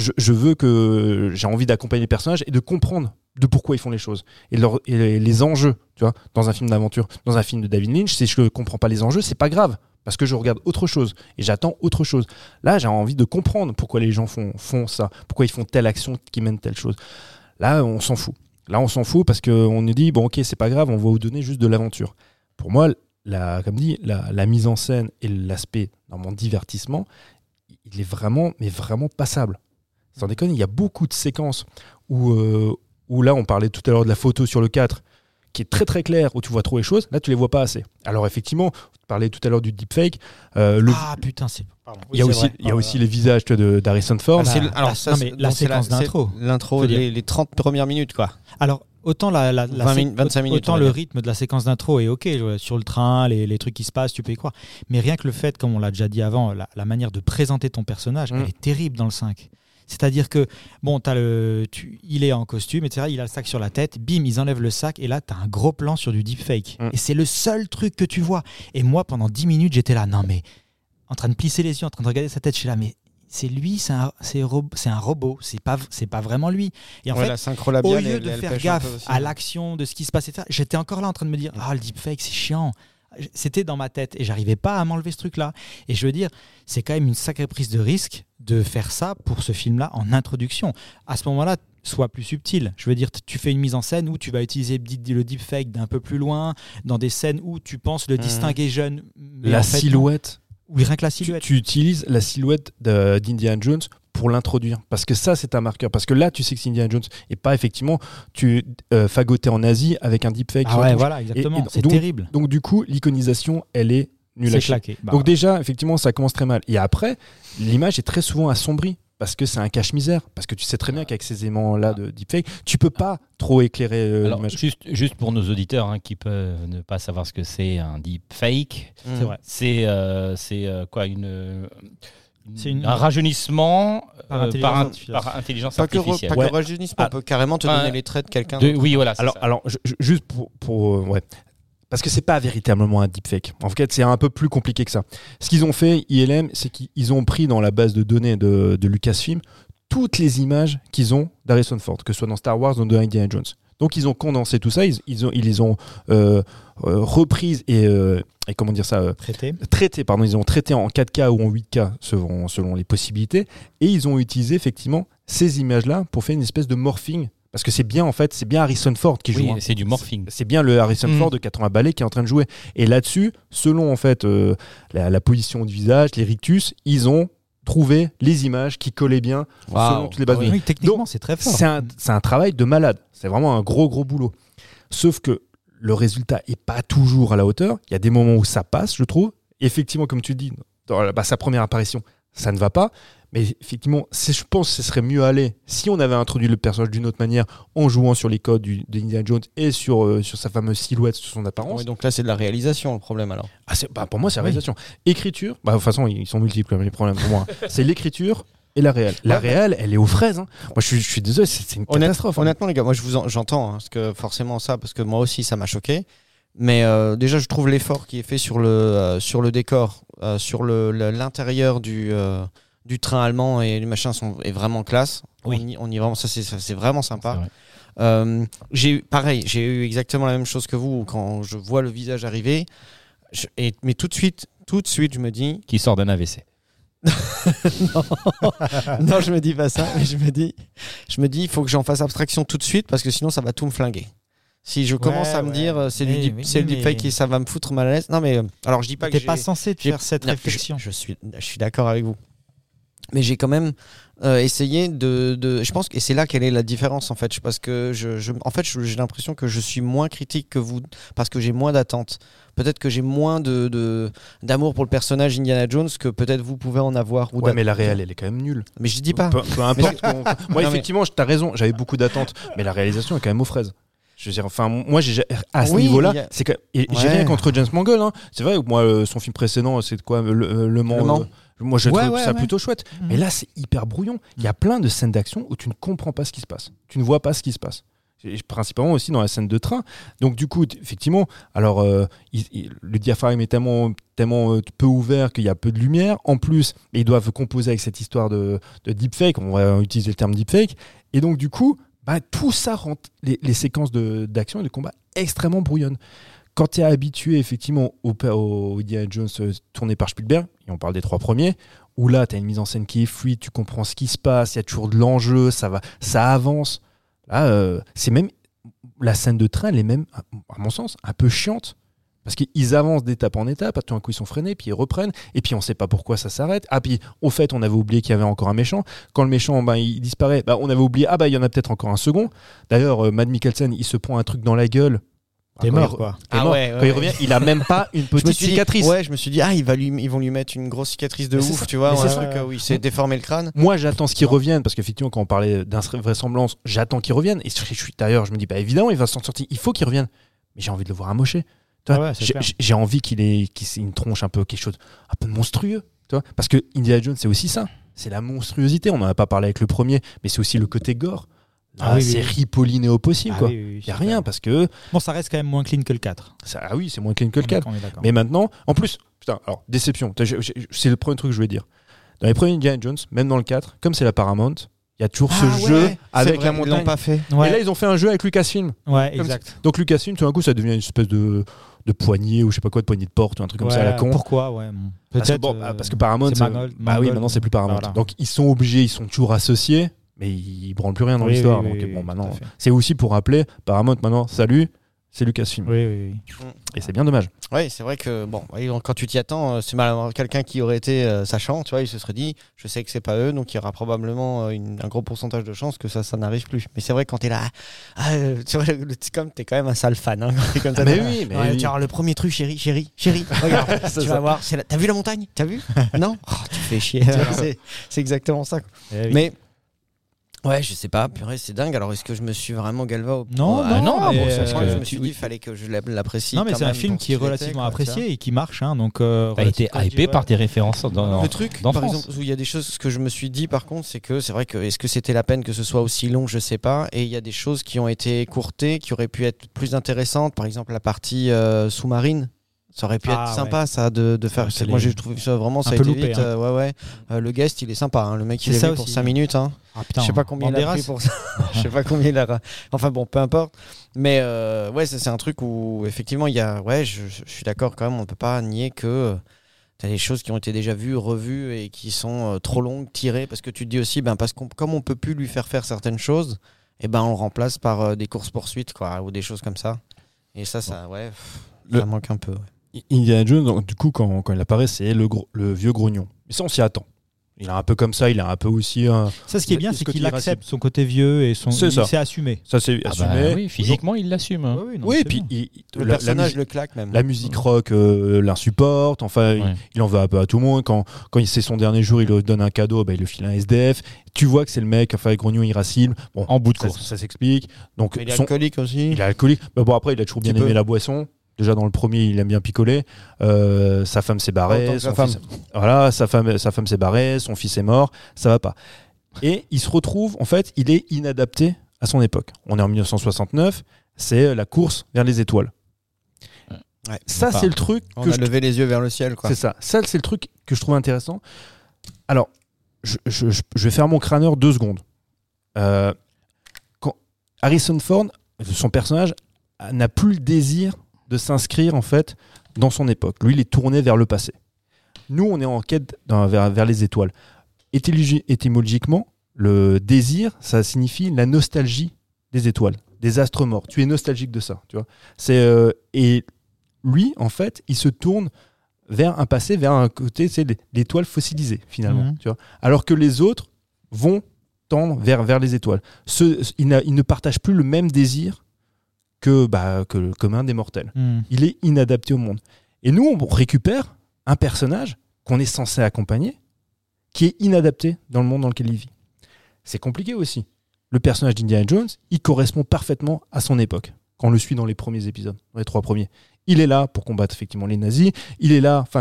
j'ai envie d'accompagner les personnages et de comprendre de pourquoi ils font les choses et les enjeux, tu vois, dans un film d'aventure. Dans un film de David Lynch, si je ne comprends pas les enjeux, c'est pas grave. Parce que je regarde autre chose et j'attends autre chose. Là, j'ai envie de comprendre pourquoi les gens font ça, pourquoi ils font telle action qui mène telle chose. Là, on s'en fout. Là, on s'en fout parce qu'on nous dit, bon, ok, c'est pas grave, on va vous donner juste de l'aventure. Pour moi, comme dit, la mise en scène et l'aspect dans mon divertissement, il est vraiment passable. Sans déconner, il y a beaucoup de séquences où là, on parlait tout à l'heure de la photo sur le 4, qui est très très claire, où tu vois trop les choses. Là, tu les vois pas assez. Alors effectivement, tu parlais tout à l'heure du deepfake. Putain, c'est... Pardon. Il y a aussi les visages d'Harrison Ford. La séquence d'intro. L'intro, les 30 premières minutes, quoi. Alors, autant 25 minutes, autant le rythme de la séquence d'intro est ok, sur le train, les trucs qui se passent, tu peux y croire. Mais rien que le fait, comme on l'a déjà dit avant, la manière de présenter ton personnage, elle est terrible dans le 5. C'est-à-dire que, bon, il est en costume, etc. Il a le sac sur la tête, bim, ils enlèvent le sac, et là, tu as un gros plan sur du deepfake. Et c'est le seul truc que tu vois. Et moi, pendant 10 minutes, j'étais là, non mais, en train de plisser les yeux, en train de regarder sa tête, je suis là, mais c'est lui, c'est un robot, c'est pas vraiment lui. Et en fait, au lieu de faire gaffe à l'action, de ce qui se passe, etc., j'étais encore là en train de me dire, le deepfake, c'est chiant. C'était dans ma tête et j'arrivais pas à m'enlever ce truc-là. Et je veux dire, c'est quand même une sacrée prise de risque de faire ça pour ce film-là en introduction. À ce moment-là, sois plus subtil. Je veux dire, tu fais une mise en scène où tu vas utiliser le deepfake d'un peu plus loin, dans des scènes où tu penses le distinguer jeune. La silhouette. Oui, rien que la silhouette. Tu utilises la silhouette d'Indiana Jones pour l'introduire. Parce que ça, c'est un marqueur. Parce que là, tu sais que c'est Indiana Jones et pas effectivement fagoté en Asie avec un deepfake. Ah ouais, voilà, exactement. C'est terrible. Donc, du coup, l'iconisation, elle est nulle à chier. Claqué. Donc, déjà, effectivement, ça commence très mal. Et après, l'image est très souvent assombrie. Parce que c'est un cache-misère. Parce que tu sais très bien qu'avec ces éléments-là de deepfake, tu peux pas trop éclairer l'image. Juste pour nos auditeurs qui peuvent ne pas savoir ce que c'est un deepfake, c'est vrai. C'est quoi un rajeunissement par intelligence artificielle. Pas que rajeunissement, on peut carrément te donner les traits de quelqu'un. Oui, voilà. Alors, juste pour parce que c'est pas véritablement un deepfake. En fait, c'est un peu plus compliqué que ça. Ce qu'ils ont fait, ILM, c'est qu'ils ont pris dans la base de données de Lucasfilm toutes les images qu'ils ont d'Harrison Ford, que ce soit dans Star Wars ou dans Indiana Jones. Donc ils ont condensé tout ça, ils les ont reprises et comment dire ça traité, pardon, ils ont traité en 4K ou en 8K selon les possibilités, et ils ont utilisé effectivement ces images-là pour faire une espèce de morphing. Parce que c'est bien Harrison Ford qui joue. Oui, c'est du morphing. C'est bien le Harrison Ford de 80 balais qui est en train de jouer. Et là-dessus, selon en fait la position du visage, les rictus, ils ont trouvé les images qui collaient bien selon toutes les bases de données. Oui, techniquement, c'est très fort. C'est un travail de malade. C'est vraiment un gros boulot. Sauf que le résultat est pas toujours à la hauteur. Il y a des moments où ça passe, je trouve. Effectivement, comme tu le dis, dans sa première apparition, ça ne va pas. Mais effectivement, je pense que ce serait mieux aller si on avait introduit le personnage d'une autre manière en jouant sur les codes d'Indiana Jones et sur sa fameuse silhouette, sur son apparence. Oui, donc là, c'est de la réalisation le problème alors. Pour moi, c'est la réalisation. Écriture, de toute façon, ils sont multiples les problèmes pour moi. C'est l'écriture et la réelle. La réelle, elle est aux fraises. Hein. Moi, je suis désolé, c'est une catastrophe. Honnêtement, les gars, moi, j'entends parce que forcément ça, parce que moi aussi, ça m'a choqué. Mais déjà, je trouve l'effort qui est fait sur le décor, sur l'intérieur du train allemand et les machins est vraiment classe. Oui. On y vraiment, ça c'est vraiment sympa. J'ai eu exactement la même chose que vous quand je vois le visage arriver. Mais tout de suite, je me dis qui sort d'un AVC. non, je me dis pas ça. Mais je me dis, il faut que j'en fasse abstraction tout de suite parce que sinon ça va tout me flinguer. Si je commence à me dire c'est du deepfake et ça va me foutre mal à l'aise. Non mais alors je dis pas que t'es pas censé faire cette réflexion. Je suis d'accord avec vous. Mais j'ai quand même essayé je pense que c'est là quelle est la différence en fait, parce que j'ai l'impression que je suis moins critique que vous parce que j'ai moins d'attentes. Peut-être que j'ai moins d'amour pour le personnage Indiana Jones que peut-être vous pouvez en avoir. Ouais, mais la réelle, elle est quand même nulle. Mais je dis pas. Peu importe. Moi, effectivement, t'as raison. J'avais beaucoup d'attentes, mais la réalisation est quand même aux fraises. Je veux dire, enfin, moi, à ce niveau-là, c'est que j'ai rien contre James Mangold. Hein. C'est vrai, moi, son film précédent, c'est quoi, Le Mans. Moi, je trouve ça plutôt chouette. Mais là, c'est hyper brouillon. Il y a plein de scènes d'action où tu ne comprends pas ce qui se passe. Tu ne vois pas ce qui se passe. Principalement aussi dans la scène de train. Donc, du coup, effectivement, alors, le diaphragme est tellement peu ouvert qu'il y a peu de lumière. En plus, ils doivent composer avec cette histoire de deepfake. On va utiliser le terme deepfake. Et donc, du coup, tout ça rend les séquences d'action et de combat extrêmement brouillonnes. Quand tu es habitué effectivement au Indiana Jones tourné par Spielberg, et on parle des 3 premiers, où là tu as une mise en scène qui est fluide, tu comprends ce qui se passe, il y a toujours de l'enjeu, ça avance. Là, c'est même la scène de train, elle est même, à mon sens, un peu chiante. Parce qu'ils avancent d'étape en étape, tout d'un coup ils sont freinés, puis ils reprennent, et puis on ne sait pas pourquoi ça s'arrête. Ah, puis au fait, on avait oublié qu'il y avait encore un méchant. Quand le méchant il disparaît, on avait oublié, il y en a peut-être encore un second. D'ailleurs, Mads Mikkelsen, il se prend un truc dans la gueule. T'es mort, quoi. Quand il revient, il a même pas une petite cicatrice. Je me suis dit, ils vont lui mettre une grosse cicatrice de ouf, tu vois, un truc où il s'est déformé le crâne. Moi, j'attends ce qu'il revienne, parce qu'effectivement, quand on parlait d'invraisemblance, j'attends qu'il revienne. Et d'ailleurs, je me dis, évidemment, il va s'en sortir, il faut qu'il revienne. Mais j'ai envie de le voir amoché. J'ai envie qu'il ait une tronche un peu, quelque chose, un peu monstrueux. Tu vois, parce que Indiana Jones, c'est aussi ça. C'est la monstruosité. On n'en a pas parlé avec le premier, mais c'est aussi le côté gore. C'est ripolliné au possible. Il n'y a rien parce que. Bon, ça reste quand même moins clean que le 4. C'est moins clean que le 4. Mais maintenant, en plus, alors, déception. C'est le premier truc que je voulais dire. Dans les premiers Indiana Jones, même dans le 4, comme c'est la Paramount, il y a toujours ce jeu avec la montagne. Ils l'ont pas fait. Et là, ils ont fait un jeu avec Lucasfilm. Ouais, exact. Donc Lucasfilm, tout d'un coup, ça devient une espèce de poignée ou je sais pas quoi, de poignée de porte ou un truc comme ça à la con. Pourquoi Peut-être parce que Paramount, maintenant c'est plus Paramount. Voilà. Donc ils sont obligés, ils sont toujours associés, mais ils branlent plus rien dans l'histoire. Donc maintenant, c'est aussi pour rappeler Paramount maintenant, salut, c'est Lucasfilm. Oui. Et c'est bien dommage. Oui, c'est vrai que quand tu t'y attends, c'est mal d'avoir quelqu'un qui aurait été sachant, tu vois, il se serait dit, je sais que c'est pas eux, donc il y aura probablement un gros pourcentage de chances que ça n'arrive plus. Mais c'est vrai quand t'es là, tu vois, t'es quand même un sale fan. Hein, comme ça, mais oui. Tu vois, le premier truc, chérie, regarde, tu vas voir, t'as vu la montagne? T'as vu? Non? Tu fais chier. C'est exactement ça. Mais ouais, je sais pas, purée, c'est dingue. Alors, est-ce que je me suis vraiment galva Non, je me suis dit, il fallait que je l'apprécie. Non, mais c'est un film qui est relativement apprécié et qui marche. Donc, t'as été hypé par tes références le truc, par exemple, où il y a des choses, ce que je me suis dit, par contre, c'est que c'est vrai que est-ce que c'était la peine que ce soit aussi long, je sais pas. Et il y a des choses qui ont été écourtées, qui auraient pu être plus intéressantes. Par exemple, la partie sous-marine. Ça aurait pu être sympa ça de faire. Moi j'ai trouvé ça vraiment ça a été loupé, vite. Le guest il est sympa. Hein. Le mec il est venu pour 5 minutes. Hein. Je sais pas combien il a pris pour ça. Je sais pas combien il a. Enfin bon, peu importe. Mais c'est un truc où effectivement il y a. Ouais, je suis d'accord quand même. On peut pas nier que t'as des choses qui ont été déjà vues, revues et qui sont trop longues, tirées. Parce que tu te dis aussi, parce qu'on comme on peut plus lui faire certaines choses, on le remplace par des courses poursuites quoi ou des choses comme ça. Et ça ça manque un peu. Indiana Jones, donc, du coup, quand il apparaît, c'est le vieux grognon. Mais ça, on s'y attend. Il est un peu comme ça, il est un peu aussi. Ça, ce qui est bien, c'est qu'il accepte son côté vieux et c'est assumé. Ça, c'est assumé. Oui, physiquement, il l'assume. Hein. Oui, et puis le personnage le claque même. La musique rock l'insupporte. Enfin, il en veut un peu à tout le monde. Quand c'est son dernier jour, il lui donne un cadeau, il lui file un SDF. Tu vois que c'est le mec, avec grognon irascible. Bon, en bout de course. Ça s'explique. Donc, il est alcoolique aussi. Il est alcoolique. Bon, après, il a toujours bien aimé la boisson. Déjà dans le premier, il aime bien picoler. Sa femme s'est barrée. Sa femme s'est barrée. Son fils est mort. Ça va pas. Et il se retrouve, en fait, il est inadapté à son époque. On est en 1969. C'est la course vers les étoiles. Ouais, ça, c'est le truc. On a levé les yeux vers le ciel, quoi. C'est ça. Ça, c'est le truc que je trouve intéressant. Alors, je vais faire mon crâneur 2 secondes. Quand Harrison Ford, son personnage, n'a plus le désir de s'inscrire en fait dans son époque. Lui, il est tourné vers le passé. Nous, on est en quête vers les étoiles. Étymologiquement, le désir, ça signifie la nostalgie des étoiles, des astres morts. Tu es nostalgique de ça, tu vois. Et lui, en fait, il se tourne vers un passé, vers un côté, c'est l'étoile fossilisée finalement, tu vois. Alors que les autres vont tendre vers les étoiles. Ils ne partagent plus le même désir que le commun des mortels. Il est inadapté au monde. Et nous, on récupère un personnage qu'on est censé accompagner, qui est inadapté dans le monde dans lequel il vit. C'est compliqué aussi. Le personnage d'Indiana Jones, il correspond parfaitement à son époque, quand on le suit dans les premiers épisodes, dans les 3 premiers. Il est là pour combattre effectivement les nazis, il est là...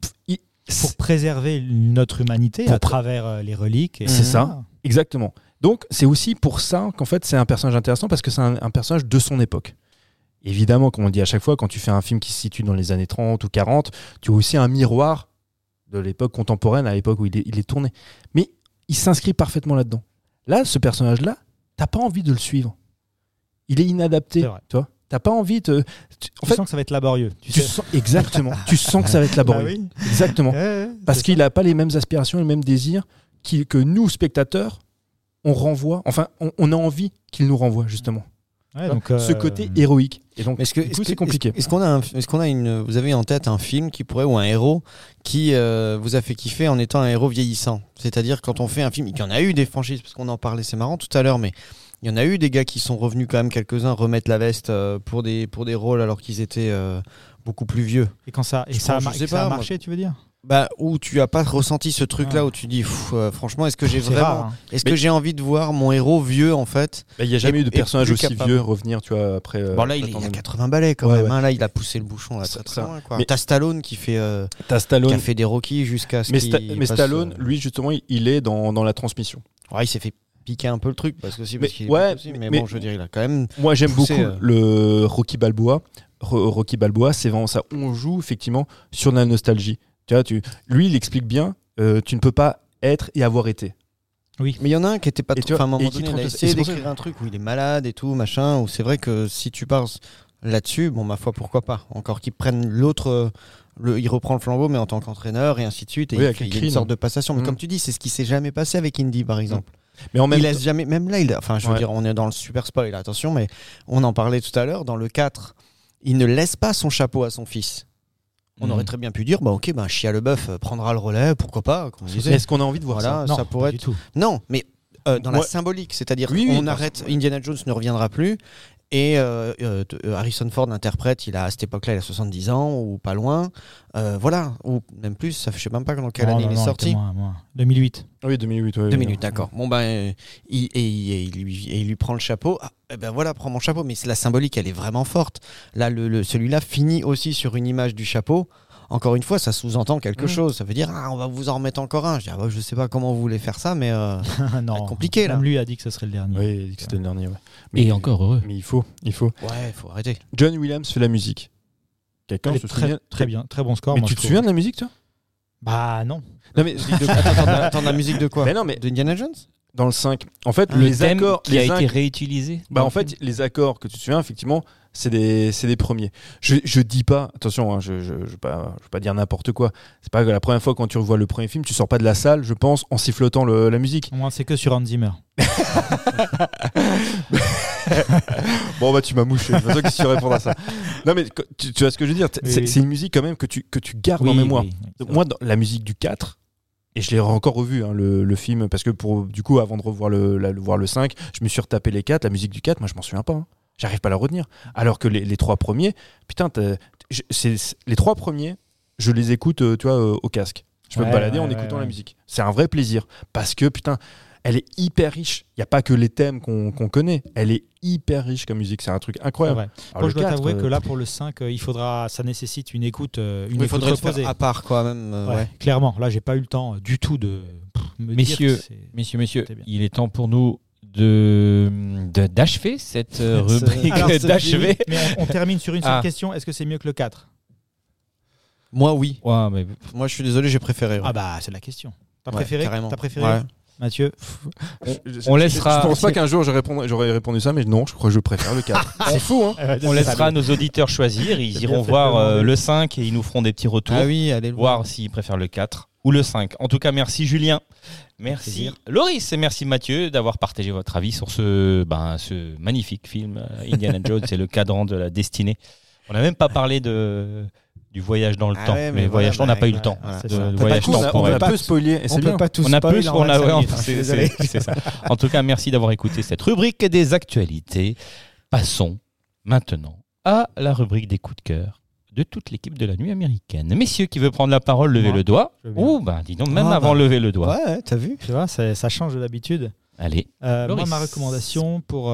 pour préserver notre humanité à travers les reliques. C'est ça, exactement. Donc, c'est aussi pour ça qu'en fait, c'est un personnage intéressant parce que c'est un personnage de son époque. Évidemment, comme on le dit à chaque fois, quand tu fais un film qui se situe dans les années 30 ou 40, tu as aussi un miroir de l'époque contemporaine, à l'époque où il est tourné. Mais il s'inscrit parfaitement là-dedans. Là, ce personnage-là, t'as pas envie de le suivre. Il est inadapté, tu vois. T'as pas envie de... Tu sens que ça va être laborieux. Exactement. Tu sens que ça va être laborieux. Oui. Exactement. Parce qu'il n'a pas les mêmes aspirations, les mêmes désirs que nous, spectateurs, on renvoie, enfin, on a envie qu'il nous renvoie, justement. Ouais, donc, ce côté héroïque. Et donc, c'est compliqué. Est-ce qu'on a vous avez en tête un film qui pourrait, ou un héros qui vous a fait kiffer en étant un héros vieillissant? C'est-à-dire, quand on fait un film, il y en a eu des franchises, parce qu'on en parlait, c'est marrant tout à l'heure, mais il y en a eu des gars qui sont revenus quand même, quelques-uns, remettre la veste pour des rôles alors qu'ils étaient beaucoup plus vieux. Et ça a marché, tu veux dire? Où tu as pas ressenti ce truc-là où tu dis franchement, est-ce que j'ai vraiment, est-ce que j'ai envie de voir mon héros vieux en fait? Il n'y a jamais eu de personnage aussi vieux revenir, tu vois, après. Là, il a 80 balais quand même. Là, il a poussé le bouchon là, très loin. Mais t'as Stallone qui fait, qui a fait des Rocky jusqu'à ce qu'il. Mais Stallone, lui justement, il est dans la transmission. Ouais, il s'est fait piquer un peu le truc parce que qu'il est mais bon, je veux dire, il a quand même. Moi, j'aime beaucoup le Rocky Balboa. Rocky Balboa, c'est vraiment ça. On joue effectivement sur la nostalgie. Tu vois, lui, il explique bien, tu ne peux pas être et avoir été. Oui. Mais il y en a un qui était pas trop. À un moment donné, il a essayé d'écrire un truc où il est malade et tout, machin, où c'est vrai que si tu pars là-dessus, bon, ma foi, pourquoi pas. Encore qu'ils prennent l'autre, il reprend le flambeau, mais en tant qu'entraîneur et ainsi de suite, et il y a une sorte de passation. Mais comme tu dis, c'est ce qui s'est jamais passé avec Indy, par exemple. Mais il laisse jamais, même là, je veux dire, on est dans le super spoil, attention, mais on en parlait tout à l'heure, dans le 4, il ne laisse pas son chapeau à son fils. On aurait très bien pu dire, Shia LaBeouf prendra le relais, pourquoi pas. Est-ce qu'on a envie de voir ça? Non, ça pourrait être. Non, mais dans la symbolique, c'est-à-dire on arrête, Indiana Jones ne reviendra plus, et Harrison Ford interprète, à cette époque-là, il a 70 ans, ou pas loin, ou même plus, ça, je sais même pas dans quelle année il est sorti. 2008. Oui, 2008. 2008, d'accord. Bon, il lui prend le chapeau. Prends mon chapeau. Mais la symbolique, elle est vraiment forte. Là, celui-là finit aussi sur une image du chapeau. Encore une fois, ça sous-entend quelque chose. Ça veut dire, on va vous en remettre encore un. Je dis, je sais pas comment vous voulez faire ça, mais non, compliqué là. Même lui a dit que ce serait le dernier. Oui, il a dit que c'était le dernier. Ouais. Et encore heureux. Mais il faut. Ouais, il faut arrêter. John Williams fait la musique. Quelqu'un se souvient? Très bien, très bon score. Mais tu te souviens de la musique, toi? Non. Non mais attends, la musique de quoi? De Indiana Jones? Dans le 5. En fait, les accords qui a été réutilisé. En fait, les accords que tu te souviens, effectivement, c'est des premiers. Je dis pas, attention, je veux pas dire n'importe quoi. C'est pas que la première fois quand tu revois le premier film, tu sors pas de la salle, je pense, en sifflotant la musique. Moi, c'est que sur Hans Zimmer. Bon, tu m'as mouché. C'est toi qui sais répondre à ça. Non, mais tu vois ce que je veux dire. C'est une musique quand même que tu gardes en mémoire. Oui, moi, dans la musique du 4, Et je l'ai encore revu, hein, le film, parce que du coup, avant de revoir voir le 5, je me suis retapé les 4, la musique du 4, moi je m'en souviens pas. Hein. J'arrive pas à la retenir. Alors que les 3 premiers, putain, les 3 premiers, je les écoute, tu vois, au casque. Je peux me balader en écoutant la musique. C'est un vrai plaisir. Parce que, putain, elle est hyper riche. Il n'y a pas que les thèmes qu'on connaît. Elle est hyper riche comme musique. C'est un truc incroyable. Moi, je dois t'avouer que là, pour le 5, ça nécessite une écoute, il faudrait le faire à part, quoi, même. Clairement, là, j'ai pas eu le temps du tout de me dire messieurs, il est temps pour nous d'achever cette rubrique. d'achever. Mais on termine sur une seule question. Est-ce que c'est mieux que le 4 ? Moi, oui. Ouais, mais... Moi, je suis désolé, j'ai préféré. Ah bah, c'est la question. T'as préféré Mathieu, on laissera. Je pense pas qu'un jour j'aurais répondu ça, mais non, je crois que je préfère le 4. C'est fou, hein. On laissera nos auditeurs choisir. Ils iront voir le 5 et ils nous feront des petits retours. Ah oui, allez voir s'ils préfèrent le 4 ou le 5. En tout cas, merci Julien. Merci Loris et merci Mathieu d'avoir partagé votre avis sur ce magnifique film Indiana Jones et le cadran de la destinée. On n'a même pas parlé du voyage dans le temps. Ouais, mais voyage on n'a pas eu le temps. On a peu spoilé. On peut pas tout spoiler. C'est ça. En tout cas, merci d'avoir écouté cette rubrique des actualités. Passons maintenant à la rubrique des coups de cœur de toute l'équipe de la nuit américaine. Messieurs, qui veut prendre la parole, levez le doigt. Dis donc, même avant lever le doigt. Ouais, t'as vu. Tu vois, ça change de d'habitude. Allez. Moi, ma recommandation pour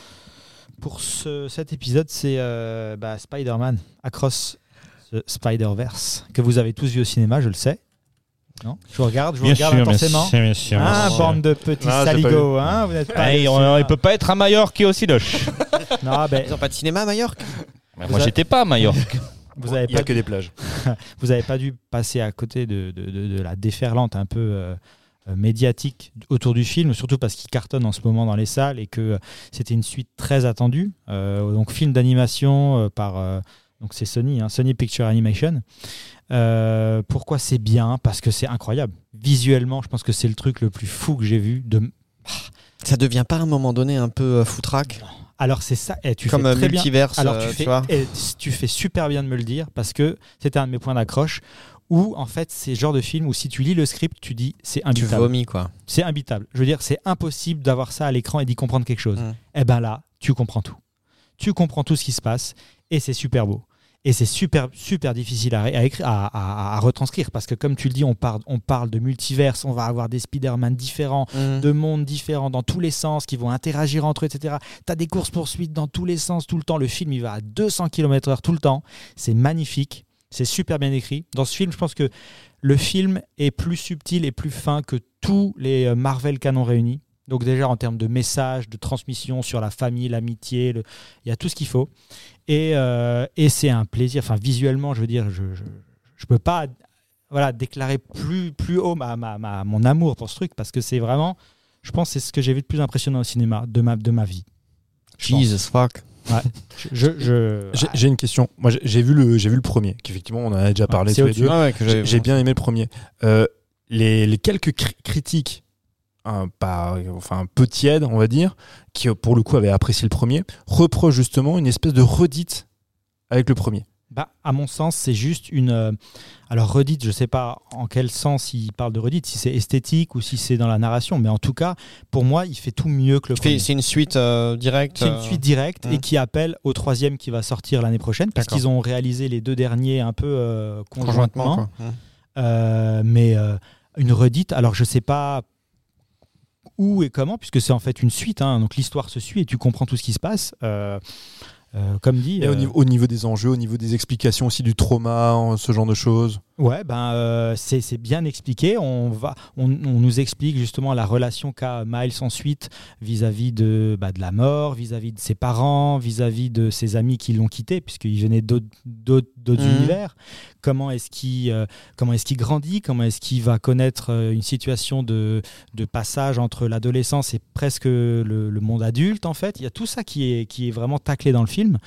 cet épisode, c'est Spider-Man Across the Spider-Verse, que vous avez tous vu au cinéma, je le sais. Non, je vous regarde intensément. Bien sûr. Bande de petits saligots. Vous n'êtes pas il peut pas être à Majorque aussi, Loche. Ils n'ont pas de cinéma à Majorque. Moi, j'étais pas à Majorque. Il n'y a que des plages. Vous n'avez pas dû passer à côté de la déferlante un peu médiatique autour du film, surtout parce qu'il cartonne en ce moment dans les salles et que c'était une suite très attendue. Donc, film d'animation par... donc c'est Sony, Sony Picture Animation. Pourquoi c'est bien ? Parce que c'est incroyable. Visuellement, je pense que c'est le truc le plus fou que j'ai vu. Ça devient pas à un moment donné un peu foutraque ? Alors c'est ça, tu comme fais très multiverse, bien. Alors tu fais super bien de me le dire parce que c'était un de mes points d'accroche où en fait c'est le genre de film où si tu lis le script, tu dis c'est imbitable. Tu vomis quoi. C'est imbitable. Je veux dire, c'est impossible d'avoir ça à l'écran et d'y comprendre quelque chose. Et ben là, tu comprends tout. Tu comprends tout ce qui se passe et c'est super beau. Et c'est super, super difficile à retranscrire parce que comme tu le dis, on parle de multiverse, on va avoir des Spider-Man différents, de mondes différents dans tous les sens qui vont interagir entre eux, etc. Tu as des courses-poursuites dans tous les sens tout le temps. Le film, il va à 200 km/h tout le temps. C'est magnifique. C'est super bien écrit. Dans ce film, je pense que le film est plus subtil et plus fin que tous les Marvel canons réunis. Donc déjà en termes de message, de transmission sur la famille, l'amitié, il y a tout ce qu'il faut. Et c'est un plaisir. Enfin, visuellement, je veux dire, je peux pas déclarer plus haut mon amour pour ce truc parce que c'est vraiment, je pense, c'est ce que j'ai vu de plus impressionnant au cinéma de ma vie. Jesus fuck. Ouais. J'ai une question. Moi, j'ai vu le premier, qu'effectivement, on en a déjà parlé tous les deux. J'ai bien aimé le premier. Les quelques critiques. Un peu tiède, on va dire, qui pour le coup avait apprécié le premier, reproche justement une espèce de redite avec le premier. À mon sens, c'est juste une... Alors redite, je ne sais pas en quel sens il parle de redite, si c'est esthétique ou si c'est dans la narration, mais en tout cas, pour moi, il fait tout mieux que le premier. C'est une suite directe. C'est une suite directe et qui appelle au troisième qui va sortir l'année prochaine, parce qu'ils ont réalisé les deux derniers un peu conjointement. Mais une redite, alors je ne sais pas où et comment, puisque c'est en fait une suite, donc l'histoire se suit et tu comprends tout ce qui se passe. Comme dit. Et au niveau des enjeux, au niveau des explications aussi du trauma, ce genre de choses. Ouais, c'est bien expliqué. On nous explique justement la relation qu'a Miles ensuite vis-à-vis de la mort, vis-à-vis de ses parents, vis-à-vis de ses amis qui l'ont quitté, puisqu'il venait d'autres univers. Comment est-ce qu'il grandit, comment est-ce qu'il va connaître une situation de passage entre l'adolescence et presque le monde adulte, en fait. Il y a tout ça qui est vraiment taclé dans le film.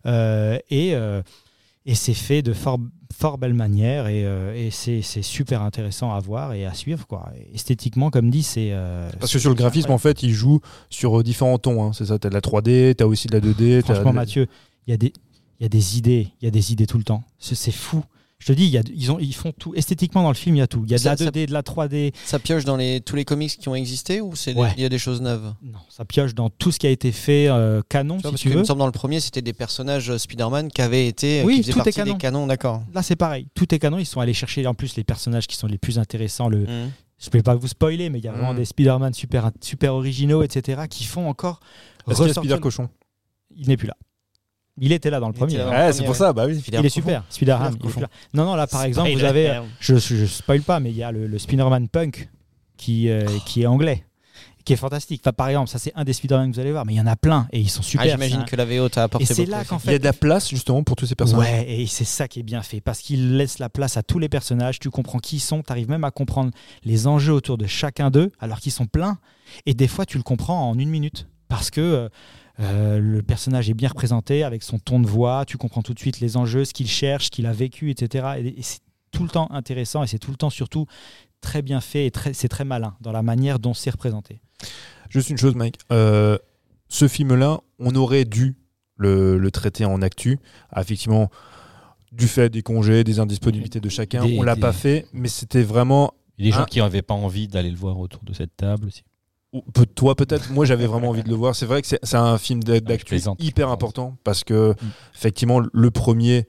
Et c'est fait de fort belle manière et c'est super intéressant à voir et à suivre, quoi. Esthétiquement, comme dit, c'est... Parce que sur le graphisme, en fait, il joue sur différents tons. C'est ça, tu as de la 3D, tu as aussi de la 2D. Franchement, Mathieu, il y a des idées tout le temps. C'est fou. Je te dis, ils font tout. Esthétiquement, dans le film, il y a tout. Il y a de la 2D, de la 3D. Ça pioche dans tous les comics qui ont existé ou il y a des choses neuves? Non, ça pioche dans tout ce qui a été fait canon, si tu veux. Il me semble dans le premier, c'était des personnages Spider-Man qui avaient été qui faisaient partie des canons, d'accord. Là, c'est pareil. Tout est canon. Ils sont allés chercher en plus les personnages qui sont les plus intéressants. Je ne vais pas vous spoiler, mais il y a vraiment des Spider-Man super originaux, etc., qui font encore ressortir. Spider-Cochon. Il n'est plus là. Il était là dans le premier. C'est pour ça, bah oui. Il est super, Spider-Man. Là, là, par exemple, vous avez, je spoil pas, mais il y a le Spider-Man Punk qui est anglais, qui est fantastique. Enfin, par exemple, ça c'est un des Spider-Man que vous allez voir, mais il y en a plein et ils sont super. J'imagine que la VO t'a apporté. Et c'est là qu'en fait, il y a de la place justement pour tous ces personnages. Ouais, et c'est ça qui est bien fait parce qu'il laisse la place à tous les personnages. Tu comprends qui ils sont, tu arrives même à comprendre les enjeux autour de chacun d'eux, alors qu'ils sont pleins. Et des fois, tu le comprends en 1 minute parce que le personnage est bien représenté avec son ton de voix, tu comprends tout de suite les enjeux, ce qu'il cherche, ce qu'il a vécu, etc. Et c'est tout le temps intéressant et c'est tout le temps surtout très bien fait et c'est très malin dans la manière dont c'est représenté. Juste une chose, Mike, ce film-là, on aurait dû le traiter en actu, effectivement, du fait des congés, des indisponibilités de chacun, on l'a pas fait, mais c'était vraiment... Les gens qui n'avaient pas envie d'aller le voir autour de cette table aussi. Toi peut-être, moi j'avais vraiment envie de le voir. C'est vrai que c'est un film d'actu hyper important parce que effectivement le premier,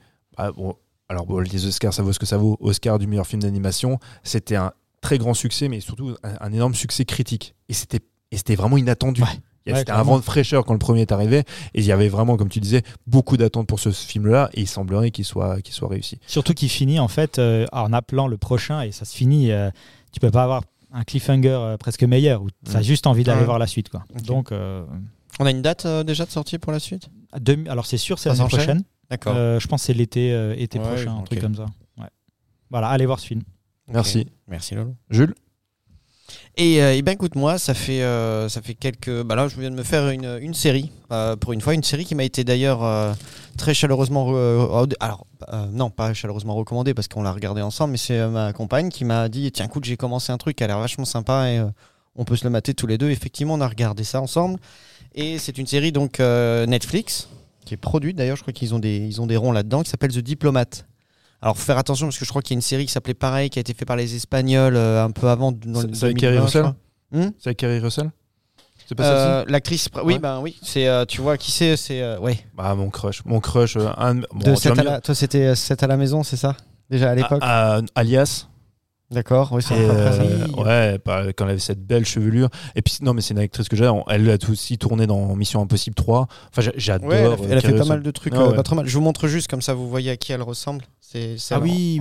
les Oscars ça vaut ce que ça vaut, Oscar du meilleur film d'animation, c'était un très grand succès mais surtout un énorme succès critique et c'était vraiment inattendu. C'était un vent de fraîcheur quand le premier est arrivé et il y avait vraiment, comme tu disais, beaucoup d'attentes pour ce film-là et il semblerait qu'il soit réussi. Surtout qu'il finit en fait en appelant le prochain et ça se finit, tu peux pas avoir un cliffhanger presque meilleur où tu as juste envie d'aller voir la suite, quoi. Okay. Donc on a une date déjà de sortie pour la suite? Alors c'est sûr, c'est l'année prochaine. D'accord. Je pense que c'est l'été prochain, un truc comme ça. Ouais. Voilà, allez voir ce film. Merci. Merci Lolo. Jules? Et ben écoute, moi ça fait quelques, là je viens de me faire une série pour une fois, une série qui m'a été d'ailleurs très chaleureusement non pas chaleureusement recommandée parce qu'on l'a regardé ensemble, mais c'est ma compagne qui m'a dit tiens écoute, j'ai commencé un truc qui a l'air vachement sympa et on peut se le mater tous les deux. Effectivement on a regardé ça ensemble et c'est une série donc Netflix qui est produite, d'ailleurs je crois qu'ils ont des ronds là-dedans, qui s'appelle The Diplomat. Alors, faut faire attention parce que je crois qu'il y a une série qui s'appelait pareil, qui a été faite par les Espagnols un peu avant. C'est avec Kerry Russell. C'est avec Kerry Russell. C'est pas celle-ci. L'actrice. Oui, oui. C'est, tu vois qui c'est. C'est ouais. Bah mon crush. Toi, c'était 7 à la maison, c'est ça? Déjà à l'époque. Alias. D'accord, oui, c'est quand elle avait cette belle chevelure. Et puis, non, mais c'est une actrice que j'adore. Elle a aussi tourné dans Mission Impossible 3. Enfin, j'adore. Ouais, elle a fait pas mal de trucs, pas trop mal. Je vous montre juste, comme ça, vous voyez à qui elle ressemble. Oui.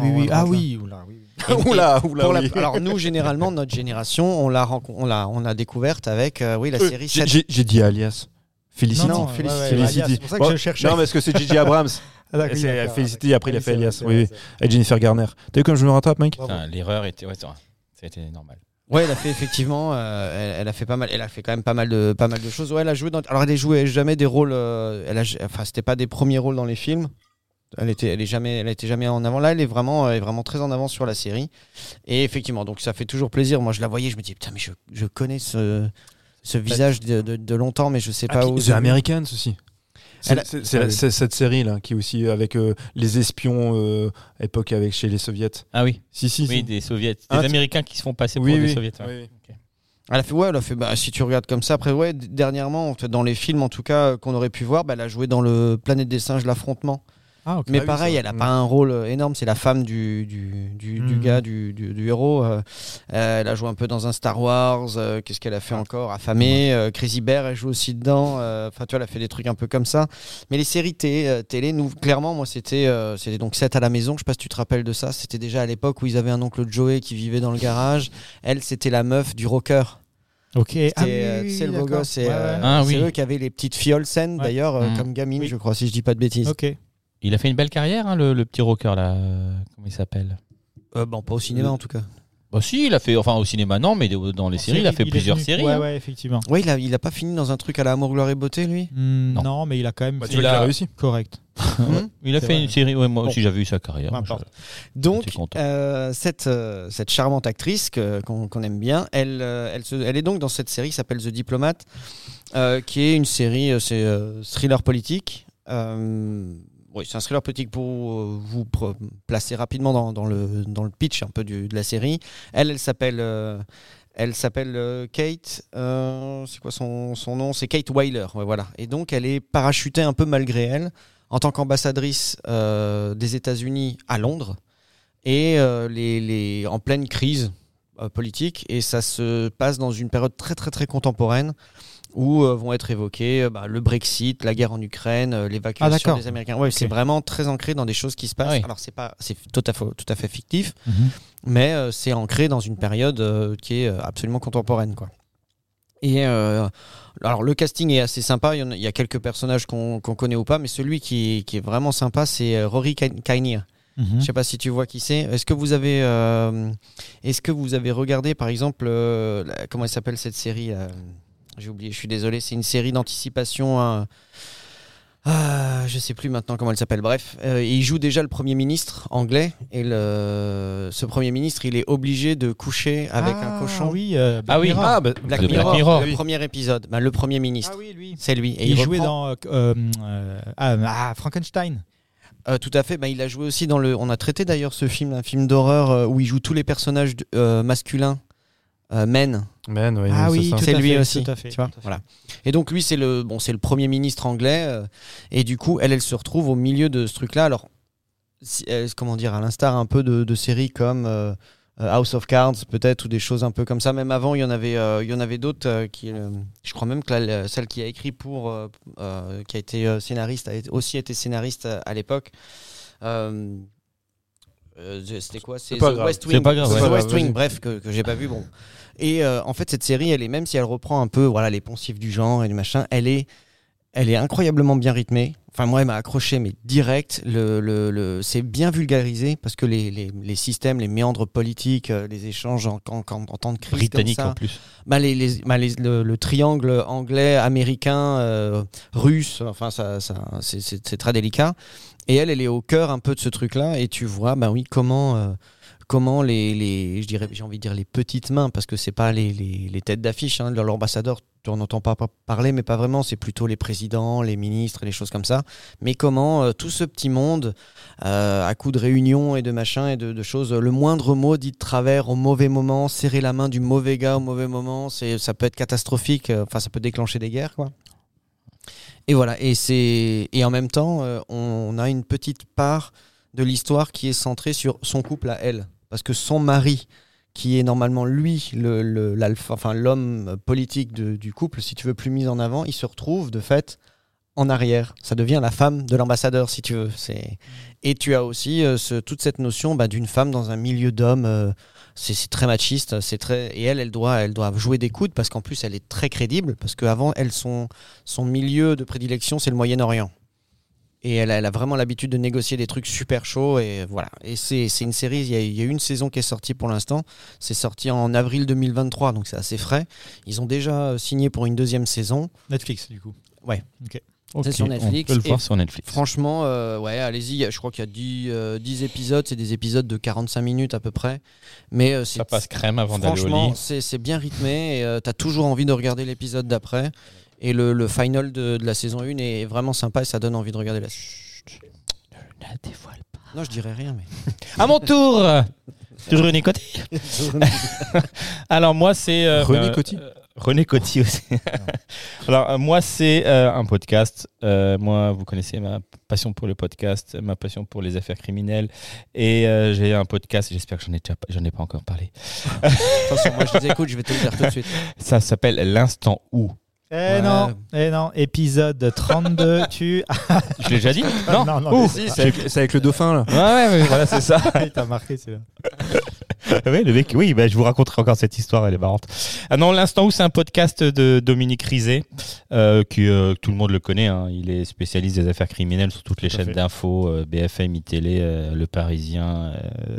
Alors, nous, généralement, notre génération, on l'a découverte avec la série 7. J'ai dit Alias. Felicity. Non, Felicity. C'est pour ça que je cherchais. Non, parce que c'est J.J. Abrams. Felicity, après il a fait Alias. Oui. Et Jennifer Garner. T'as vu comme je me rattrape, mec? L'erreur était, c'était normal. Ouais, elle a fait effectivement, elle a fait pas mal, elle a fait quand même pas mal de choses. Ouais, elle a joué alors elle jouait jamais des rôles, c'était pas des premiers rôles dans les films. Elle était jamais en avant. Là, elle est vraiment très en avant sur la série. Et effectivement, donc ça fait toujours plaisir. Moi, je la voyais, je me dis putain, mais je connais ce visage de longtemps, mais je sais pas où. The Americans aussi. C'est cette série là qui est aussi avec les espions à l'époque chez les soviets. Ah oui. Si. Des soviets, des Américains qui se font passer pour des soviets. Oui. Okay. Elle a fait si tu regardes comme ça après dernièrement dans les films en tout cas qu'on aurait pu voir, elle a joué dans le Planète des singes, l'affrontement. Ah, okay. Mais pareil, elle n'a pas un rôle énorme, c'est la femme du gars, du héros. Elle a joué un peu dans un Star Wars, qu'est-ce qu'elle a fait encore? Affamé, Crazy Bear, elle joue aussi dedans. Enfin, tu vois, elle a fait des trucs un peu comme ça. Mais les séries télé, nous, clairement, moi, c'était donc 7 à la maison, je sais pas si tu te rappelles de ça, c'était déjà à l'époque où ils avaient un oncle Joey qui vivait dans le garage. Elle, c'était la meuf du rocker. Ok. C'est le beau gosse, c'est eux qui avaient les petites fioles saines, d'ailleurs, comme gamine, je crois, si je dis pas de bêtises. Ok. Il a fait une belle carrière, le petit rocker là. Comment il s'appelle? Pas au cinéma en tout cas. Bah si, il a fait, au cinéma non, mais dans les séries, il a fait plusieurs séries. Ouais, effectivement. Ouais, il a pas fini dans un truc à la Amour, Gloire et Beauté, lui. Non, mais il a quand même. Il a réussi. Correct. Il a fait une série. Ouais, moi aussi j'avais eu sa carrière. Donc cette charmante actrice qu'on aime bien, elle est donc dans cette série qui s'appelle The Diplomat, qui est une série, c'est thriller politique. Oui, c'est un thriller politique pour vous placer rapidement dans le pitch un peu de la série. Elle s'appelle Kate. C'est quoi son nom ? C'est Kate Weiler. Ouais, voilà. Et donc, elle est parachutée un peu malgré elle en tant qu'ambassadrice des États-Unis à Londres et en pleine crise politique. Et ça se passe dans une période très, très, très contemporaine où vont être évoqués le Brexit, la guerre en Ukraine, l'évacuation des Américains. Ouais, okay. C'est vraiment très ancré dans des choses qui se passent. Oui. Alors, c'est tout à fait fictif, mais c'est ancré dans une période qui est absolument contemporaine, quoi. Et alors, le casting est assez sympa. Il y a quelques personnages qu'on connaît ou pas, mais celui qui est vraiment sympa, c'est Rory Kinnear. Je sais pas si tu vois qui c'est. Est-ce que vous avez regardé, par exemple, comment elle s'appelle cette série j'ai oublié, je suis désolé, c'est une série d'anticipation. Je sais plus maintenant comment elle s'appelle. Bref, il joue déjà le Premier ministre anglais et ce Premier ministre, il est obligé de coucher avec un cochon. Black Mirror. Black Mirror. Le premier épisode, le Premier ministre. Ah oui, lui. C'est lui. Et il jouait dans Frankenstein. Tout à fait. Il a joué aussi dans on a traité d'ailleurs ce film, un film d'horreur où il joue tous les personnages masculins. Men, oui, c'est lui fait, aussi. Tout à fait, tu vois, voilà. Et donc lui, c'est le Premier ministre anglais, et du coup, elle se retrouve au milieu de ce truc-là. Alors, comment dire, à l'instar un peu de séries comme House of Cards, peut-être, ou des choses un peu comme ça. Même avant, il y en avait d'autres qui, je crois même que celle qui a écrit qui a été scénariste, a aussi été scénariste à l'époque. C'était quoi ? C'est The West Wing. C'est pas grave. The West Wing, bref, que j'ai pas vu. Bon. Et en fait, cette série, même si elle reprend un peu, les poncifs du genre et du machin, elle est incroyablement bien rythmée. Enfin, moi, elle m'a accroché, mais direct. C'est bien vulgarisé parce que les systèmes, les méandres politiques, les échanges en temps de crise britannique comme ça, en plus. Le triangle anglais, américain, russe. Enfin, c'est très délicat. Et elle est au cœur un peu de ce truc-là. Et tu vois, comment j'ai envie de dire les petites mains, parce que c'est pas les têtes d'affiche, de l'ambassadeur, tu n'en entends pas parler, mais pas vraiment, c'est plutôt les présidents, les ministres et les choses comme ça. Mais comment tout ce petit monde, à coup de réunions et de machins et de choses, le moindre mot dit de travers au mauvais moment, serrer la main du mauvais gars au mauvais moment, ça peut être catastrophique, ça peut déclencher des guerres, quoi. Et voilà, et en même temps, on a une petite part de l'histoire qui est centrée sur son couple à elle. Parce que son mari, qui est normalement lui, l'homme politique du couple, si tu veux, plus mis en avant, il se retrouve de fait en arrière. Ça devient la femme de l'ambassadeur, si tu veux. Et tu as aussi toute cette notion d'une femme dans un milieu d'hommes. C'est très machiste, et elle doit jouer des coudes parce qu'en plus elle est très crédible, parce qu'avant son milieu de prédilection c'est le Moyen-Orient. Et elle a vraiment l'habitude de négocier des trucs super chauds, et voilà. Et c'est une série, il y a une saison qui est sortie pour l'instant, c'est sorti en avril 2023, donc c'est assez frais. Ils ont déjà signé pour une deuxième saison. Netflix du coup. Ouais. Ok. C'est sur Netflix. On peut le voir sur Netflix. Franchement, allez-y. Je crois qu'il y a 10 épisodes. C'est des épisodes de 45 minutes à peu près. Mais ça passe crème avant d'aller au lit. Franchement, c'est bien rythmé. Et t'as toujours envie de regarder l'épisode d'après. Et le final de la saison 1 est vraiment sympa et ça donne envie de regarder la suite. Ne la dévoile pas. Non, je dirais rien. Mais... À mon tour. Toujours René Coty. Alors moi c'est René Coty. René Coty aussi. Alors moi c'est un podcast. Moi vous connaissez ma passion pour le podcast, ma passion pour les affaires criminelles, et j'ai un podcast. J'espère que j'en ai pas encore parlé. Attention, moi je les écoute, je vais te le dire tout de suite. Ça s'appelle L'Instant Où. Non, épisode 32, Je l'ai déjà dit. Non, c'est avec le dauphin là. Ouais, voilà, c'est ça. Il t'a marqué, c'est là. Ouais, le mec, oui, je vous raconterai encore cette histoire, elle est marrante. Ah non, L'Instant Où, c'est un podcast de Dominique Rizet, qui tout le monde le connaît, hein. Il est spécialiste des affaires criminelles sur toutes les chaînes d'infos, BFM, iTélé, Le Parisien,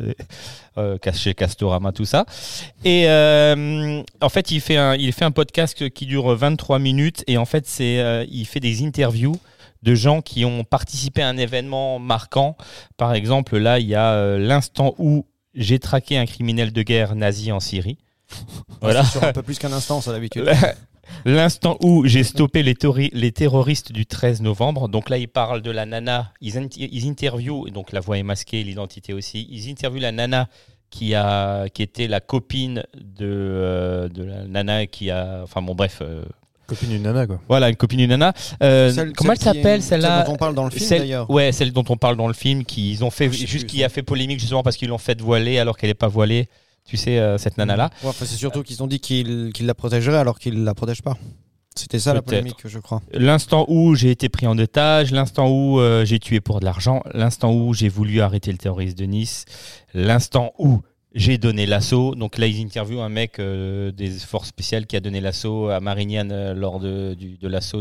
chez Castorama, tout ça. Et en fait, il fait un podcast qui dure 23 minutes, et en fait, il fait des interviews de gens qui ont participé à un événement marquant. Par exemple, là, il y a L'instant où j'ai traqué un criminel de guerre nazi en Syrie. Voilà. C'est sur un peu plus qu'un instant, ça d'habitude. L'instant où j'ai stoppé les terroristes du 13 novembre. Donc là, ils parlent de la nana. Ils interviewent, donc la voix est masquée, l'identité aussi. Ils interviewent la nana qui était la copine de la nana qui a. Enfin bon, bref. Copine d'une nana, quoi. Voilà, une copine d'une nana. Comment elle s'appelle, celle-là? Celle dont on parle dans le film, d'ailleurs. Ouais, celle dont on parle dans le film, qui a fait polémique justement parce qu'ils l'ont fait voiler alors qu'elle n'est pas voilée. Tu sais, cette nana-là. Ouais, c'est surtout qu'ils ont dit qu'ils la protégeraient alors qu'ils ne la protègent pas. C'était ça la polémique, je crois. L'instant où j'ai été pris en otage, l'instant où j'ai tué pour de l'argent, l'instant où j'ai voulu arrêter le terroriste de Nice, l'instant où j'ai donné l'assaut. Donc là, ils interviewent un mec des forces spéciales qui a donné l'assaut à Marignane lors de l'assaut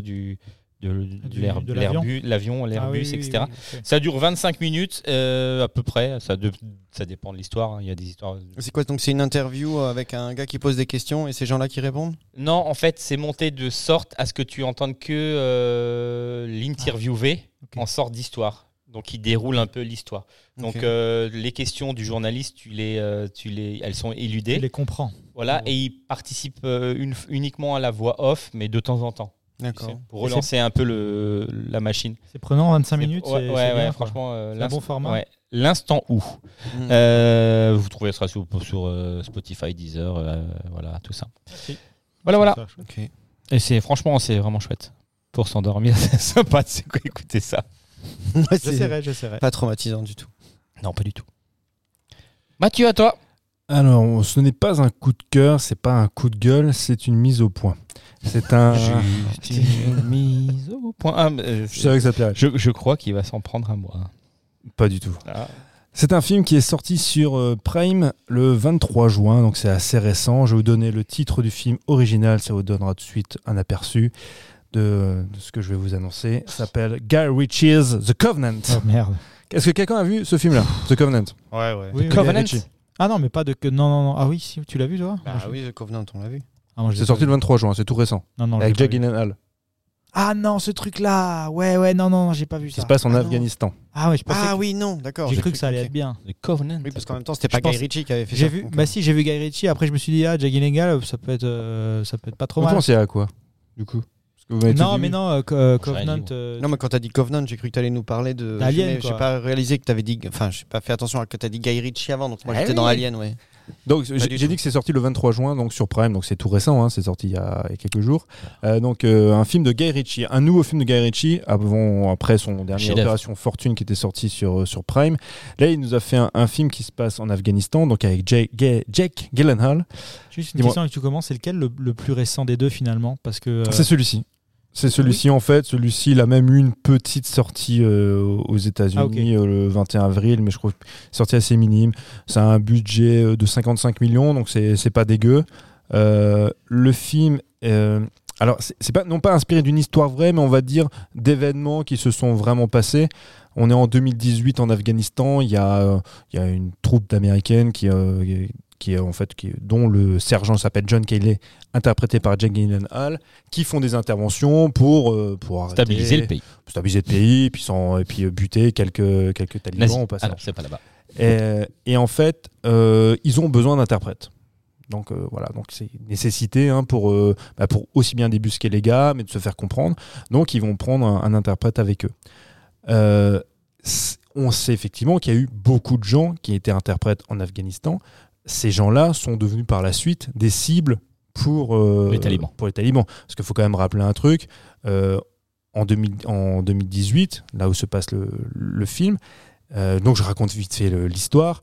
l'avion, l'Airbus, etc. Oui. Ça dure 25 minutes à peu près. Ça dépend de l'histoire. Hein. Il y a des histoires. C'est quoi donc? C'est une interview avec un gars qui pose des questions et ces gens-là qui répondent? Non, en fait, c'est monté de sorte à ce que tu entendes que l'interviewé en sorte d'histoire. Donc, il déroule un peu l'histoire. Donc, les questions du journaliste, elles sont éludées. Tu les comprends. Voilà, et il participe uniquement à la voix off, mais de temps en temps. D'accord. Pour relancer un peu la machine. C'est prenant, 25 minutes. Ouais, c'est bien, franchement. C'est un bon format. Ouais. L'instant où. Vous trouvez ça sur Spotify, Deezer, voilà, tout ça. Okay. Voilà. Okay. Et c'est vraiment chouette. Pour s'endormir, c'est sympa de écouter ça. J'essaierai. Pas traumatisant du tout. Non, pas du tout. Mathieu, à toi. Alors, ce n'est pas un coup de cœur, c'est pas un coup de gueule, c'est une mise au point. C'est une mise au point. Je savais que ça te plairait. Je crois qu'il va s'en prendre un mois. Pas du tout. C'est un film qui est sorti sur Prime le 23 juin, donc c'est assez récent. Je vais vous donner le titre du film original, ça vous donnera tout de suite un aperçu de ce que je vais vous annoncer. Ça s'appelle Guy Ritchie's The Covenant. Oh merde. Est-ce que quelqu'un a vu ce film-là, The Covenant? Ouais. Oui, Covenant. Ah non, mais pas de... Non. Ah oui, si, tu l'as vu, toi? Oui, The Covenant, on l'a vu. C'est sorti le 23 juin, c'est tout récent. Non, avec Jake Gyllenhaal. Ah non, ce truc-là. Ouais, non, j'ai pas vu ça. Ça se passe en Afghanistan. Ah ouais, je pensais. Oui, non, d'accord. J'ai cru que ça allait être bien. The Covenant. Oui, parce qu'en même temps, c'était pas Guy Ritchie qui avait fait ça. J'ai vu Guy Ritchie. Après, je me suis dit, Jake Gyllenhaal, ça peut être pas trop mal. Vous pensez à quoi, du coup? Non, Covenant. Non, mais quand t'as dit Covenant, j'ai cru que t'allais nous parler d'Alien. J'ai pas réalisé que t'avais dit. Enfin, j'ai pas fait attention à que t'as dit Guy Ritchie avant, donc moi j'étais dans Alien, ouais. Donc j'ai dit que c'est sorti le 23 juin donc sur Prime, donc c'est tout récent, hein, c'est sorti il y a quelques jours. Un film de Guy Ritchie, un nouveau film de Guy Ritchie après son dernier Opération Fortune qui était sorti sur Prime. Là, il nous a fait un film qui se passe en Afghanistan, donc avec Jake Gyllenhaal. Juste une question, et tu commences, c'est lequel le plus récent des deux finalement? Parce que c'est celui-ci. C'est celui-ci en fait. Celui-ci, il a même eu une petite sortie aux États-Unis le 21 avril, mais je trouve sortie assez minime. C'est un budget de 55 millions, donc c'est pas dégueu. Le film, alors c'est pas non pas inspiré d'une histoire vraie, mais on va dire d'événements qui se sont vraiment passés. On est en 2018 en Afghanistan. Il y a une troupe d'Américaines dont le sergent s'appelle John Cayley, interprété par Jake Gyllenhaal, qui font des interventions pour stabiliser le pays, puis buter quelques talibans au passage. Ah non, c'est pas là-bas. Et en fait, ils ont besoin d'interprètes. Donc voilà, donc c'est une nécessité pour aussi bien débusquer les gars, mais de se faire comprendre. Donc ils vont prendre un interprète avec eux. On sait effectivement qu'il y a eu beaucoup de gens qui étaient interprètes en Afghanistan. Ces gens-là sont devenus par la suite des cibles pour les talibans. Parce qu'il faut quand même rappeler un truc. En 2018, là où se passe le film, donc je raconte vite fait l'histoire.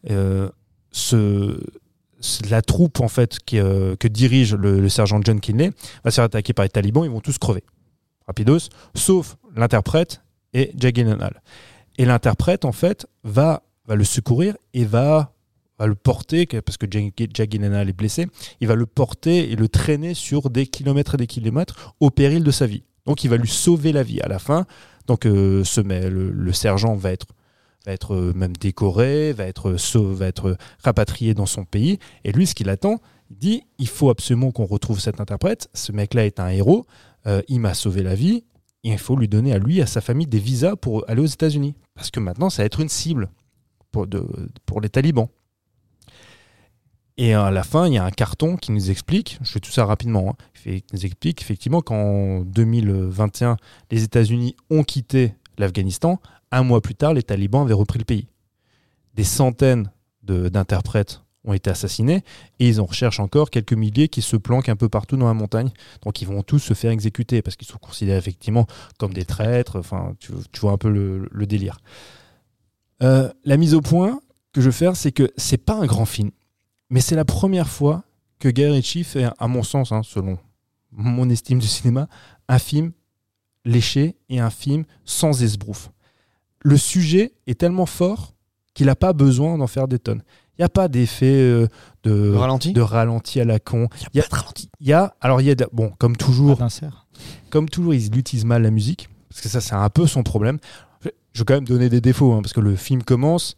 La troupe en fait que dirige le sergent John Cayley va se faire attaquer par les talibans. Ils vont tous crever, rapidos, sauf l'interprète et Jake Gyllenhaal. Et l'interprète en fait va le secourir et va le porter, parce que Jake Gyllenhaal est blessé, il va le porter et le traîner sur des kilomètres et des kilomètres au péril de sa vie. Donc il va lui sauver la vie à la fin. Donc le sergent va être même décoré, va être rapatrié dans son pays. Et lui, ce qu'il attend, il dit, il faut absolument qu'on retrouve cet interprète. Ce mec-là est un héros, il m'a sauvé la vie. Et il faut lui donner à sa famille des visas pour aller aux États-Unis. Parce que maintenant, ça va être une cible pour les talibans. Et à la fin, il y a un carton qui nous explique, je fais tout ça rapidement, qui nous explique effectivement qu'en 2021, les États-Unis ont quitté l'Afghanistan. Un mois plus tard, les talibans avaient repris le pays. Des centaines d'interprètes ont été assassinés et ils en recherchent encore quelques milliers qui se planquent un peu partout dans la montagne. Donc ils vont tous se faire exécuter parce qu'ils sont considérés effectivement comme des traîtres. Enfin, tu vois un peu le délire. La mise au point que je veux faire, c'est que c'est pas un grand film, mais c'est la première fois que Guy Ritchie fait, à mon sens, selon mon estime du cinéma, un film léché et un film sans esbrouf. Le sujet est tellement fort qu'il n'a pas besoin d'en faire des tonnes. Il n'y a pas d'effet de ralenti à la con. Il n'y a pas de ralenti. Bon, comme toujours, ils utilisent mal la musique, parce que ça, c'est un peu son problème. Je vais quand même donner des défauts, parce que le film commence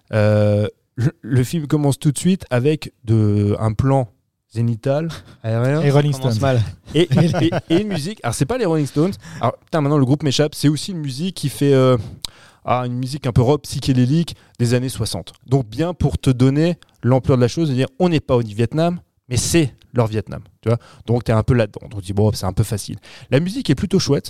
tout de suite avec un plan zénital, aérien, et Rolling Stones. Et une musique. Alors, c'est pas les Rolling Stones. Alors, maintenant, le groupe m'échappe. C'est aussi une musique qui fait... une musique un peu rock psychédélique des années 60. Donc bien pour te donner l'ampleur de la chose, de dire on n'est pas au Vietnam, mais c'est leur Vietnam. Tu vois, donc tu es un peu là-dedans. Donc tu dis bon, c'est un peu facile. La musique est plutôt chouette.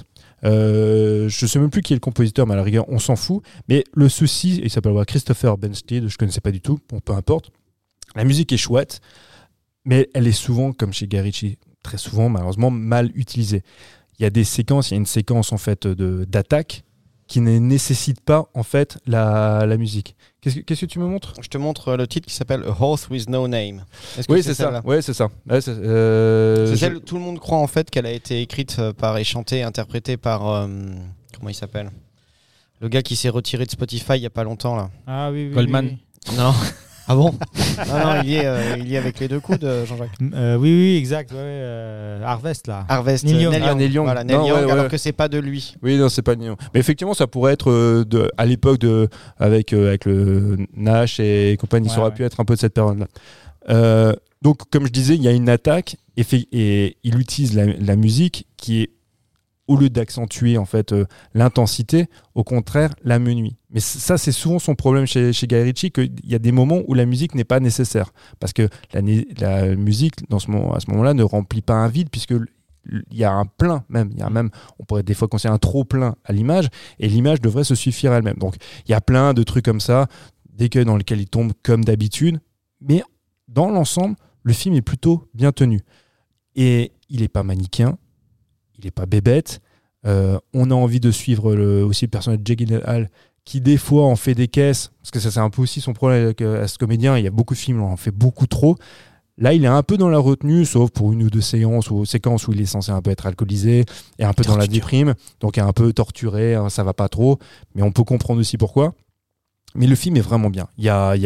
Je sais même plus qui est le compositeur, mais à la rigueur, on s'en fout. Mais le souci, il s'appelle Christopher Benstead, je connaissais pas du tout, bon, peu importe. La musique est chouette, mais elle est souvent, comme chez Guy Ritchie, très souvent, malheureusement, mal utilisée. Il y a une séquence en fait d'attaque qui ne nécessite pas en fait la musique. Qu'est-ce que tu me montres ? Je te montre le titre qui s'appelle A Horse with No Name. Oui, c'est ça. Ouais, c'est ça. Ouais, c'est celle où tout le monde croit en fait qu'elle a été écrite et chantée, interprétée par comment il s'appelle ? Le gars qui s'est retiré de Spotify il y a pas longtemps là. Ah oui. Goldman. Oui. Non. Ah bon ? Non, il y est avec les deux coudes, Jean-Jacques. Oui, exact. Ouais, Harvest là. Harvest. Neil Young. Neil Young. Voilà, Neil Young, alors que c'est pas de lui. Oui, non, c'est pas Neil Young. Mais effectivement, ça pourrait être à l'époque avec le Nash et compagnie, ça aurait pu être un peu de cette période-là. Donc, comme je disais, il y a une attaque et il utilise la musique qui est, au lieu d'accentuer en fait l'intensité, au contraire l'amenuise. Mais ça, c'est souvent son problème chez Guy Ritchie, qu'il y a des moments où la musique n'est pas nécessaire. Parce que la musique, à ce moment-là, ne remplit pas un vide, puisqu'il y a un plein même. Il y a même, on pourrait des fois considérer un trop-plein à l'image, et l'image devrait se suffire elle-même. Donc, il y a plein de trucs comme ça, d'écueils dans lesquels il tombe comme d'habitude. Mais dans l'ensemble, le film est plutôt bien tenu. Et il n'est pas manichéen. Il n'est pas bébête. On a envie de suivre aussi le personnage de Jake Gyllenhaal qui des fois en fait des caisses, parce que ça c'est un peu aussi son problème avec ce comédien. Il y a beaucoup de films où on en fait beaucoup trop. Là, il est un peu dans la retenue, sauf pour une ou deux séquences où il est censé un peu être alcoolisé et un peu dans la déprime, donc un peu torturé, ça va pas trop, mais on peut comprendre aussi pourquoi. Mais le film est vraiment bien. Il y a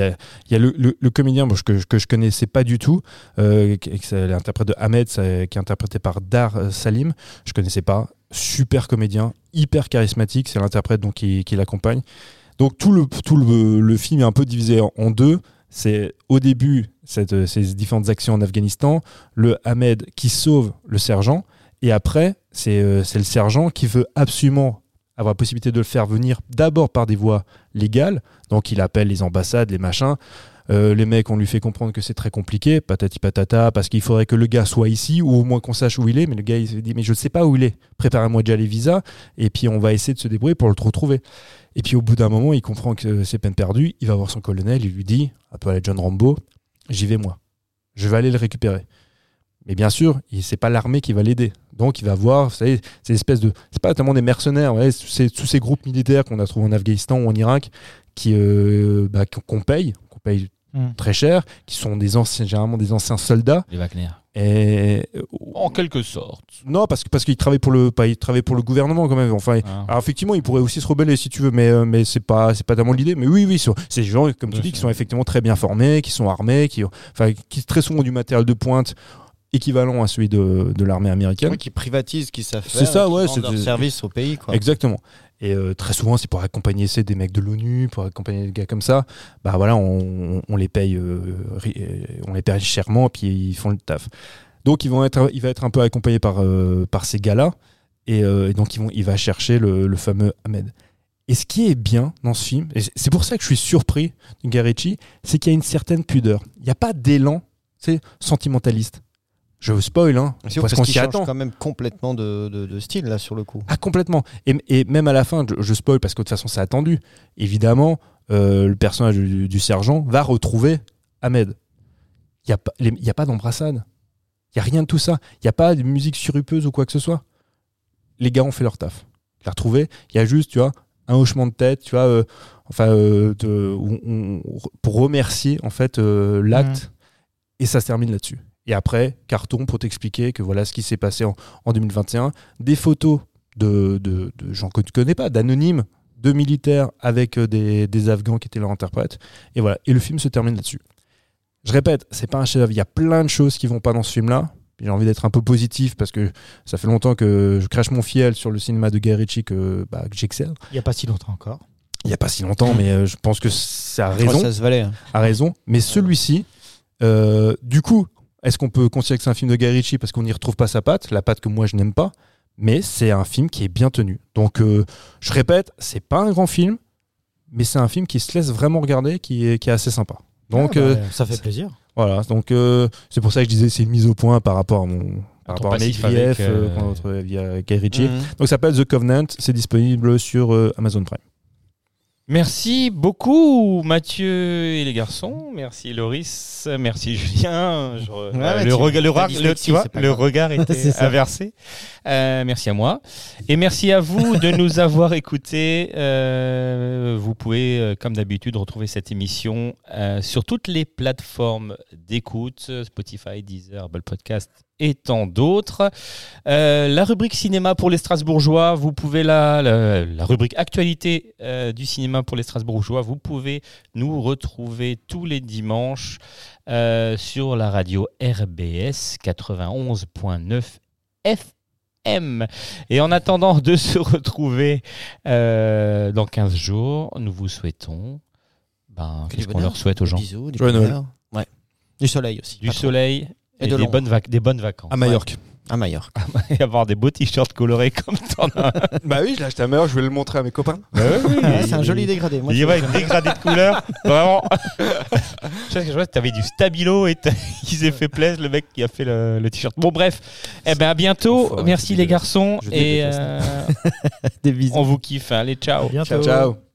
le comédien que je connaissais pas du tout, c'est l'interprète de Ahmed, qui est interprété par Dar Salim. Je connaissais pas. Super comédien, hyper charismatique. C'est l'interprète donc qui l'accompagne. Donc tout le film est un peu divisé en deux. C'est au début ces différentes actions en Afghanistan, le Ahmed qui sauve le sergent, et après c'est le sergent qui veut absolument avoir la possibilité de le faire venir d'abord par des voies légales. Donc il appelle les ambassades, les machins. Les mecs, on lui fait comprendre que c'est très compliqué, patati patata, parce qu'il faudrait que le gars soit ici, ou au moins qu'on sache où il est. Mais le gars, il se dit, mais je ne sais pas où il est. Préparez-moi déjà les visas, et puis on va essayer de se débrouiller pour le retrouver. Et puis au bout d'un moment, il comprend que c'est peine perdue. Il va voir son colonel, il lui dit, un peu à la John Rambo, j'y vais moi. Je vais aller le récupérer. Mais bien sûr, c'est pas l'armée qui va l'aider. Donc il va voir, vous savez, c'est c'est pas tellement des mercenaires, ouais, c'est tous ces groupes militaires qu'on a trouvés en Afghanistan ou en Irak qu'on paye très cher, qui sont généralement des anciens soldats. Les Wagner. Et en quelque sorte. Non, parce qu'ils travaillent pour le gouvernement quand même. Enfin, alors effectivement, ils pourraient aussi se rebeller si tu veux, mais c'est pas tellement l'idée. Mais oui, c'est des gens comme tu dis qui sont effectivement très bien formés, qui sont armés, qui très souvent ont du matériel de pointe équivalent à celui de l'armée américaine. Oui, qui privatisent, qui savent faire, c'est ça, qui ouais, rendent leur service au pays, quoi. Exactement. Et très souvent, c'est pour accompagner des mecs de l'ONU, pour accompagner des gars comme ça. Bah voilà, on les paye chèrement, puis ils font le taf. Donc il va être un peu accompagné par ces gars-là, et donc il va chercher le fameux Ahmed. Et ce qui est bien dans ce film, et c'est pour ça que je suis surpris de Guy Ritchie, c'est qu'il y a une certaine pudeur. Il n'y a pas d'élan c'est sentimentaliste. Je spoil, hein, parce qu'on s'y attend. Quand même complètement de style là sur le coup. Ah, complètement. Et même à la fin, je spoil parce que de toute façon c'est attendu. Évidemment, le personnage du sergent va retrouver Ahmed. Il y a pas d'embrassade. Il y a rien de tout ça. Il y a pas de musique surrupeuse ou quoi que ce soit. Les gars ont fait leur taf. Il l'a retrouvé. Il y a juste, tu vois, un hochement de tête, tu vois, pour remercier en fait l'acte. Et ça se termine là-dessus. Et après, carton pour t'expliquer que voilà ce qui s'est passé en 2021. Des photos de gens que tu connais pas, d'anonymes, de militaires avec des Afghans qui étaient leurs interprètes. Et voilà. Et le film se termine là-dessus. Je répète, c'est pas un chef-d'œuvre. Il y a plein de choses qui vont pas dans ce film-là. J'ai envie d'être un peu positif parce que ça fait longtemps que je crache mon fiel sur le cinéma de Guy Ritchie que j'excelle. Il n'y a pas si longtemps encore. Il n'y a pas si longtemps, mais je pense que ça a raison. Ça se valait. A raison. Mais celui-ci, du coup, est-ce qu'on peut considérer que c'est un film de Guy Ritchie parce qu'on n'y retrouve pas sa patte, la patte que moi je n'aime pas, mais c'est un film qui est bien tenu. Donc, je répète, c'est pas un grand film, mais c'est un film qui se laisse vraiment regarder, qui est assez sympa. Donc, ça fait plaisir. Voilà, donc c'est pour ça que je disais c'est une mise au point par rapport à mes griefs via Guy Ritchie. Donc ça s'appelle The Covenant, c'est disponible sur Amazon Prime. Merci beaucoup Mathieu et les garçons, merci Loris, merci Julien. Le regard était inversé. Merci à moi et merci à vous de nous avoir écoutés. Vous pouvez, comme d'habitude, retrouver cette émission sur toutes les plateformes d'écoute, Spotify, Deezer, Apple Podcast et tant d'autres. La rubrique cinéma pour les Strasbourgeois, vous pouvez la rubrique actualité du cinéma pour les Strasbourgeois, vous pouvez nous retrouver tous les dimanches sur la radio RBS 91.9 FM. Et en attendant de se retrouver dans 15 jours, nous vous souhaitons qu'est-ce qu'on leur souhaite aux gens? Bisous, du bonheur. Ouais. Du soleil aussi. Du soleil. Et des bonnes vacances. À Majorque. À Majorque. Et avoir des beaux t-shirts colorés comme t'en as. Bah oui, je l'ai acheté à Majorque, je vais le montrer à mes copains. C'est un joli dégradé. Il y a une dégradé de couleurs. Vraiment. Je vois que t'avais du stabilo et il s'est fait plaisir, le mec qui a fait le t-shirt. Bon, bref. À bientôt. Merci les garçons. Et des bisous. On vous kiffe. Allez, ciao. Ciao.